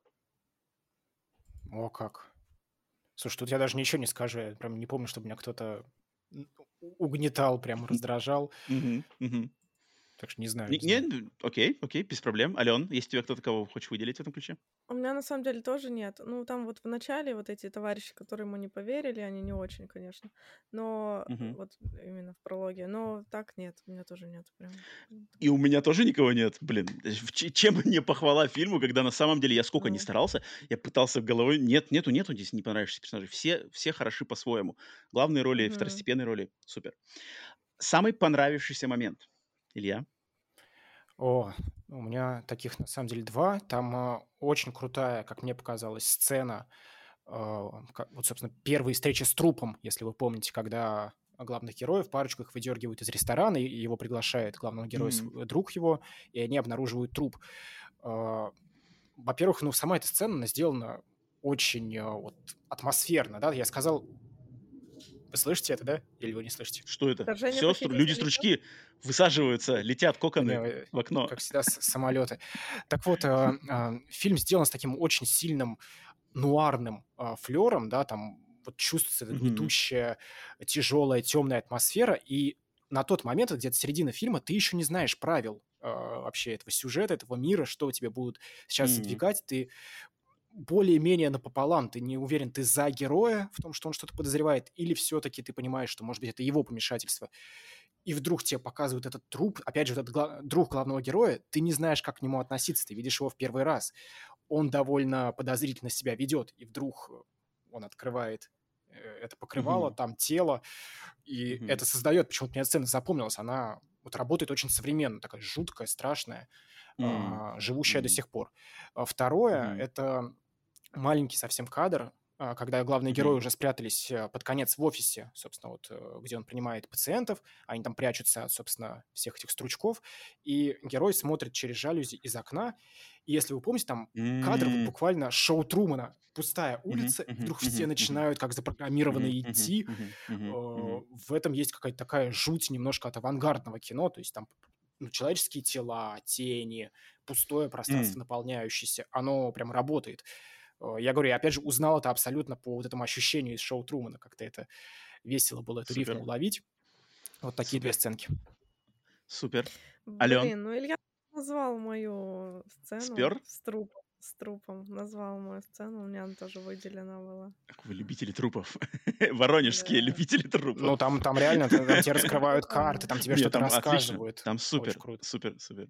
О, как. Слушай, тут я даже ничего не скажу. Я прям не помню, чтобы меня кто-то угнетал, прям раздражал. Мгм. Так что не знаю, Не, не знаю. окей, без проблем. Ален, есть у тебя кто-то, кого хочешь выделить в этом ключе? У меня на самом деле тоже нет. Ну, там вот в начале вот эти товарищи, которые ему не поверили, они не очень, конечно. Но Мгм. вот именно в прологе. Но так нет, у меня тоже нет прям. И у меня тоже никого нет. Блин, чем не похвала фильму, когда на самом деле я сколько не Ну, старался, я пытался головой... Нету здесь не понравившихся персонажей. Все хороши по-своему. Главные роли, мгм. второстепенные роли. Супер. Самый понравившийся момент. Илья? О, у меня таких на самом деле два. Там очень крутая, как мне показалось, сцена. Вот, собственно, первые встречи с трупом, если вы помните, когда главных героев, парочку их выдергивают из ресторана, и его приглашает главного героя, Мгм. друг его, и они обнаруживают труп. А, Во-первых, ну, сама эта сцена, она сделана очень вот атмосферно, да, я сказал, вы слышите это, да, или вы не слышите? Что это? Вторжение Все, похитителей тел? люди-стручки высаживаются, летят Да не, коконы в окно. как всегда, самолеты. Так вот, фильм сделан с таким очень сильным нуарным флером, да, там вот чувствуется эта Мгм. гнетущая, тяжелая, темная атмосфера, и на тот момент, это где-то середина фильма, ты еще не знаешь правил вообще этого сюжета, этого мира, что тебе будут сейчас Мгм. задвигать, ты более-менее напополам, ты не уверен, ты за героя в том, что он что-то подозревает, или все-таки ты понимаешь, что, может быть, это его помешательство, и вдруг тебе показывают этот труп, опять же, вот этот друг главного героя, ты не знаешь, как к нему относиться, ты видишь его в первый раз, он довольно подозрительно себя ведет, и вдруг он открывает это покрывало, Мгм. там тело, и Мгм. это создает, почему-то мне сцена запомнилась, она вот работает очень современно, такая жуткая, страшная, М. живущая до М. сих пор. Второе, Мгм. это маленький совсем кадр, когда главные герои Мгм. уже спрятались под конец в офисе, собственно, вот где он принимает пациентов, они там прячутся от, собственно, всех этих стручков, и герой смотрит через жалюзи из окна, и если вы помните, там кадр вот М. буквально шоу Трумана, пустая Мгм. улица, и Мгм. вдруг все Мгм. Мгм. начинают как Мгм. запрограммированные Мгм. идти. Мгм. Мгм. Мгм. В этом есть какая-то такая жуть немножко от авангардного кино, то есть там ну, человеческие тела, тени, пустое пространство М. наполняющееся, оно прям работает. Я говорю, я опять же узнал это абсолютно по вот этому ощущению из шоу Трумана, как-то это весело было эту рифму Супер. уловить. Вот такие две Супер. сценки. Супер. Ален, Блин, ну Илья назвал мою сцену спер? с трупом. Назвал мою сцену, у меня она тоже выделена была. Ах, вы любители трупов. Воронежские Да. любители трупов. Ну, там реально, там тебе раскрывают карты, Ладно. там тебе Нет, что-то там отлично. рассказывают. Там Очень супер, круто. супер, супер.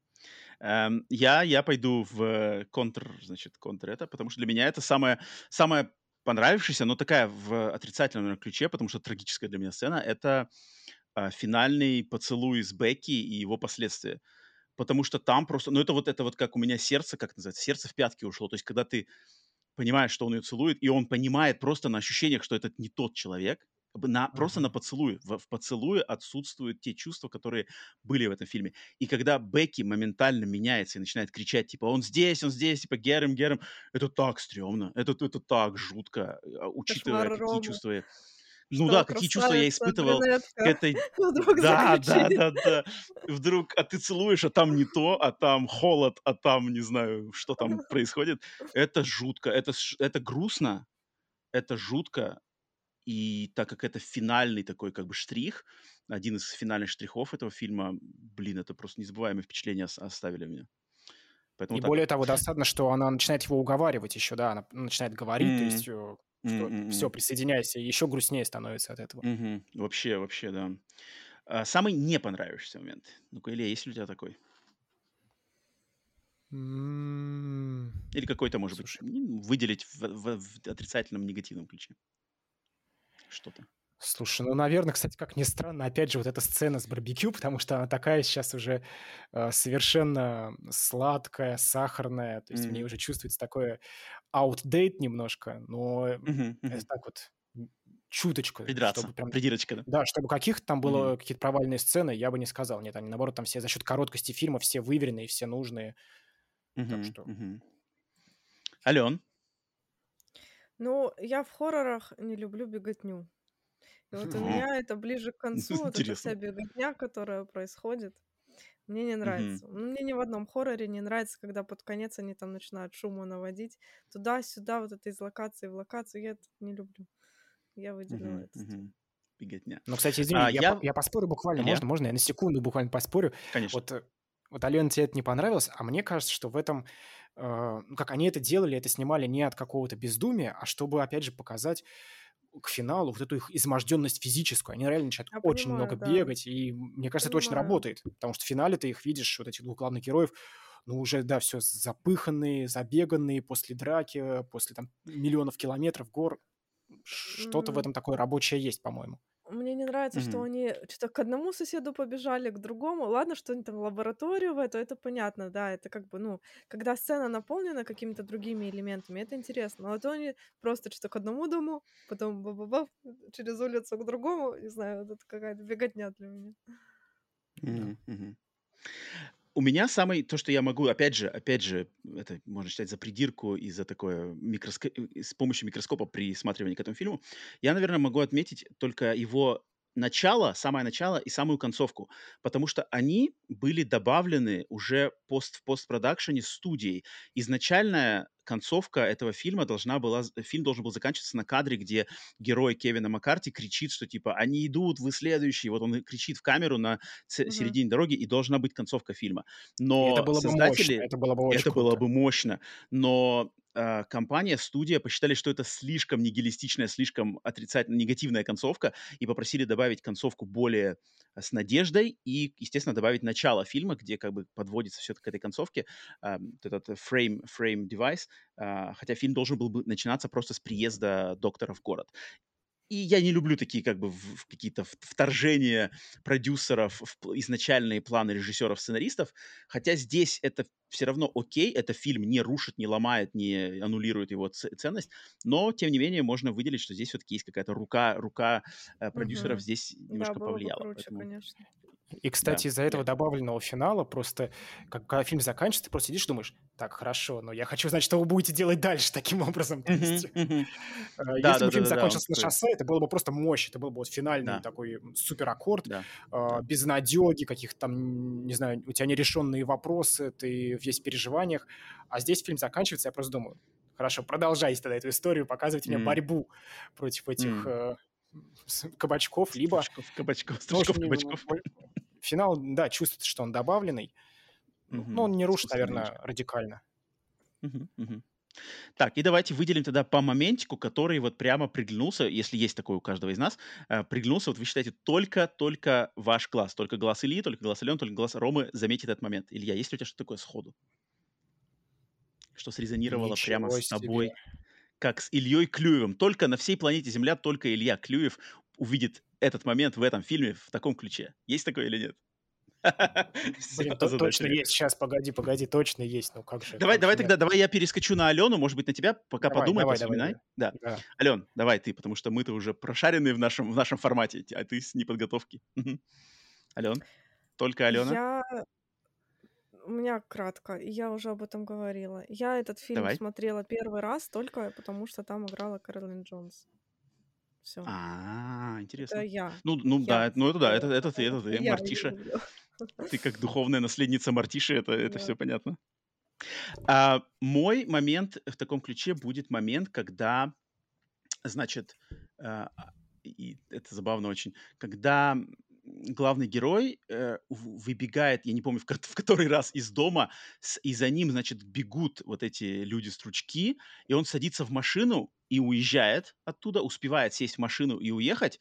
Я пойду в контр это, потому что для меня это самая понравившаяся, но такая в отрицательном, наверно, ключе, потому что трагическая для меня сцена — это финальный поцелуй с Бекки и его последствия. Потому что там просто, ну, это вот как у меня сердце, как называется, сердце в пятки ушло. То есть когда ты понимаешь, что он ее целует, и он понимает просто на ощущениях, что это не тот человек, просто на Мгм. поцелуе. В поцелуе отсутствуют те чувства, которые были в этом фильме. И когда Бекки моментально меняется и начинает кричать, типа, он здесь, типа, get him, это так стрёмно, это так жутко, Кошмар учитывая, какие Ромы, чувства... Ну что да, какие чувства я красавица, испытывал к брюнетка этой... вдруг Да, да, заключили. да, да. Вдруг, а ты целуешь, а там не то, а там холод, а там не знаю, что там происходит. Это жутко, это грустно, это жутко. И так как это финальный такой как бы штрих, один из финальных штрихов этого фильма, блин, это просто незабываемое впечатление оставили мне. Поэтому И так более вот. того, досадно, что она начинает его уговаривать еще, да, она начинает говорить, то есть, М, м, что м, все, м. присоединяйся, и еще грустнее становится от этого. Мгм. Вообще, да. Самый не понравившийся момент. Ну-ка, Илья, есть ли у тебя такой? М, Или какой-то, может быть, Слушай, выделить в отрицательном, негативном ключе что-то? слушай, ну, наверное, кстати, как ни странно, опять же, вот эта сцена с барбекю, потому что она такая сейчас уже совершенно сладкая, сахарная, то есть в ней Мгм. уже чувствуется такое outdate немножко, но Мгм, это мгм. так вот чуточку, чтобы Придраться, прям, придирочка, да? да, чтобы каких-то там Мгм, было какие-то провальные сцены, я бы не сказал. Нет, они, наоборот, там все за счет короткости фильма, все выверенные, все нужные, так мгм, что... мгм. Ален? Ну, я в хоррорах не люблю беготню. И вот у О, меня это ближе к концу, вот эта вся интересно. беготня, которая происходит, мне не Мгм, нравится. Ну, мне ни в одном хорроре не нравится, когда под конец они там начинают шума наводить туда-сюда, вот это из локации в локацию. Я это не люблю. Я выделила мгм, эту сцену. мгм. Беготня. Ну, кстати, извини, Я я поспорю буквально, Илья? можно я на секунду буквально поспорю? Конечно. Вот, вот, Алена, тебе это не понравилось, а мне кажется, что в этом, ну, как они это делали, это снимали не от какого-то бездумия, а чтобы, опять же, показать к финалу вот эту их изможденность физическую. Они реально начинают Я очень понимаю, много да, бегать, и мне кажется, это очень понимаю. работает, потому что в финале ты их видишь, вот этих двух главных героев, ну, уже, да, все запыханные, забеганные после драки, после там миллионов километров гор. Что-то в М, этом такое рабочее есть, по-моему. Мне не нравится, что Мгм, они что-то к одному соседу побежали, к другому. Ладно, что они там в лабораторию в эту, это понятно, да, это как бы, ну, когда сцена наполнена какими-то другими элементами, это интересно. А то они просто что-то к одному дому, потом ба-ба-ба, через улицу к другому, не знаю, вот это какая-то беготня для меня. Да. мгм, мгм. У меня то, что я могу, опять же, это можно считать за придирку и за такое с помощью микроскопа при сматривании к этому фильму, я, наверное, могу отметить только его начало, самое начало и самую концовку, потому что они были добавлены уже в постпродакшене студией. Изначальная концовка этого фильм должен был заканчиваться на кадре, где герой Кевина Маккарти кричит, что типа «они идут, вы следующие», вот он и кричит в камеру на Мгм. середине дороги, и должна быть концовка фильма. И это Но было бы мощно, создатели это было бы очень это было круто. бы мощно, но, компания, студия посчитали, что это слишком нигилистичная, слишком отрицательная, негативная концовка, и попросили добавить концовку более, с надеждой, естественно, добавить начало фильма, где как бы подводится всё к этой концовке, вот этот frame device, хотя фильм должен был бы начинаться просто с приезда доктора в город. И я не люблю такие как бы в какие-то вторжения продюсеров в изначальные планы режиссеров, сценаристов. Хотя здесь это все равно окей, это фильм не рушит, не ломает, не аннулирует его ценность, но тем не менее можно выделить, что здесь все-таки есть какая-то рука продюсеров Мгм. здесь Да, немножко было бы повлияла. круче, Поэтому конечно. И, да, кстати, из-за этого я... добавленного финала просто, когда фильм заканчивается, ты просто сидишь и думаешь: «Так, хорошо, но я хочу знать, что вы будете делать дальше таким образом». То есть, Мгм, мгм. Да, если да, бы да, фильм да, да, он закончился на такой, шоссе, это было бы просто мощь, это был бы вот финальный да, такой супераккорд, да, да. безнадёги, каких-то там, не знаю, у тебя нерешенные вопросы, ты весь в переживаниях. А здесь фильм заканчивается, я просто думаю: «Хорошо, продолжайте тогда эту историю, показывайте мне М, борьбу против этих, м. кабачков». Либо, Стручков, ну, в общем, кабачков. финал, да, чувствуется, что он добавленный, ну, но Мгм. он не рушит, Искусственная наверное, немножко. радикально. Мгм, мгм. Так, и давайте выделим тогда по моментику, который вот прямо приглянулся, если есть такой у каждого из нас, приглянулся, вот вы считаете, только ваш глаз, только глаз Ильи, только глаз Алены, только глаз Ромы заметит этот момент. Илья, есть ли у тебя что-то такое сходу, что срезонировало прямо Ничего с себе. тобой, как с Ильей Клюевым? Только на всей планете Земля только Илья Клюев увидит этот момент в этом фильме в таком ключе. Есть такое или нет? Все Блин, точно озадачили. есть. Сейчас, погоди, точно есть. Ну как же Давай нет? тогда, давай я перескочу на Алену, может быть, на тебя, пока Давай, подумай, давай, давай, повспоминай. давай. Да. Да. Ален, давай ты, потому что мы-то уже прошаренные в нашем формате, а ты с неподготовки. Мгм. Ален, только Алена. У меня кратко, и я уже об этом говорила. Я этот фильм Давай. смотрела первый раз только потому, что там играла Кэролин Джонс. Все. Это Интересно. я. Ну Я да, это да, смотрела, это потому что ты, я её Мартиша. люблю. Ты как духовная наследница Мартиши, это Да. все понятно. Мой момент в таком ключе будет момент, когда, значит, и это забавно очень, когда главный герой выбегает, я не помню, в который раз из дома, и за ним, значит, бегут вот эти люди-стручки, и он садится в машину и уезжает оттуда, успевает сесть в машину и уехать,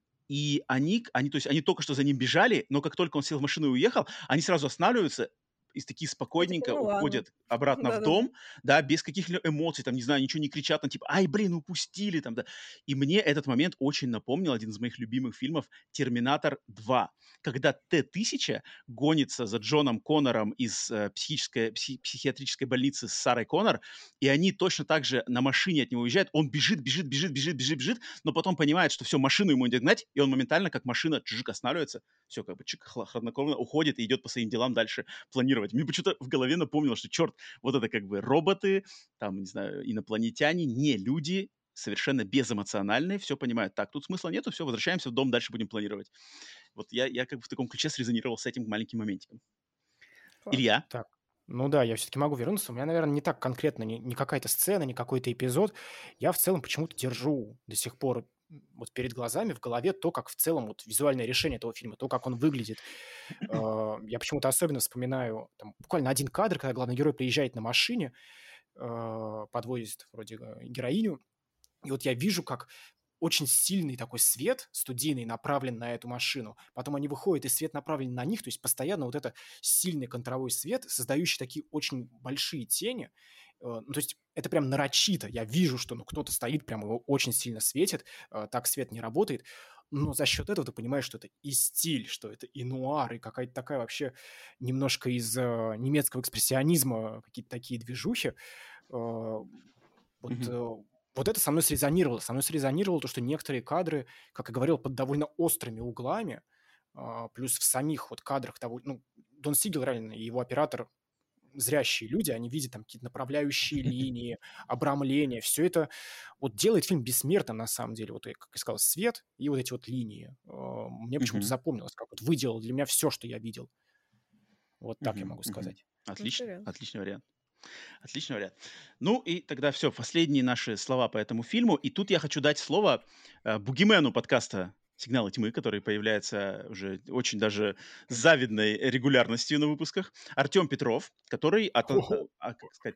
и то есть они только что за ним бежали, но как только он сел в машину и уехал, они сразу останавливаются и такие Я такая: спокойненько "Ну ладно". уходят обратно в Да-да-да. дом, да, без каких-либо эмоций, там, не знаю, ничего не кричат, там, типа, ай, блин, упустили, там, да. И мне этот момент очень напомнил один из моих любимых фильмов «Терминатор 2», когда Т-1000 гонится за Джоном Коннором из психиатрической больницы с Сарой Коннор, и они точно так же на машине от него уезжают, он бежит, но потом понимает, что все, машину ему не догнать, и он моментально, как машина, чжик, останавливается, все, как бы, чик, хладнокровно уходит и идет по своим делам дальше планировать. Мне почему-то в голове напомнило, что, черт, вот это как бы роботы, там, не знаю, инопланетяне, не люди, совершенно безэмоциональные, все понимают. Так, тут смысла нету, все, возвращаемся в дом, дальше будем планировать. Вот я как бы в таком ключе срезонировал с этим маленьким моментиком. Класс. Илья? Так, ну да, я все-таки могу вернуться. У меня, наверное, не так конкретно, не какая-то сцена, не какой-то эпизод. Я в целом почему-то держу до сих пор вот перед глазами, в голове то, как в целом вот визуальное решение этого фильма, то, как он выглядит. Я почему-то особенно вспоминаю там, буквально один кадр, когда главный герой приезжает на машине, подвозит вроде героиню, и вот я вижу, как очень сильный такой свет студийный направлен на эту машину. Потом они выходят, и свет направлен на них. То есть постоянно вот это сильный контровой свет, создающий такие очень большие тени. Ну, то есть это прям нарочито. Я вижу, что ну, кто-то стоит, прям его очень сильно светит. Так свет не работает. Но за счет этого ты понимаешь, что это и стиль, что это и нуар, и какая-то такая вообще немножко из немецкого экспрессионизма какие-то такие движухи. Вот Мгм. вот это со мной срезонировало. Со мной срезонировало то, что некоторые кадры, как я говорил, под довольно острыми углами, плюс в самих вот кадрах того... Ну, Дон Сигел реально и его оператор зрящие люди, они видят там какие-то направляющие линии, обрамления. Все это вот делает фильм бессмертным на самом деле. Вот, как я сказал, свет и вот эти вот линии. Мне почему-то Мгм. запомнилось, как вот выделал для меня все, что я видел. Вот так я Мгм. могу Мгм. сказать. Отлично, Интересно. отличный вариант. Отличный вариант. Ну и тогда все, последние наши слова по этому фильму. И тут я хочу дать слово бугимену подкаста «Сигналы тьмы», который появляется уже очень даже с завидной регулярностью на выпусках. Артем Петров, который, как сказать,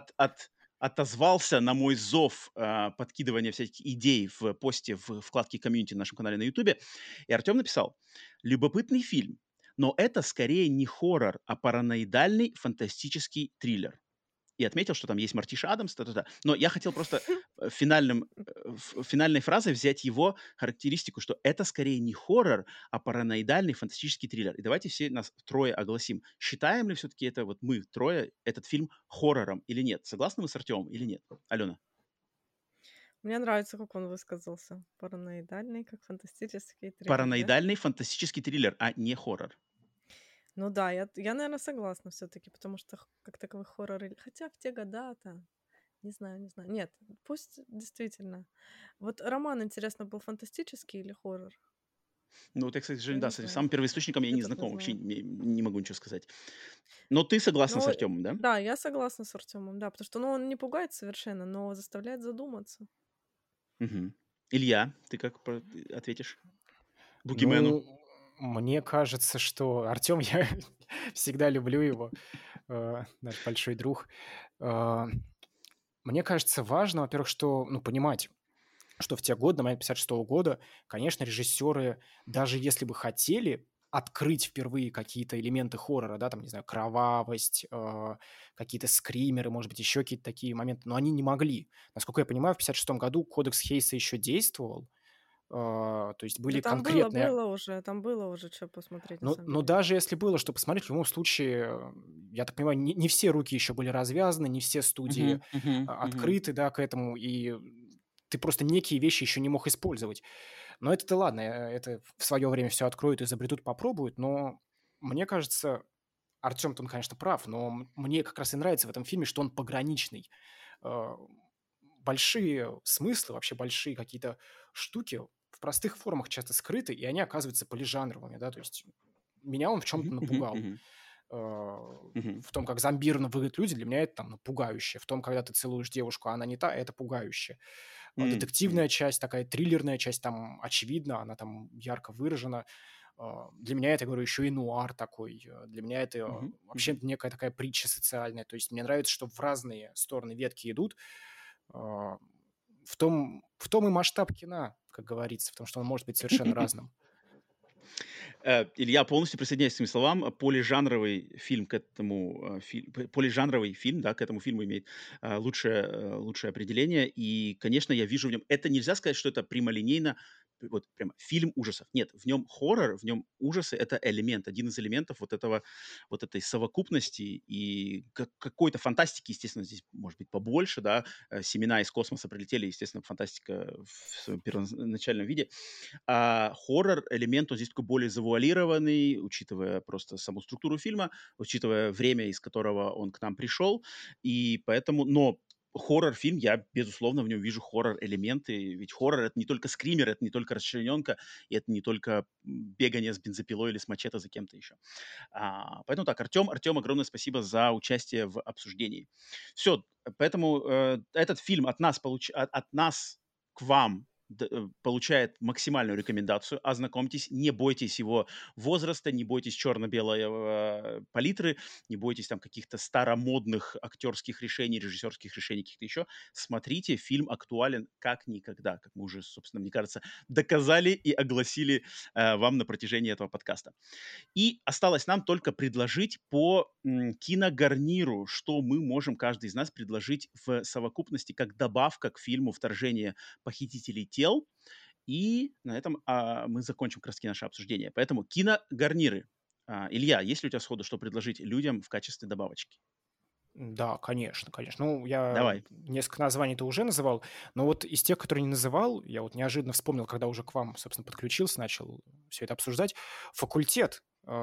отозвался на мой зов подкидывания всяких идей в посте в вкладке комьюнити на нашем канале на Ютубе. И Артем написал: «Любопытный фильм, но это скорее не хоррор, а параноидальный фантастический триллер». И отметил, что там есть Мартиша Адамс, та-та-та. Но я хотел просто финальной фразой взять его характеристику, что это скорее не хоррор, а параноидальный фантастический триллер. И давайте все нас трое огласим. Считаем ли все-таки это, вот мы трое, этот фильм хоррором или нет? Согласны вы с Артемом или нет? Алена? Мне нравится, как он высказался. Параноидальный, как фантастический триллер, да? Параноидальный фантастический триллер, а не хоррор. Ну да, я наверное, согласна все таки потому что как таковых хорроры хотя в те года-то, не знаю, не знаю. Нет, пусть действительно. Вот роман, интересно, был фантастический или хоррор? Ну, вот я, кстати, Я да, не с знаю. самым первоисточником я Я не тоже не знаком, вообще знаю. не могу ничего сказать. Но ты согласна с Ну, Артемом, да? да, я согласна с Артемом, да, потому что, ну, он не пугает совершенно, но заставляет задуматься. Мгм. Илья, ты как ответишь Бугимену? Ну, мне кажется, что Артем, я всегда люблю его, наш большой друг. Э, Мне кажется, важно, во-первых, что, ну, понимать, что в те годы, на момент 56 года, конечно, режиссеры, даже если бы хотели открыть впервые какие-то элементы хоррора, да, там, не знаю, кровавость, какие-то скримеры, может быть, еще какие-то такие моменты, но они не могли. Насколько я понимаю, в 56 году кодекс Хейса еще действовал, То есть Да были там конкретные... там было уже что посмотреть, на Но, самом но деле. даже если было что посмотреть, в любом случае, я так понимаю, не все руки еще были развязаны, не все студии Мгм, мгм, мгм. открыты, да, к этому, и ты просто некие вещи еще не мог использовать. Но это-то ладно, это в свое время все откроют, изобретут, попробуют, но мне кажется, Артем-то он, конечно, прав, но мне как раз и нравится в этом фильме, что он пограничный. Э, Большие смыслы, вообще большие какие-то штуки в простых формах часто скрыты, и они оказываются полижанровыми, да, то есть меня он в чем-то Мгм, мгм, напугал. мгм, мгм, В том, как зомбированно выглядят люди, для меня это там пугающе. В том, когда ты целуешь девушку, а она не та, это пугающе. мгм, Детективная часть, такая триллерная часть, там очевидно, она там ярко выражена. Для меня это, говорю, еще и нуар такой. Для меня это мгм, вообще мгм. некая такая притча социальная. То есть мне нравится, что в разные стороны ветки идут. А, в том и масштаб кино, как говорится, в том, что он может быть совершенно разным. Илья, полностью присоединяюсь к своим словам. Полижанровый фильм к этому полижанровый фильм, да, к этому фильму имеет лучшее определение. И, конечно, я вижу в нем. Это нельзя сказать, что это прямолинейно, вот прямо фильм ужасов. Нет, в нем хоррор, в нем ужасы. Это элемент, один из элементов вот этой совокупности и какой-то фантастики, естественно, здесь может быть побольше, да. Семена из космоса прилетели, естественно, фантастика в своем первоначальном виде. А хоррор-элемент, он здесь такой более завуалированный, учитывая просто саму структуру фильма, учитывая время, из которого он к нам пришел. И поэтому, но хоррор-фильм, я, безусловно, в нем вижу хоррор-элементы. Ведь хоррор — это не только скример, это не только расчлененка, и это не только бегание с бензопилой или с мачете за кем-то еще. Поэтому так, Артем, огромное спасибо за участие в обсуждении. Все, поэтому этот фильм от нас к вам получает максимальную рекомендацию. Ознакомьтесь, не бойтесь его возраста, не бойтесь черно-белой палитры, не бойтесь там каких-то старомодных актерских решений, режиссерских решений каких-то еще. Смотрите, фильм актуален как никогда, как мы уже, собственно, мне кажется, доказали и огласили вам на протяжении этого подкаста. И осталось нам только предложить по киногарниру, что мы можем каждый из нас предложить в совокупности как добавка к фильму «Вторжение похитителей тел». И на этом мы закончим как раз наше обсуждение. Поэтому киногарниры. Илья, есть ли у тебя сходу, что предложить людям в качестве добавочки? Да, конечно, конечно. Ну, я Давай. несколько названий-то уже называл, но вот из тех, которые не называл, я вот неожиданно вспомнил, когда уже к вам, собственно, подключился, начал все это обсуждать. «Факультет».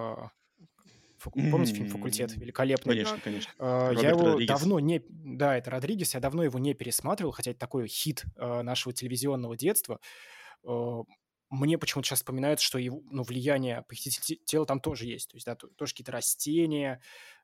Помните фильм «Факультет»? Великолепный. Конечно, Так, конечно. Я Роберт его Родригес. давно не... Да, это Родригес. Я давно его не пересматривал, хотя это такой хит нашего телевизионного детства. Э, Мне почему-то сейчас вспоминается, что его, ну, влияние «Похититель тела» там тоже есть. То есть, да, тоже какие-то растения,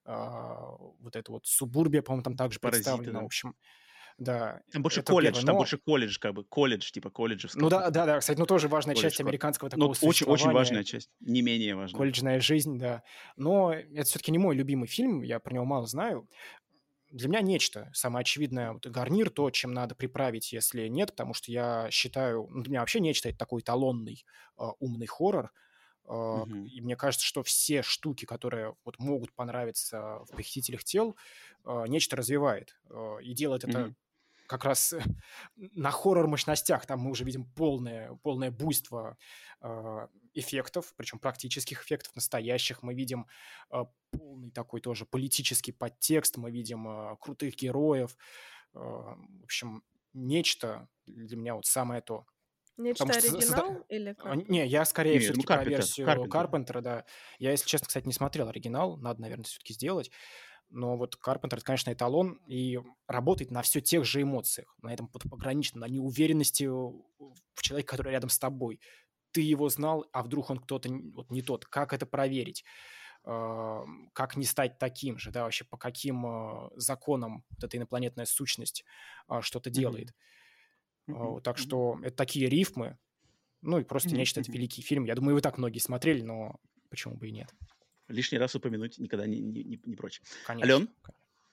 вот это вот субурбия, по-моему, там также Паразиты, представлена. В да. общем, да, Там больше это первое. колледж, там Но, больше колледж, как бы, колледж, типа ну колледжевская да, какой-то да, да, кстати, ну тоже важная колледж часть хоррор. американского Ну, такого очень важная существования. часть, не менее важная. Колледжная жизнь, да. Но это все-таки не мой любимый фильм, я про него мало знаю. Для меня нечто. Самое очевидное, вот гарнир, то, чем надо приправить, если нет, потому что я считаю, ну, для меня вообще нечто это такой эталонный умный хоррор. Мгм. И мне кажется, что все штуки, которые вот могут понравиться в «Похитителях тел», нечто развивает. И делает это Мгм. как раз на хоррор-мощностях. Там мы уже видим полное буйство эффектов, причем практических эффектов, настоящих. Мы видим полный такой тоже политический подтекст, мы видим крутых героев. В общем, нечто для меня вот самое то. Потому нечто что... оригинал или Не, Карпентер? я скорее Не, я думаю, все-таки про Карпентер. версию Карпентер. Карпентера, да. Я, если честно, кстати, не смотрел оригинал, надо, наверное, все-таки сделать. Но вот Карпентер, это, конечно, эталон и работает на все тех же эмоциях, на этом пограничном, на неуверенности в человеке, который рядом с тобой. Ты его знал, а вдруг он кто-то вот не тот. Как это проверить? Как не стать таким же, да, вообще по каким законам вот эта инопланетная сущность что-то Мгм. делает. Мгм. Так Мгм. что это такие рифмы, ну и просто Мгм. нечто, это Мгм. великий фильм. Я думаю, вы так многие смотрели, но почему бы и нет? Лишний раз упомянуть никогда не прочь. Конечно. Ален,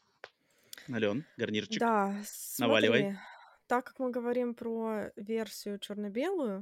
гарнирчик, Да, наваливай. смотри, так как мы говорим про версию черно-белую,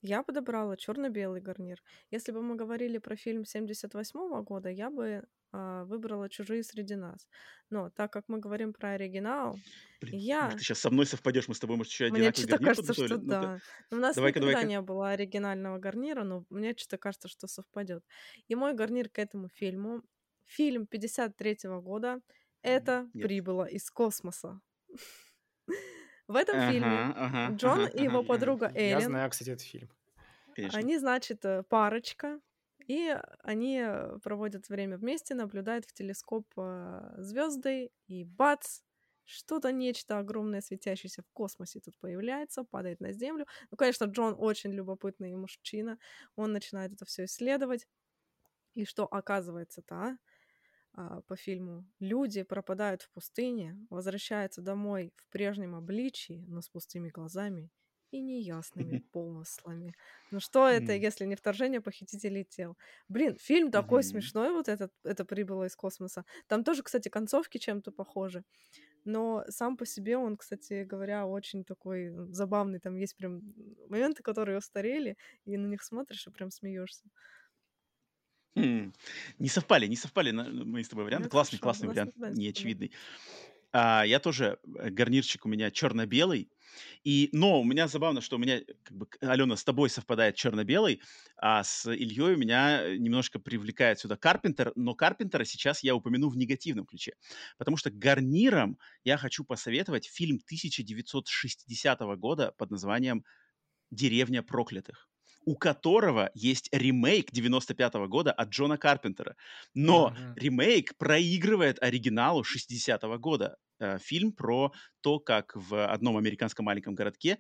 Я подобрала черно-белый гарнир. Если бы мы говорили про фильм 78 года, я бы выбрала «Чужие среди нас». Но так как мы говорим про оригинал, Блин, может, я... ты сейчас со мной совпадешь, мы с тобой, может, еще Мне одинаковый что-то гарнир кажется, подготовили? что Ну-ка, да. Но у нас давай-ка, никогда давай-ка. не было оригинального гарнира, но мне что-то кажется, что совпадет. И мой гарнир к этому фильму. Фильм 53 года. Это Нет. «Прибыло из космоса». В этом Ага, фильме ага, Джон ага, и ага. его подруга Я Эллен, знаю, кстати, этот фильм. Конечно. они, значит, парочка, и они проводят время вместе, наблюдают в телескоп звезды, и бац, что-то, нечто огромное, светящееся в космосе тут появляется, падает на Землю. Ну, конечно, Джон очень любопытный мужчина, он начинает это все исследовать. И что оказывается-то, по фильму? Люди пропадают в пустыне, возвращаются домой в прежнем обличии, но с пустыми глазами и неясными помыслами. Ну что это, М, если не вторжение похитителей тел? Блин, фильм такой мгм. смешной, вот этот, это «Прибыло из космоса». Там тоже, кстати, концовки чем-то похожи. Но сам по себе он, кстати говоря, очень такой забавный. Там есть прям моменты, которые устарели, и на них смотришь и прям смеешься. Хм. Не совпали мои с тобой Ну, варианты. это Классный, хорошо, у классный нас вариант, никогда не совпадает. неочевидный. Я тоже, гарнирчик у меня черно-белый. Но у меня забавно, что у меня, как бы, Алена, с тобой совпадает черно-белый, а с Ильей у меня немножко привлекает сюда Карпентер, но Карпентера сейчас я упомяну в негативном ключе. Потому что гарниром я хочу посоветовать фильм 1960 года под названием «Деревня проклятых», у которого есть ремейк 95 года от Джона Карпентера. Но Мгм. ремейк проигрывает оригиналу 60 года. Фильм про то, как в одном американском маленьком городке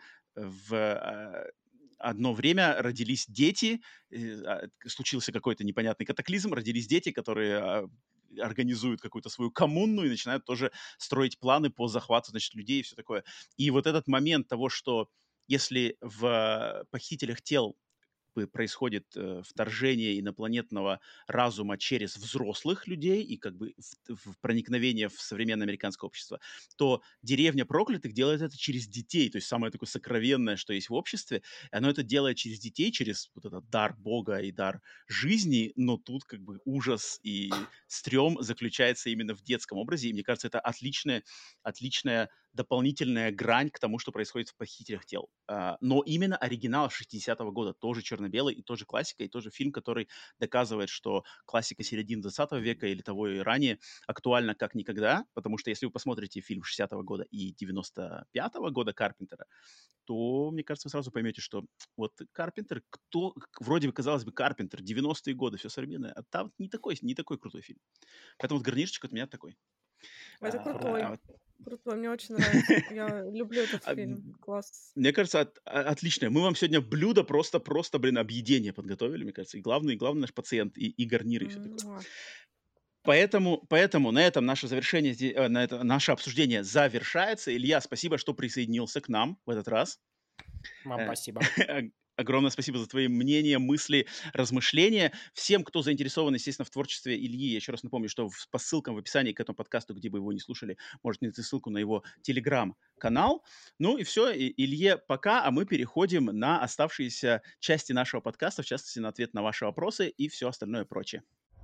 одно время родились дети, случился какой-то непонятный катаклизм, родились дети, которые организуют какую-то свою коммуну и начинают тоже строить планы по захвату, значит, людей и все такое. И вот этот момент того, что если в «Похитителях тел» происходит вторжение инопланетного разума через взрослых людей и как бы в проникновение в современное американское общество, то «Деревня проклятых» делает это через детей, то есть самое такое сокровенное, что есть в обществе, и оно это делает через детей, через вот этот дар Бога и дар жизни, но тут как бы ужас и стрём заключается именно в детском образе, и мне кажется, это отличная дополнительная грань к тому, что происходит в «Похитителях тел». Но именно оригинал 60-го года, тоже черно-белый, и тоже классика, и тоже фильм, который доказывает, что классика середины 20 века или того и ранее актуальна как никогда, потому что если вы посмотрите фильм 60-го года и 95-го года Карпентера, то, мне кажется, вы сразу поймете, что вот Карпентер, вроде бы, казалось бы, Карпентер, 90-е годы, все современное, а там не такой крутой фильм. Поэтому вот гарнирчик от меня такой. Это А, крутой. вот Крутой, мне очень нравится. Я люблю этот А, фильм. Класс. Мне кажется, отличное. Мы вам сегодня блюдо просто, блин, объедение подготовили, мне кажется. И главный наш пациент, и гарнир, и все такое. Муа. Поэтому на этом наше завершение, на это наше обсуждение завершается. Илья, спасибо, что присоединился к нам в этот раз. Вам Э, спасибо. Огромное спасибо за твои мнения, мысли, размышления. Всем, кто заинтересован, естественно, в творчестве Ильи, я еще раз напомню, что по ссылкам в описании к этому подкасту, где бы его не слушали, можете найти ссылку на его телеграм-канал. Ну и все, Илье, пока, а мы переходим на оставшиеся части нашего подкаста, в частности, на ответ на ваши вопросы и все остальное прочее.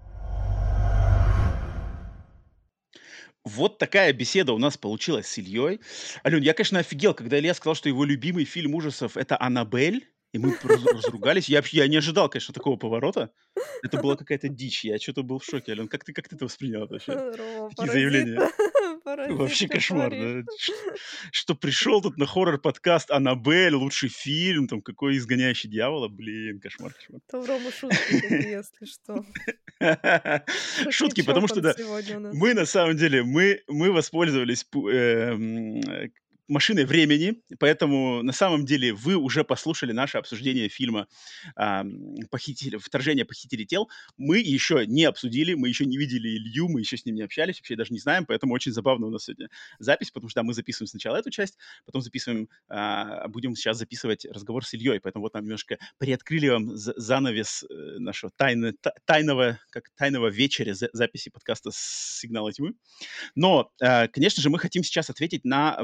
Вот такая беседа у нас получилась с Ильей. Ален, я, конечно, офигел, когда Илья сказал, что его любимый фильм ужасов — это «Аннабель», и мы разругались. Я не ожидал, конечно, такого поворота. Это была какая-то дичь. Я что-то был в шоке. Ален, как ты это воспринял вообще? Рома, Такие паразит. заявления. Паразит, Вообще что кошмар, творишь? да? Что пришел тут на хоррор-подкаст «Аннабель», лучший фильм, там, какой «Изгоняющий дьявола». Блин, кошмар, кошмар. Это у Ромы шутки такие, если что. Шутки, потому Шутничок что, он да, сегодня у нас. мы на самом деле, мы воспользовались машиной времени, поэтому на самом деле вы уже послушали наше обсуждение фильма «Вторжение похитителей тел». Мы еще не обсудили, мы еще не видели Илью, мы еще с ним не общались, вообще даже не знаем, поэтому очень забавно у нас сегодня запись, потому что да, мы записываем сначала эту часть, потом будем сейчас записывать разговор с Ильей, поэтому вот нам немножко приоткрыли вам занавес нашего тайного вечера записи подкаста «Сигнала тьмы». Но, конечно же, мы хотим сейчас ответить на ваши вопросы.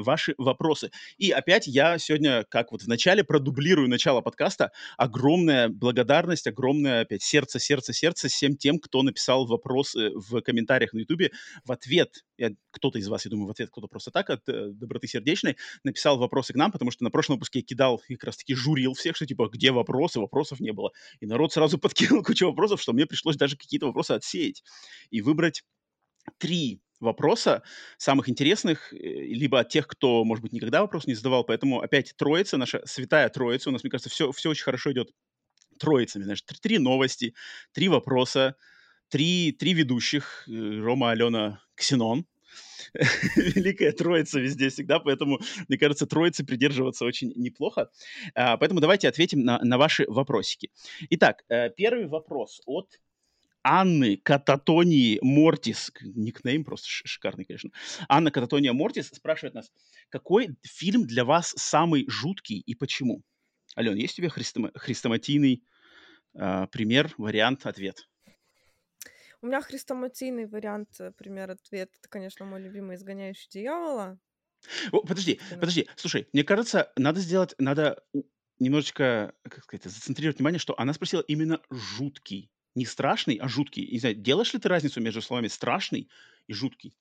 вопросы. И опять я сегодня, как вот в начале, продублирую начало подкаста. Огромная благодарность, огромное опять сердце всем тем, кто написал вопросы в комментариях на Ютубе в ответ. Кто-то из вас, я думаю, в ответ, кто-то просто так от доброты сердечной написал вопросы к нам, потому что на прошлом выпуске я кидал и как раз-таки журил всех, что типа, где вопросы? Вопросов не было. И народ сразу подкинул кучу вопросов, что мне пришлось даже какие-то вопросы отсеять и выбрать 3 вопроса самых интересных, либо от тех, кто, может быть, никогда вопрос не задавал. Поэтому опять троица, наша святая троица. У нас, мне кажется, все очень хорошо идет троицами. Знаешь, 3 новости, 3 вопроса, 3 ведущих. Рома, Алена, Ксенон. Великая троица везде всегда, поэтому, мне кажется, троицы придерживаться очень неплохо. Поэтому давайте ответим на ваши вопросики. Итак, первый вопрос от Анны Кататонии Мортис. Никнейм просто шикарный, конечно. Анна Кататония Мортис спрашивает нас, какой фильм для вас самый жуткий и почему? Ален, есть у тебя хрестоматийный пример, вариант, ответ? У меня хрестоматийный вариант, пример-ответ. Это, конечно, мой любимый «Изгоняющий дьявола». Подожди. Слушай, мне кажется, надо немножечко, как сказать, зацентрировать внимание, что она спросила именно жуткий. Не страшный, а жуткий. Не знаю, делаешь ли ты разницу между словами страшный и жуткий?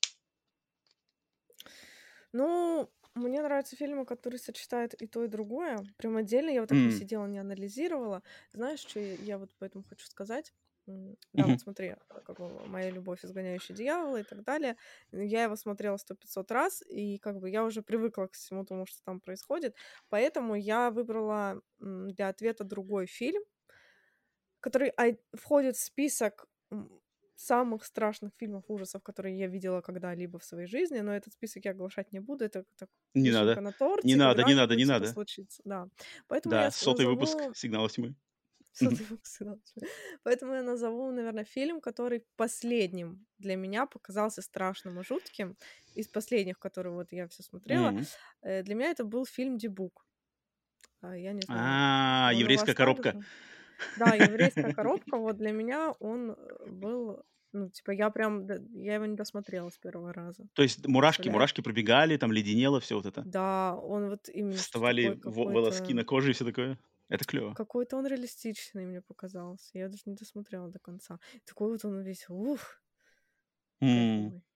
Ну, мне нравятся фильмы, которые сочетают и то, и другое. Прям отдельно я вот так не сидела, не анализировала. Знаешь, что я вот поэтому хочу сказать? Да, вот смотри, как бы моя любовь, «Изгоняющий дьявола» и так далее. Я его смотрела 100-500 раз, и как бы я уже привыкла к всему тому, что там происходит. Поэтому я выбрала для ответа другой фильм, который входит в список самых страшных фильмов ужасов, которые я видела когда-либо в своей жизни, но этот список я оглашать не буду, это так Не вишенка надо. на Не торте, надо, не надо, когда-нибудь не это надо. случится, да. Поэтому я Да, 100-й выпуск назову... «Сигнала тьмы». Сотый выпуск «Сигнала тьмы». Поэтому я назову, наверное, фильм, который последним для меня показался страшным и жутким. Из последних, которые вот я все смотрела, для меня это был фильм «Дебук». Я не знаю, он у Еврейская вас коробка. также? Да, «Еврейская коробка», вот для меня он был, ну, типа, я его не досмотрела с первого раза. То есть Представляешь? мурашки пробегали, там леденело, все вот это. Да, он вот именно что такой Вставали волоски какой-то... на коже и все такое. Это клево. Какой-то он реалистичный мне показался. Я даже не досмотрела до конца. Такой вот он весь, кайфовый.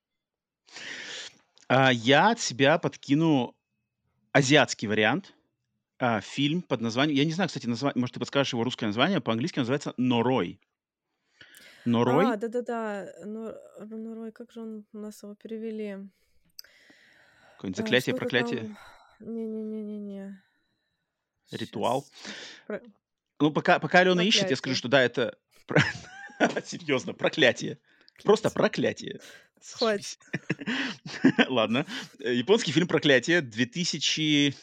Я от себя подкину азиатский вариант. Фильм под названием... Я не знаю, кстати, название. Может, ты подскажешь его русское название? По-английски он называется «Норой». «Норой»? Да-да-да. Рой, как же у нас его перевели? Какое-нибудь заклятие, Что-то проклятие, там... Не-не-не-не-не. ритуал? Сейчас. Ну, пока Алена ищет, я скажу, Проклятие. что да, это... Серьезно, проклятие. Просто проклятие. Хватит. Ладно. Японский фильм «Проклятие» 2007?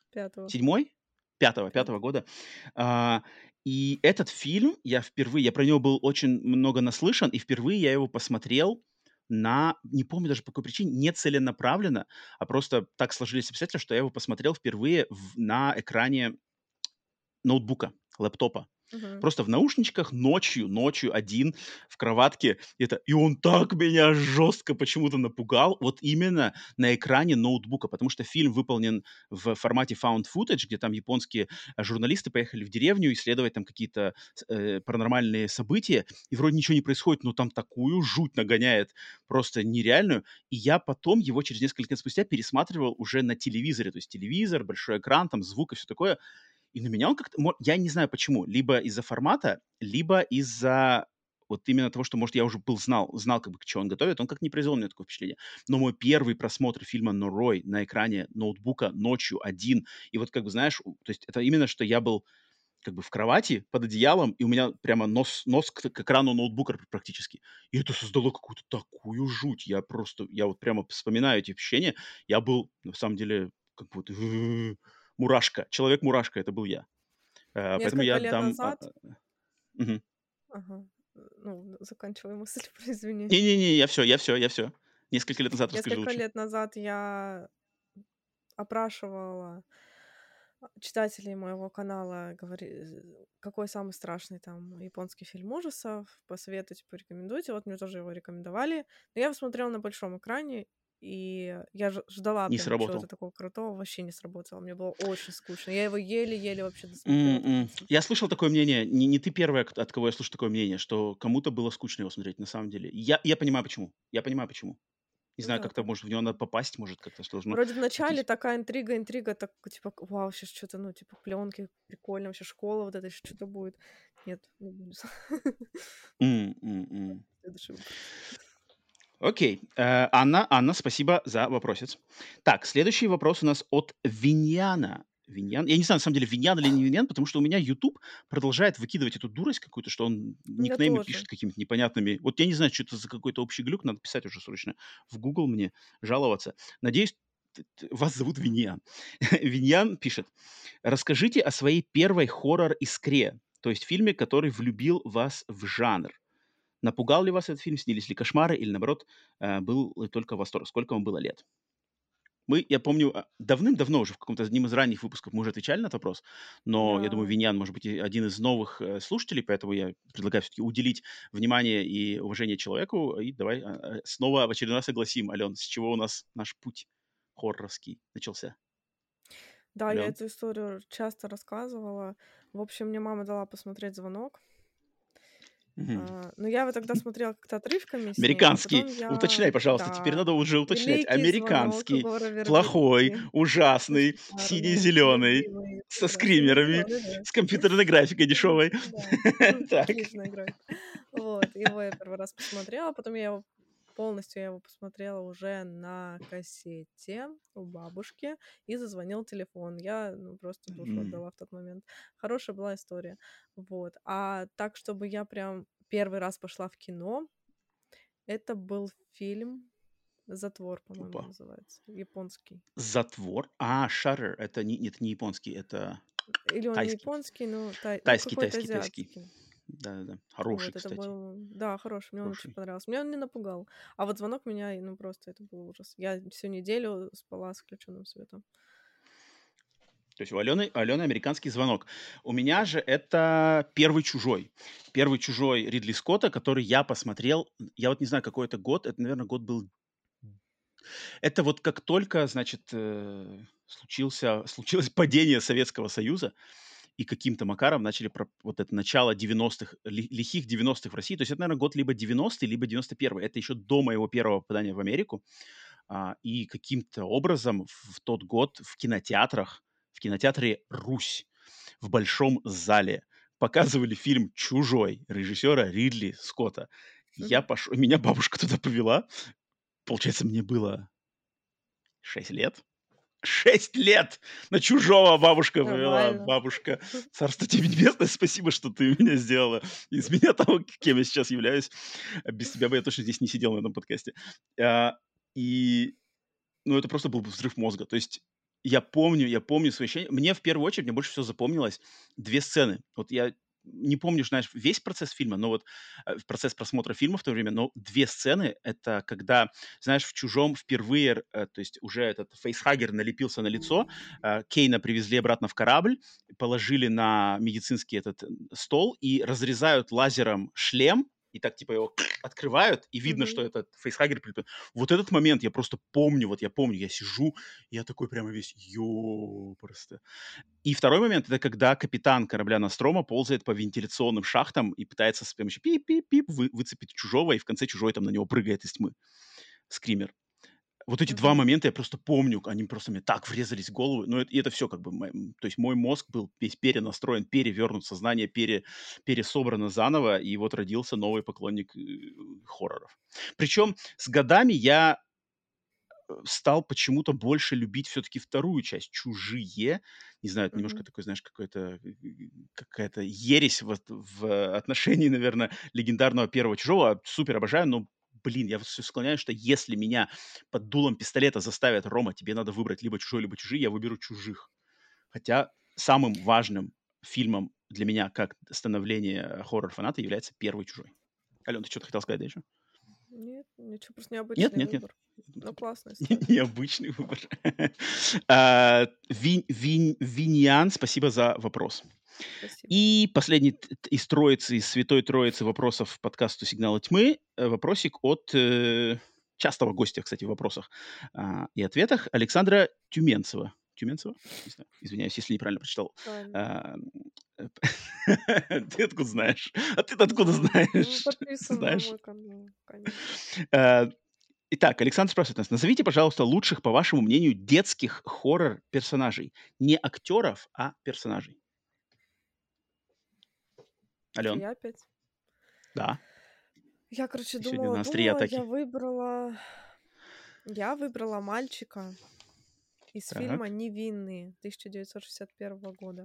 Пятого года. И этот фильм я про него был очень много наслышан, и впервые я его посмотрел не помню даже по какой причине, не целенаправленно, а просто так сложились обстоятельства, что я его посмотрел впервые на экране ноутбука, лэптопа. Мгм. Просто в наушничках ночью один в кроватке. И он так меня жестко почему-то напугал. Вот именно на экране ноутбука, потому что фильм выполнен в формате found footage, где там японские журналисты поехали в деревню исследовать там какие-то паранормальные события, и вроде ничего не происходит, но там такую жуть нагоняет, просто нереальную. И я потом его через несколько лет спустя пересматривал уже на телевизоре. То есть телевизор, большой экран, там звук и все такое. И на меня он как-то... Я не знаю почему. Либо из-за формата, либо из-за вот именно того, что, может, я уже знал как бы, к чему он готовит, он как не произвел мне такое впечатление. Но мой первый просмотр фильма «Норой» на экране ноутбука ночью один, и вот как бы, знаешь, то есть это именно, что я был как бы в кровати под одеялом, и у меня прямо нос к экрану ноутбука практически. И это создало какую-то такую жуть. Я вот прямо вспоминаю эти ощущения. Я был, на самом деле, как будто мурашка. Человек-мурашка, это был я. Поэтому Несколько я лет дам... назад... Мгм. Ага. Ну, заканчивай мысль, извини. Не-не-не, я все. Несколько лет назад расскажи Несколько лучше. лет назад я опрашивала читателей моего канала, какой самый страшный там японский фильм ужасов, посоветуйте, порекомендуйте. Вот мне тоже его рекомендовали. Но я его смотрела на большом экране, и я ждала Не прям чего-то сработал. такого крутого, вообще не сработало. Мне было очень скучно. Я его еле-еле вообще досмотрела до конца. Я слышал такое мнение, не ты первая, от кого я слышу такое мнение, что кому-то было скучно его смотреть на самом деле. Я понимаю почему. Я понимаю почему. Не знаю, Да, как-то, там может, в него надо попасть, может, как-то что должно вроде в начале сойтись. такая интрига, так, типа, вау, сейчас что-то, ну, типа, пленки, прикольно, вообще школа вот это, что-то будет. Нет, не будет. М, м, м. Следующий вопрос. Окей. Анна, спасибо за вопросец. Так, следующий вопрос у нас от Виньяна. Виньян. Я не знаю, на самом деле, Виньян или не Виньян, потому что у меня YouTube продолжает выкидывать эту дурость какую-то, что он У меня никнеймы тоже. пишет какими-то непонятными. Вот я не знаю, что это за какой-то общий глюк, надо писать уже срочно в Google мне, жаловаться. Надеюсь, вас зовут Виньян. Виньян пишет: расскажите о своей первой хоррор-искре, то есть фильме, который влюбил вас в жанр. Напугал ли вас этот фильм, снились ли кошмары или, наоборот, был только восторг? Сколько вам было лет? Я помню, давным-давно уже в каком-то одним из ранних выпусков мы уже отвечали на этот вопрос, но я думаю, Да. Виньян, может быть, один из новых слушателей, поэтому я предлагаю все-таки уделить внимание и уважение человеку, и давай снова в очередной раз огласим, Ален, с чего у нас наш путь хорроровский начался. Да, я Ален? эту историю часто рассказывала. В общем, мне мама дала посмотреть «Звонок». Но я его тогда смотрела как-то отрывками с ней, а потом Американский. Уточняй, я... пожалуйста. Теперь Да. надо уже уточнять. «Великий звонок» Американский, Гора плохой, Вербински. ужасный, Шикарный, синий-зеленый, любимый, со прекрасный. скримерами, Да-да-да. с компьютерной графикой дешевой. Да. Так. Отличная игра. Вот, его я первый раз посмотрела, потом полностью я его посмотрела уже на кассете у бабушки, и зазвонил телефон. Я, просто душу отдала в тот момент. Хорошая была история. Вот. А так, чтобы я прям первый раз пошла в кино, это был фильм «Затвор», по-моему, Опа. называется. Японский. Затвор. Shutter. Это не японский, это Или он не тайский. японский, но Тайский, какой-то тайский, тайский. азиатский. Да-да-да. Хороший, Вот, это кстати. был, да, хороший, мне он очень Хороший. понравился. Меня он не напугал. А вот «Звонок» меня, просто это был ужас. Я всю неделю спала с включенным светом. То есть у Алены американский звонок. У меня же это «Первый чужой». «Первый чужой» Ридли Скотта, который я посмотрел, я вот не знаю, какой это год, это, наверное, год был... Это вот как только, значит, случилось падение Советского Союза, и каким-то макаром начали вот это начало 90-х, лихих 90-х в России. То есть это, наверное, год либо 90-й, либо 91-й. Это еще до моего первого попадания в Америку. И каким-то образом в тот год в кинотеатре «Русь» в большом зале показывали фильм «Чужой» режиссера Ридли Скотта. Я пошел, меня бабушка туда повела. Получается, мне было 6 лет. 6 лет на «Чужого» бабушка повела. Нормально. Бабушка, царство тебе небесное, спасибо, что ты меня сделала из меня того, кем я сейчас являюсь. Без тебя бы я точно здесь не сидел на этом подкасте. И, это просто был взрыв мозга. То есть я помню свои ощущения. Мне в первую очередь, мне больше всего запомнилось 2 сцены. Вот я не помню, знаешь, весь процесс фильма, но вот процесс просмотра фильма в то время, но 2 сцены. Это когда, знаешь, в «Чужом» впервые, то есть уже этот фейсхаггер налепился на лицо, Кейна привезли обратно в корабль, положили на медицинский этот стол и разрезают лазером шлем, и так типа его открывают, и видно, что этот фейсхаггер прилепил. Вот этот момент я просто помню, я сижу, я такой прямо весь, просто. И второй момент, это когда капитан корабля Ностромо ползает по вентиляционным шахтам и пытается с помощью пип-пип-пип выцепить Чужого, и в конце Чужой там на него прыгает из тьмы. Скример. Вот эти 2 момента я просто помню, они просто мне так врезались в голову. Но это все как бы... То есть мой мозг был весь перенастроен, перевернут, сознание пересобрано заново, и вот родился новый поклонник хорроров. Причем с годами я стал почему-то больше любить все-таки вторую часть, «Чужие». Не знаю, это немножко такой, знаешь, какая-то ересь в отношении, наверное, легендарного первого «Чужого». Супер обожаю, но, блин, я все склоняюсь, что если меня под дулом пистолета заставят: «Рома, тебе надо выбрать либо «Чужой», либо «Чужие», я выберу «Чужих». Хотя самым важным фильмом для меня как становление хоррор-фаната является первый «Чужой». Ален, ты что-то хотел сказать, да, еще? Нет, ничего, просто необычный Нет. выбор. Но классная история. Необычный выбор. Виньян, спасибо за вопрос. Спасибо. И последний из святой троицы вопросов подкасту «Сигналы тьмы» вопросик от частого гостя, кстати, в вопросах и ответах, Александра Тюменцева. Тюменцева? Не знаю, извиняюсь, если неправильно прочитал. Правильно. Ты откуда знаешь? А ты откуда Ну, знаешь? подписан на Знаешь? мой канал, конечно. Итак, Александр спрашивает нас, назовите, пожалуйста, лучших, по вашему мнению, детских хоррор-персонажей. Не актеров, а персонажей. Это Ален, я опять. да, Я, короче, ты сегодня на острие думала, атаки. я выбрала мальчика из фильма Так. «Невинные» 1961 года.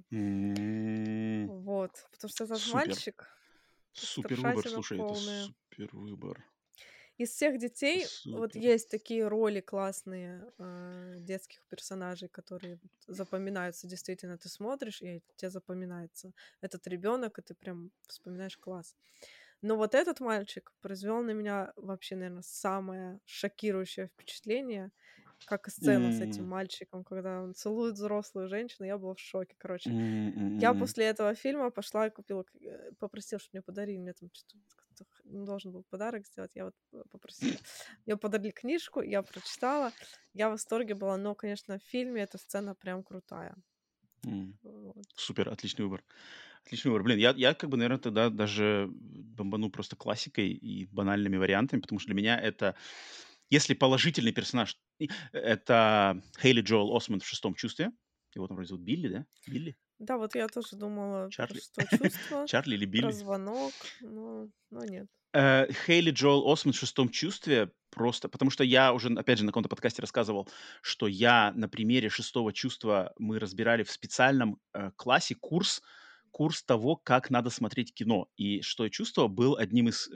М, Вот, потому что этот Супер. мальчик Супер выбор, страшатина слушай, это полная. супер выбор. Из всех детей вот Супер. есть такие роли классные детских персонажей, которые вот запоминаются действительно. Ты смотришь, и тебе запоминается этот ребенок, и ты прям вспоминаешь класс. Но вот этот мальчик произвел на меня вообще, наверное, самое шокирующее впечатление, как и сцена с этим М, мальчиком, когда он целует взрослую женщину. Я была в шоке, короче. м, Я м, после этого фильма пошла и купила, попросила, чтобы мне подарили, мне там что-то должен был подарок сделать, я вот попросила. Мне подарили книжку, я прочитала, я в восторге была, но, конечно, в фильме эта сцена прям крутая. м. Вот. Супер, отличный выбор. Отличный выбор. Блин, я как бы, наверное, тогда даже бомбану просто классикой и банальными вариантами, потому что для меня это, если положительный персонаж, это Хейли Джоэл Осмонд в «Шестом чувстве». Его там вроде зовут Билли, да? Билли? Да, вот я тоже думала про Чарли? «Шестое чувство», Чарли или про Билли? звонок, но нет. Хейли Джоэл Осмонд в «Шестом чувстве» просто... Потому что я уже, опять же, на каком-то подкасте рассказывал, что я на примере «Шестого чувства» мы разбирали в специальном классе курс того, как надо смотреть кино. И «Шестое чувство» был одним из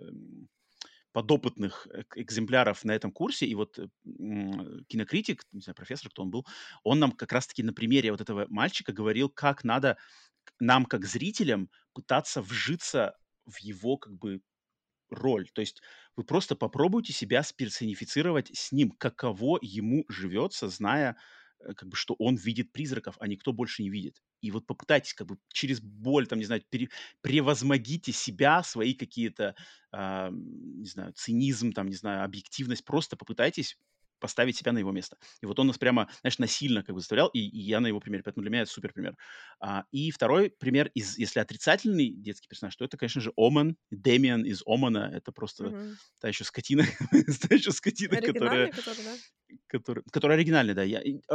подопытных экземпляров на этом курсе, и вот кинокритик, не знаю, профессор, кто он был, он нам как раз-таки на примере вот этого мальчика говорил, как надо нам, как зрителям, пытаться вжиться в его как бы роль. То есть вы просто попробуйте себя сперсонифицировать с ним, каково ему живется, зная, как бы, что он видит призраков, а никто больше не видит. И вот попытайтесь как бы через боль, там, не знаю, превозмогите себя, свои какие-то, не знаю, цинизм, там, не знаю, объективность, просто попытайтесь поставить себя на его место. И вот он нас прямо, знаешь, насильно как бы заставлял, и я на его примере, поэтому для меня это супер пример. И второй пример, если отрицательный детский персонаж, то это, конечно же, Омен, Дэмиан из Омана. Это просто Мгм. та еще скотина, та еще скотина, Оригинальный, который, да? которая оригинальная, да.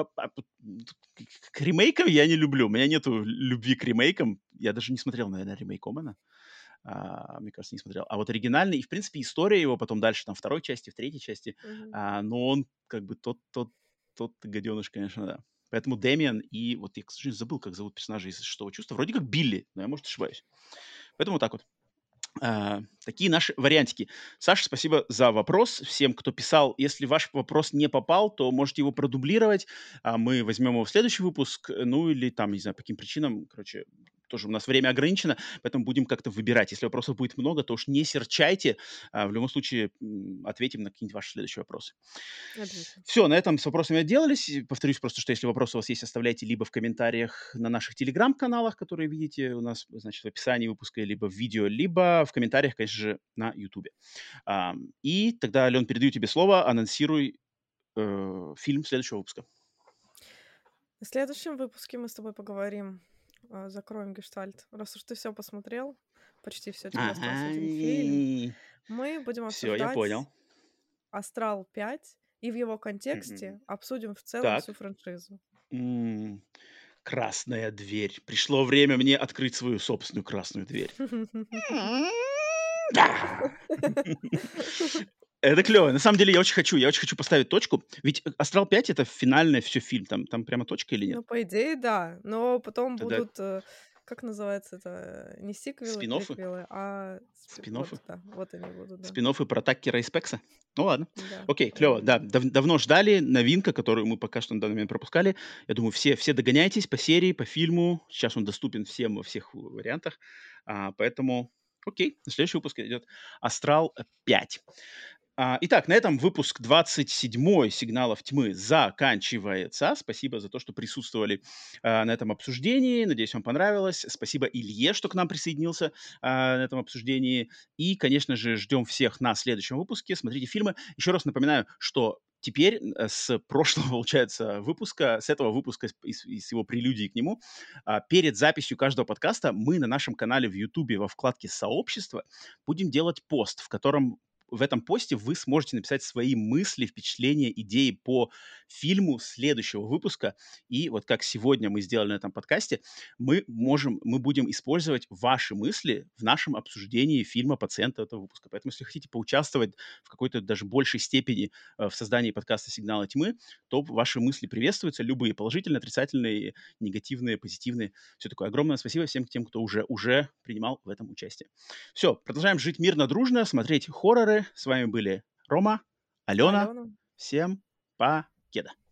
К ремейкам я не люблю. У меня нету любви к ремейкам. Я даже не смотрел, наверное, ремейк Омана. Мне кажется, не смотрел. А вот оригинальный, и, в принципе, история его потом дальше, там, в второй части, в третьей части, Мгм. но он как бы тот гаденыш, конечно, да. Поэтому Дэмиан и вот я, к сожалению, забыл, как зовут персонажа из «Шестого чувства». Вроде как Билли, но я, может, ошибаюсь. Поэтому вот так вот. Такие наши вариантики. Саша, спасибо за вопрос. Всем, кто писал, если ваш вопрос не попал, то можете его продублировать. Мы возьмем его в следующий выпуск. Ну или там, не знаю, по каким причинам. Короче, тоже у нас время ограничено, поэтому будем как-то выбирать. Если вопросов будет много, то уж не серчайте. В любом случае, ответим на какие-нибудь ваши следующие вопросы. Обязательно. Все, на этом с вопросами отделались. И повторюсь просто, что если вопросы у вас есть, оставляйте либо в комментариях на наших телеграм-каналах, которые видите у нас, значит, в описании выпуска, либо в видео, либо в комментариях, конечно же, на ютубе. И тогда, Ален, передаю тебе слово, анонсируй фильм следующего выпуска. В следующем выпуске мы с тобой поговорим, закроем гештальт. Раз уж ты все посмотрел, почти все, тебе остался один фильм, мы будем Все, я обсуждать понял. «Астрал 5» и в его контексте Мгм. обсудим в целом Так. всю франшизу. Красная дверь. Пришло время мне открыть свою собственную красную дверь. Да. Это клево. На самом деле я очень хочу поставить точку. Ведь «Астрал 5» — это финальный все фильм. Там прямо точка или нет? Ну, по идее, да. Но потом Тогда будут, как называется это, не сиквелы, спин-оффы? приквелы, а Спин-оффы? вот, да, вот они будут, да. Спин-оффы про Таккера и Спекса? Ну ладно. Да, Окей, клево. Да, да-да-да. давно ждали. Новинка, которую мы пока что на данный момент пропускали. Я думаю, все догоняйтесь по серии, по фильму. Сейчас он доступен всем во всех вариантах. Поэтому, окей, на следующий выпуск идет «Астрал 5». Итак, на этом выпуск 27-й «Сигналов тьмы» заканчивается. Спасибо за то, что присутствовали на этом обсуждении. Надеюсь, вам понравилось. Спасибо Илье, что к нам присоединился на этом обсуждении. И, конечно же, ждем всех на следующем выпуске. Смотрите фильмы. Еще раз напоминаю, что теперь с прошлого, получается, выпуска, с этого выпуска, из его прелюдии к нему, перед записью каждого подкаста мы на нашем канале в Ютубе во вкладке «Сообщество» будем делать пост, в этом посте вы сможете написать свои мысли, впечатления, идеи по фильму следующего выпуска. И вот как сегодня мы сделали на этом подкасте, мы будем использовать ваши мысли в нашем обсуждении фильма «Пациента» этого выпуска. Поэтому, если хотите поучаствовать в какой-то даже большей степени в создании подкаста «Сигналы тьмы», то ваши мысли приветствуются, любые положительные, отрицательные, негативные, позитивные. Все такое. Огромное спасибо всем тем, кто уже принимал в этом участие. Все, продолжаем жить мирно, дружно, смотреть хорроры. С вами были Рома, Алена. Алена. Всем покеда.